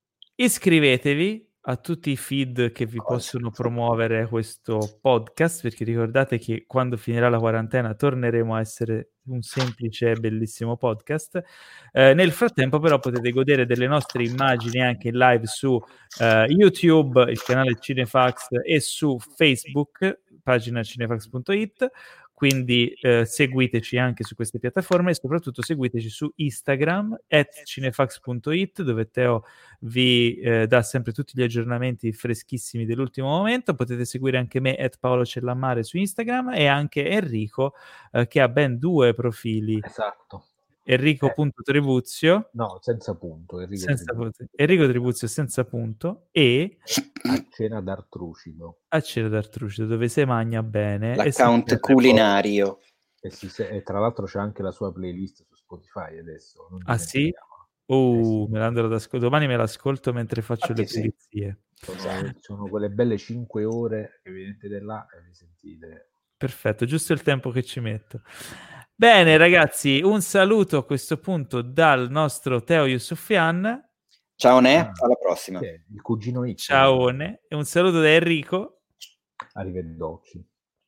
Iscrivetevi a tutti i feed che vi Cosa? possono promuovere questo podcast, perché ricordate che quando finirà la quarantena torneremo a essere un semplice e bellissimo podcast. Eh, nel frattempo però potete godere delle nostre immagini anche in live su eh, YouTube, il canale Cinefax, e su Facebook, pagina cinefax punto it. Quindi eh, seguiteci anche su queste piattaforme e soprattutto seguiteci su Instagram at cinefax punto it, dove Teo vi eh, dà sempre tutti gli aggiornamenti freschissimi dell'ultimo momento. Potete seguire anche me at Paolo Cellammare su Instagram e anche Enrico eh, che ha ben due profili. Esatto. Enrico.Tribuzio, No, senza punto. Enrico senza Tribuzio. punto. Enrico Tribuzio senza punto, e A cena d'Artrucido. a Cena d'Artrucido, dove si magna bene. L'account e si culinario. E, si se- e tra l'altro c'è anche la sua playlist su Spotify adesso. Non Ah sì? dimentichiamolo. Uh, Eh sì. me l'andrò ad ascoltare. Domani me l'ascolto mentre faccio Infatti le sì. pulizie. Sono, sono quelle belle cinque ore che vi mettete là e vi sentite. Perfetto, giusto il tempo che ci metto. Bene ragazzi, un saluto a questo punto dal nostro Teo Yusufian. Ciao Ne, Ah, alla prossima. Che è il cugino X. Ciao e un saluto da Enrico. Arrivederci.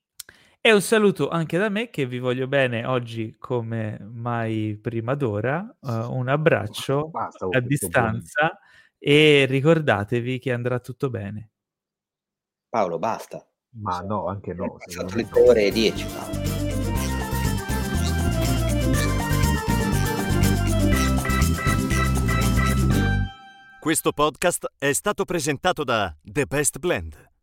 E un saluto anche da me, che vi voglio bene oggi come mai prima d'ora. Uh, un abbraccio Basta con a questo distanza e ricordatevi che andrà tutto bene. Paolo, basta. Ma no, anche no. È passato secondo le me tre no. ore e dieci, Paolo. Questo podcast è stato presentato da The Best Blend,